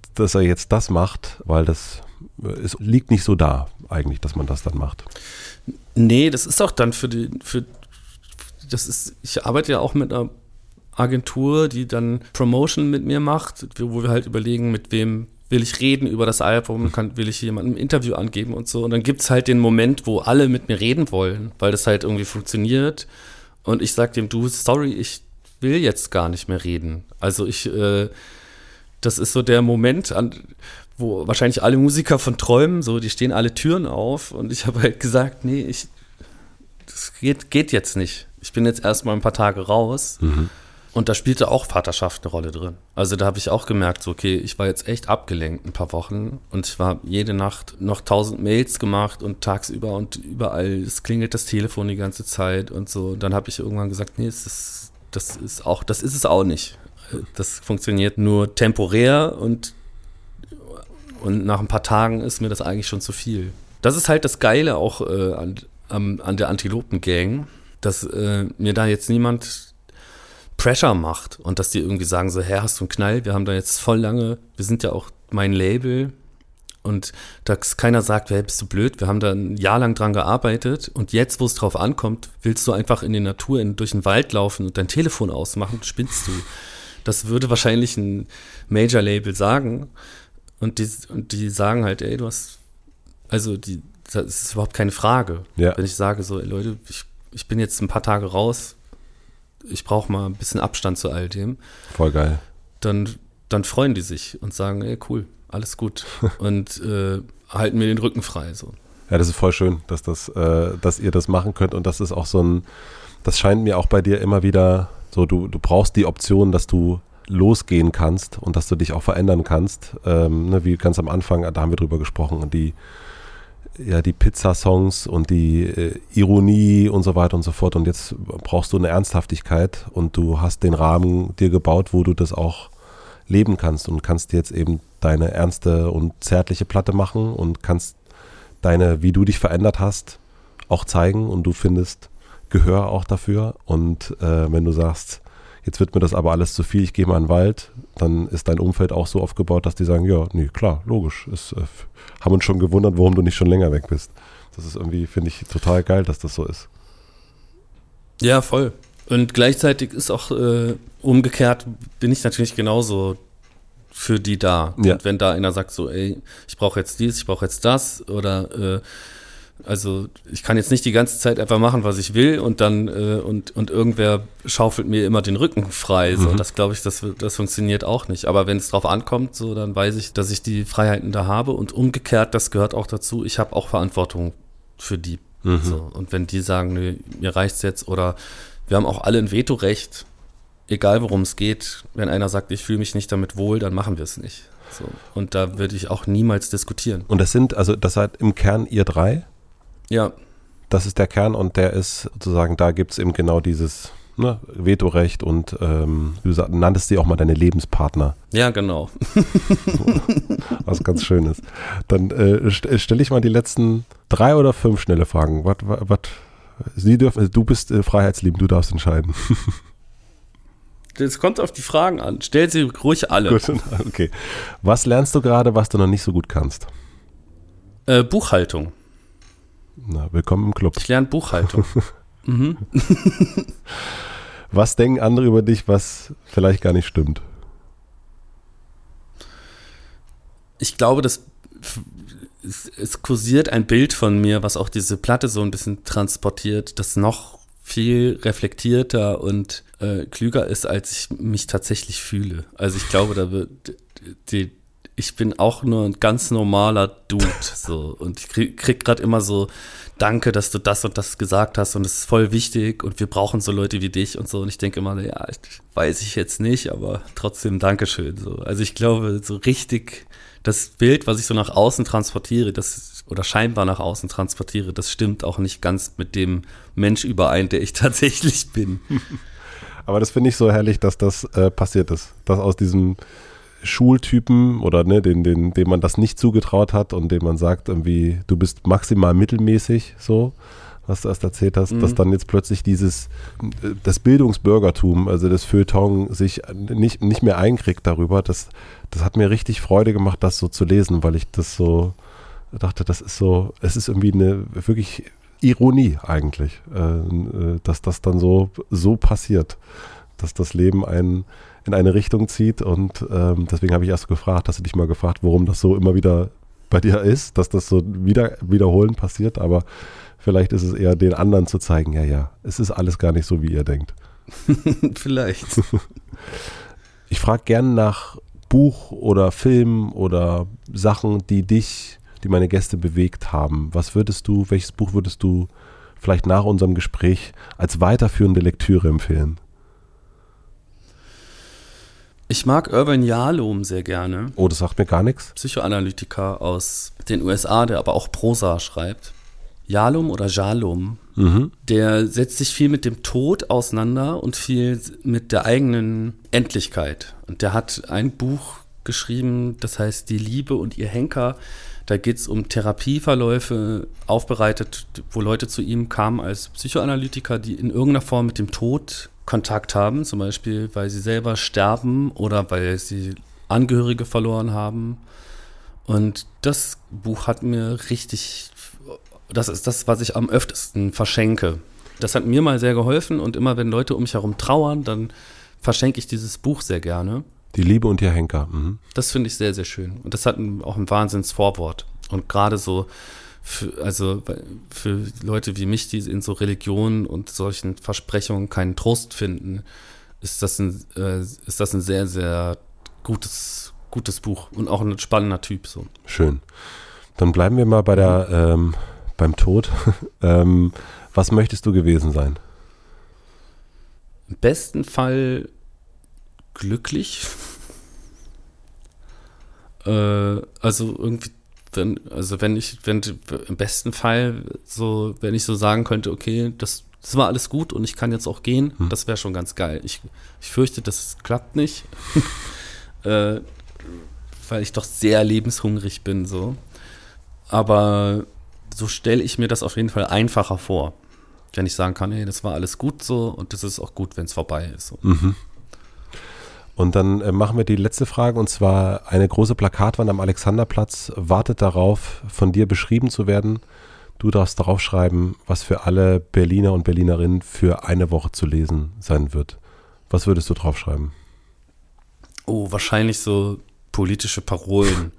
dass er jetzt das macht, weil das es liegt nicht so da eigentlich, dass man das dann macht. Nee, das ist auch dann für die, für das ist, ich arbeite ja auch mit einer Agentur, die dann Promotion mit mir macht, wo wir halt überlegen, mit wem will ich reden über das Album, kann, will ich jemandem ein Interview angeben und so. Und dann gibt's halt den Moment, wo alle mit mir reden wollen, weil das halt irgendwie funktioniert. Und ich sag dem, du, sorry, ich will jetzt gar nicht mehr reden. Also ich, äh, das ist so der Moment, an, wo wahrscheinlich alle Musiker von träumen, so, die stehen alle Türen auf. Und ich habe halt gesagt, nee, ich, das geht, geht jetzt nicht. Ich bin jetzt erstmal ein paar Tage raus. Mhm. Und da spielte auch Vaterschaft eine Rolle drin. Also da habe ich auch gemerkt, so, okay, ich war jetzt echt abgelenkt ein paar Wochen und ich war jede Nacht noch tausend Mails gemacht und tagsüber und überall, es klingelt das Telefon die ganze Zeit und so. Und dann habe ich irgendwann gesagt, nee, das ist, das ist auch, das ist es auch nicht. Das funktioniert nur temporär und, und nach ein paar Tagen ist mir das eigentlich schon zu viel. Das ist halt das Geile auch äh, an, an, an der Antilopen-Gang, dass äh, mir da jetzt niemand Pressure macht und dass die irgendwie sagen so, hä, hast du einen Knall? Wir haben da jetzt voll lange, wir sind ja auch mein Label und dass keiner sagt, hey, bist du blöd? Wir haben da ein Jahr lang dran gearbeitet und jetzt, wo es drauf ankommt, willst du einfach in die Natur, in, durch den Wald laufen und dein Telefon ausmachen, spinnst du. Das würde wahrscheinlich ein Major-Label sagen und die, und die sagen halt, ey, du hast, also die, das ist überhaupt keine Frage. Ja. Wenn ich sage so, ey Leute, ich, ich bin jetzt ein paar Tage raus, ich brauche mal ein bisschen Abstand zu all dem. Voll geil. Dann, dann freuen die sich und sagen, ey, cool, alles gut. Und äh, halten mir den Rücken frei. So. Ja, das ist voll schön, dass, das, äh, dass ihr das machen könnt. Und das ist auch so ein, das scheint mir auch bei dir immer wieder so, du, du brauchst die Option, dass du losgehen kannst und dass du dich auch verändern kannst. Ähm, ne, wie ganz am Anfang, da haben wir drüber gesprochen. Und die ja, die Pizza-Songs und die äh, Ironie und so weiter und so fort. Und jetzt brauchst du eine Ernsthaftigkeit und du hast den Rahmen dir gebaut, wo du das auch leben kannst und kannst jetzt eben deine ernste und zärtliche Platte machen und kannst deine, wie du dich verändert hast, auch zeigen und du findest Gehör auch dafür. Und äh, wenn du sagst, jetzt wird mir das aber alles zu viel, ich gehe mal in den Wald, dann ist dein Umfeld auch so aufgebaut, dass die sagen, ja, nee, klar, logisch, ist, äh, haben uns schon gewundert, warum du nicht schon länger weg bist. Das ist irgendwie, finde ich, total geil, dass das so ist. Ja, voll. Und gleichzeitig ist auch äh, umgekehrt, bin ich natürlich genauso für die da. Ja. Und wenn da einer sagt so, ey, ich brauche jetzt dies, ich brauche jetzt das oder äh, also ich kann jetzt nicht die ganze Zeit einfach machen, was ich will und dann äh, und, und irgendwer schaufelt mir immer den Rücken frei. So. Mhm. Das glaube ich, das, das funktioniert auch nicht. Aber wenn es drauf ankommt, so, dann weiß ich, dass ich die Freiheiten da habe und umgekehrt, das gehört auch dazu, ich habe auch Verantwortung für die. Mhm. So. Und wenn die sagen, nö, mir reicht's jetzt oder wir haben auch alle ein Vetorecht, egal worum es geht, wenn einer sagt, ich fühle mich nicht damit wohl, dann machen wir es nicht. So. Und da würde ich auch niemals diskutieren. Und das sind, also das seid im Kern ihr drei? Ja. Das ist der Kern und der ist sozusagen, da gibt es eben genau dieses ne, Vetorecht und ähm, du nanntest sie auch mal deine Lebenspartner. Ja, genau. Was ganz Schönes. Dann äh, st- stelle ich mal die letzten drei oder fünf schnelle Fragen. Was, was, was, sie dürfen, du bist äh, freiheitsliebend, du darfst entscheiden. Das kommt auf die Fragen an. Stell sie ruhig alle. Gut, okay. Was lernst du gerade, was du noch nicht so gut kannst? Äh, Buchhaltung. Na, willkommen im Club. Ich lerne Buchhaltung. mhm. Was denken andere über dich, was vielleicht gar nicht stimmt? Ich glaube, dass es, es kursiert ein Bild von mir, was auch diese Platte so ein bisschen transportiert, das noch viel reflektierter und äh, klüger ist, als ich mich tatsächlich fühle. Also ich glaube, da wird die ich bin auch nur ein ganz normaler Dude, so. Und ich krieg, krieg gerade immer so, danke, dass du das und das gesagt hast und es ist voll wichtig und wir brauchen so Leute wie dich und so. Und ich denke immer, ja, weiß ich jetzt nicht, aber trotzdem Dankeschön, so. Also ich glaube, so richtig das Bild, was ich so nach außen transportiere, das, oder scheinbar nach außen transportiere, das stimmt auch nicht ganz mit dem Mensch überein, der ich tatsächlich bin. Aber das finde ich so herrlich, dass das äh, passiert ist. Dass aus diesem Schultypen oder ne, den, den, dem man das nicht zugetraut hat und dem man sagt, irgendwie, du bist maximal mittelmäßig so, was du erst erzählt hast, mhm. dass dann jetzt plötzlich dieses, das Bildungsbürgertum, also das Feuilleton sich nicht, nicht mehr einkriegt darüber, das, das hat mir richtig Freude gemacht, das so zu lesen, weil ich das so dachte, das ist so, es ist irgendwie eine wirklich Ironie eigentlich, äh, dass das dann so, so passiert, dass das Leben einen in eine Richtung zieht und ähm, deswegen habe ich erst gefragt, hast du dich mal gefragt, warum das so immer wieder bei dir ist, dass das so wieder wiederholend passiert, aber vielleicht ist es eher den anderen zu zeigen, ja, ja, es ist alles gar nicht so, wie ihr denkt. Vielleicht. Ich frage gerne nach Buch oder Film oder Sachen, die dich, die meine Gäste bewegt haben. Was würdest du, welches Buch würdest du vielleicht nach unserem Gespräch als weiterführende Lektüre empfehlen? Ich mag Irvin Yalom sehr gerne. Oh, das sagt mir gar nichts. Psychoanalytiker aus den U S A, der aber auch Prosa schreibt. Yalom oder Yalom, mhm. der setzt sich viel mit dem Tod auseinander und viel mit der eigenen Endlichkeit. Und der hat ein Buch geschrieben, das heißt Die Liebe und ihr Henker. Da geht es um Therapieverläufe, aufbereitet, wo Leute zu ihm kamen als Psychoanalytiker, die in irgendeiner Form mit dem Tod Kontakt haben, zum Beispiel, weil sie selber sterben oder weil sie Angehörige verloren haben. Und das Buch hat mir richtig, das ist das, was ich am öftesten verschenke. Das hat mir mal sehr geholfen und immer, wenn Leute um mich herum trauern, dann verschenke ich dieses Buch sehr gerne. Die Liebe und ihr Henker. Mhm. Das finde ich sehr, sehr schön. Und das hat auch ein Wahnsinnsvorwort. Und gerade so Für, also für Leute wie mich, die in so Religionen und solchen Versprechungen keinen Trost finden, ist das ein, äh, ist das ein sehr, sehr gutes, gutes Buch und auch ein spannender Typ. So. Schön. Dann bleiben wir mal bei der, ähm, beim Tod. ähm, was möchtest du gewesen sein? Im besten Fall glücklich. äh, also irgendwie Wenn, also wenn ich, wenn im besten Fall so, wenn ich so sagen könnte, okay, das, das war alles gut und ich kann jetzt auch gehen, hm. das wäre schon ganz geil. Ich, ich fürchte, das klappt nicht, äh, weil ich doch sehr lebenshungrig bin, so. Aber so stelle ich mir das auf jeden Fall einfacher vor, wenn ich sagen kann, hey, das war alles gut so und das ist auch gut, wenn es vorbei ist. So. Mhm. Und dann äh, machen wir die letzte Frage, und zwar eine große Plakatwand am Alexanderplatz wartet darauf, von dir beschrieben zu werden. Du darfst darauf schreiben, was für alle Berliner und Berlinerinnen für eine Woche zu lesen sein wird. Was würdest du drauf schreiben? Oh, wahrscheinlich so politische Parolen.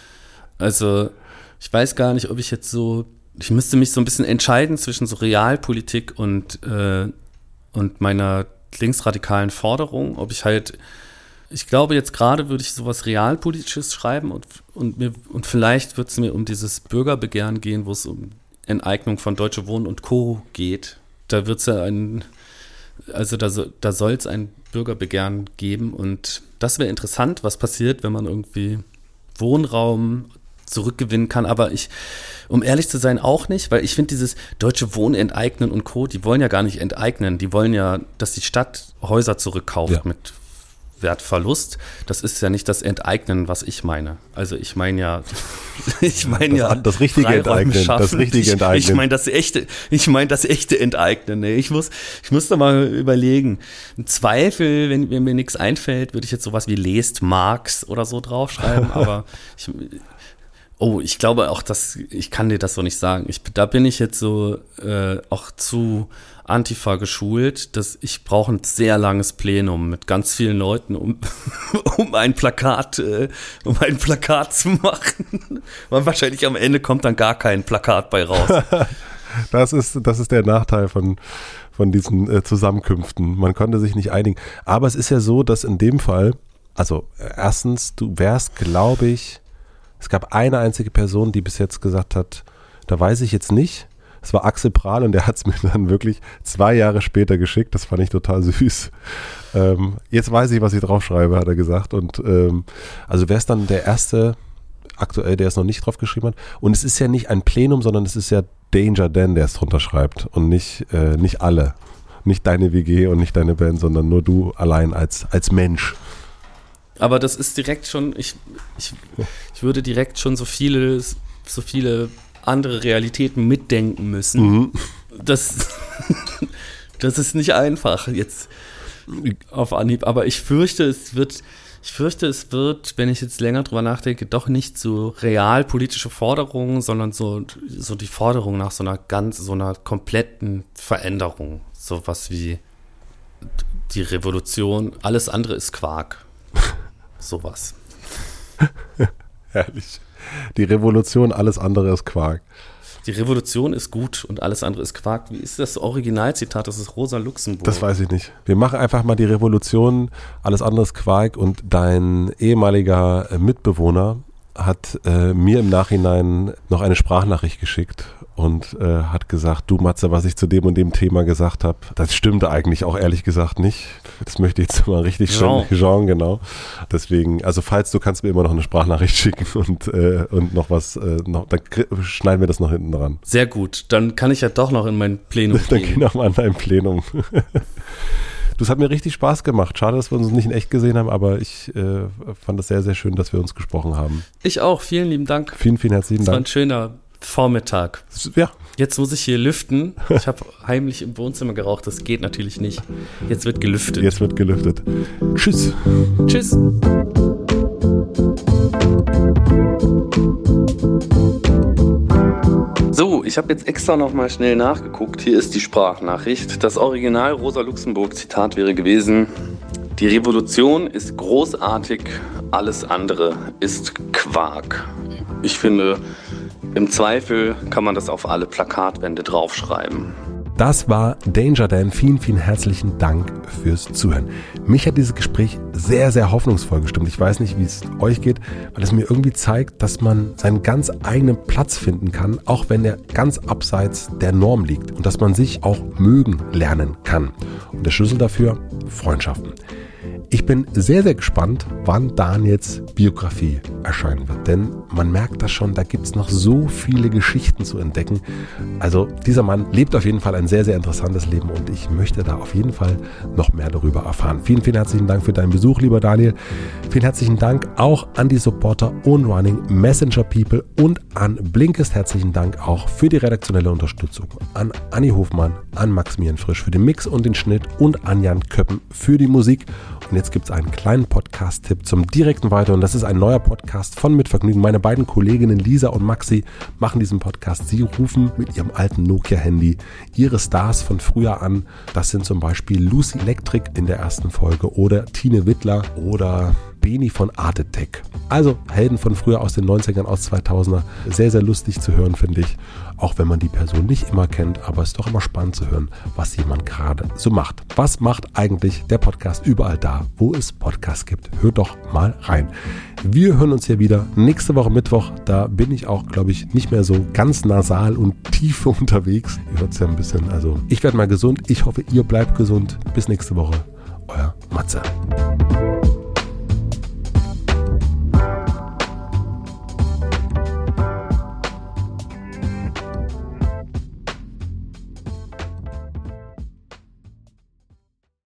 Also ich weiß gar nicht, ob ich jetzt so, ich müsste mich so ein bisschen entscheiden zwischen so Realpolitik und, äh, und meiner linksradikalen Forderung, ob ich halt Ich glaube, jetzt gerade würde ich sowas Realpolitisches schreiben und, und, mir, und vielleicht wird es mir um dieses Bürgerbegehren gehen, wo es um Enteignung von Deutsche Wohnen und Co. geht. Da wird es ja ein, also da, so, da soll es ein Bürgerbegehren geben und das wäre interessant, was passiert, wenn man irgendwie Wohnraum zurückgewinnen kann, aber ich, um ehrlich zu sein, auch nicht, weil ich finde dieses Deutsche Wohnen enteignen und Co., die wollen ja gar nicht enteignen, die wollen ja, dass die Stadt Häuser zurückkauft ja. mit Wertverlust. Das ist ja nicht das Enteignen, was ich meine. Also ich meine ja, ich meine ja das richtige Enteignen, das richtige Enteignen. Ich, ich meine das echte, ich meine das echte Enteignen. Nee, ich muss, ich muss da mal überlegen. Im Zweifel, wenn, wenn mir nichts einfällt, würde ich jetzt sowas wie lest Marx oder so draufschreiben. Aber ich, oh, ich glaube auch, dass ich kann dir das so nicht sagen. Ich, da bin ich jetzt so äh, auch zu Antifa geschult, dass ich brauche ein sehr langes Plenum mit ganz vielen Leuten, um, um ein Plakat, äh, um ein Plakat zu machen. Und wahrscheinlich am Ende kommt dann gar kein Plakat bei raus. Das ist, das ist der Nachteil von, von diesen äh, Zusammenkünften. Man konnte sich nicht einigen. Aber es ist ja so, dass in dem Fall, also erstens, du wärst, glaube ich, es gab eine einzige Person, die bis jetzt gesagt hat, da weiß ich jetzt nicht. Es war Axel Prahl und der hat es mir dann wirklich zwei Jahre später geschickt. Das fand ich total süß. Ähm, jetzt weiß ich, was ich draufschreibe, hat er gesagt. Und ähm, also wäre es dann der erste aktuell, der es noch nicht drauf geschrieben hat. Und es ist ja nicht ein Plenum, sondern es ist ja Danger Dan, der es drunter schreibt. Und nicht, äh, nicht alle. Nicht deine W G und nicht deine Band, sondern nur du allein als, als Mensch. Aber das ist direkt schon, ich, ich, ich würde direkt schon so viele, so viele andere Realitäten mitdenken müssen, mhm. das, das ist nicht einfach jetzt auf Anhieb, aber ich fürchte, es wird, ich fürchte, es wird, wenn ich jetzt länger drüber nachdenke, doch nicht so realpolitische Forderungen, sondern so, so die Forderung nach so einer ganz, so einer kompletten Veränderung. Sowas wie die Revolution, alles andere ist Quark. Sowas. Herrlich. Die Revolution, alles andere ist Quark. Die Revolution ist gut und alles andere ist Quark. Wie ist das Originalzitat? Das ist Rosa Luxemburg. Das weiß ich nicht. Wir machen einfach mal die Revolution, alles andere ist Quark, und dein ehemaliger Mitbewohner hat äh, mir im Nachhinein noch eine Sprachnachricht geschickt und äh, hat gesagt, du Matze, was ich zu dem und dem Thema gesagt habe, das stimmte eigentlich auch ehrlich gesagt nicht. Das möchte ich jetzt mal richtig Jean. schön, Jean, genau. Deswegen, also falls du kannst mir immer noch eine Sprachnachricht schicken und, äh, und noch was, äh, noch, dann schneiden wir das noch hinten dran. Sehr gut, dann kann ich ja doch noch in mein Plenum Dann gehen. geh noch mal an dein Plenum. Du, es hat mir richtig Spaß gemacht. Schade, dass wir uns nicht in echt gesehen haben, aber ich äh, fand es sehr, sehr schön, dass wir uns gesprochen haben. Ich auch, vielen lieben Dank. Vielen, vielen herzlichen Das war ein Dank. schöner Vormittag. Ja, Jetzt muss ich hier lüften. Ich habe heimlich im Wohnzimmer geraucht, das geht natürlich nicht. Jetzt wird gelüftet. jetzt wird gelüftet. Tschüss. Tschüss. So, ich habe jetzt extra noch mal schnell nachgeguckt. Hier ist die Sprachnachricht. Das Original Rosa Luxemburg-Zitat wäre gewesen: Die Revolution ist großartig, alles andere ist Quark. Ich finde, im Zweifel kann man das auf alle Plakatwände draufschreiben. Das war Danger Dan. Vielen, vielen herzlichen Dank fürs Zuhören. Mich hat dieses Gespräch sehr, sehr hoffnungsvoll gestimmt. Ich weiß nicht, wie es euch geht, weil es mir irgendwie zeigt, dass man seinen ganz eigenen Platz finden kann, auch wenn er ganz abseits der Norm liegt, und dass man sich auch mögen lernen kann. Und der Schlüssel dafür: Freundschaften. Ich bin sehr, sehr gespannt, wann Daniels Biografie erscheinen wird, denn man merkt das schon, da gibt es noch so viele Geschichten zu entdecken. Also dieser Mann lebt auf jeden Fall ein sehr, sehr interessantes Leben und ich möchte da auf jeden Fall noch mehr darüber erfahren. Vielen, vielen herzlichen Dank für deinen Besuch, lieber Daniel. Vielen herzlichen Dank auch an die Supporter On Running, Messenger People und an Blinkist. Herzlichen Dank auch für die redaktionelle Unterstützung an Anni Hofmann, an Maximilian Frisch für den Mix und den Schnitt und an Jan Köppen für die Musik. Und jetzt gibt es einen kleinen Podcast-Tipp zum direkten Weiterhören. Das ist ein neuer Podcast von Mit Vergnügen. Meine beiden Kolleginnen Lisa und Maxi machen diesen Podcast. Sie rufen mit ihrem alten Nokia-Handy ihre Stars von früher an. Das sind zum Beispiel Lucy Electric in der ersten Folge oder Tine Wittler oder Beni von Art Attack. Also Helden von früher aus den neunzigern, aus zweitausender. Sehr, sehr lustig zu hören, finde ich. Auch wenn man die Person nicht immer kennt, aber es ist doch immer spannend zu hören, was jemand gerade so macht. Was macht eigentlich der Podcast überall da, wo es Podcasts gibt? Hört doch mal rein. Wir hören uns hier wieder nächste Woche Mittwoch. Da bin ich auch, glaube ich, nicht mehr so ganz nasal und tief unterwegs. Ihr hört es ja ein bisschen. Also ich werde mal gesund. Ich hoffe, ihr bleibt gesund. Bis nächste Woche. Euer Matze.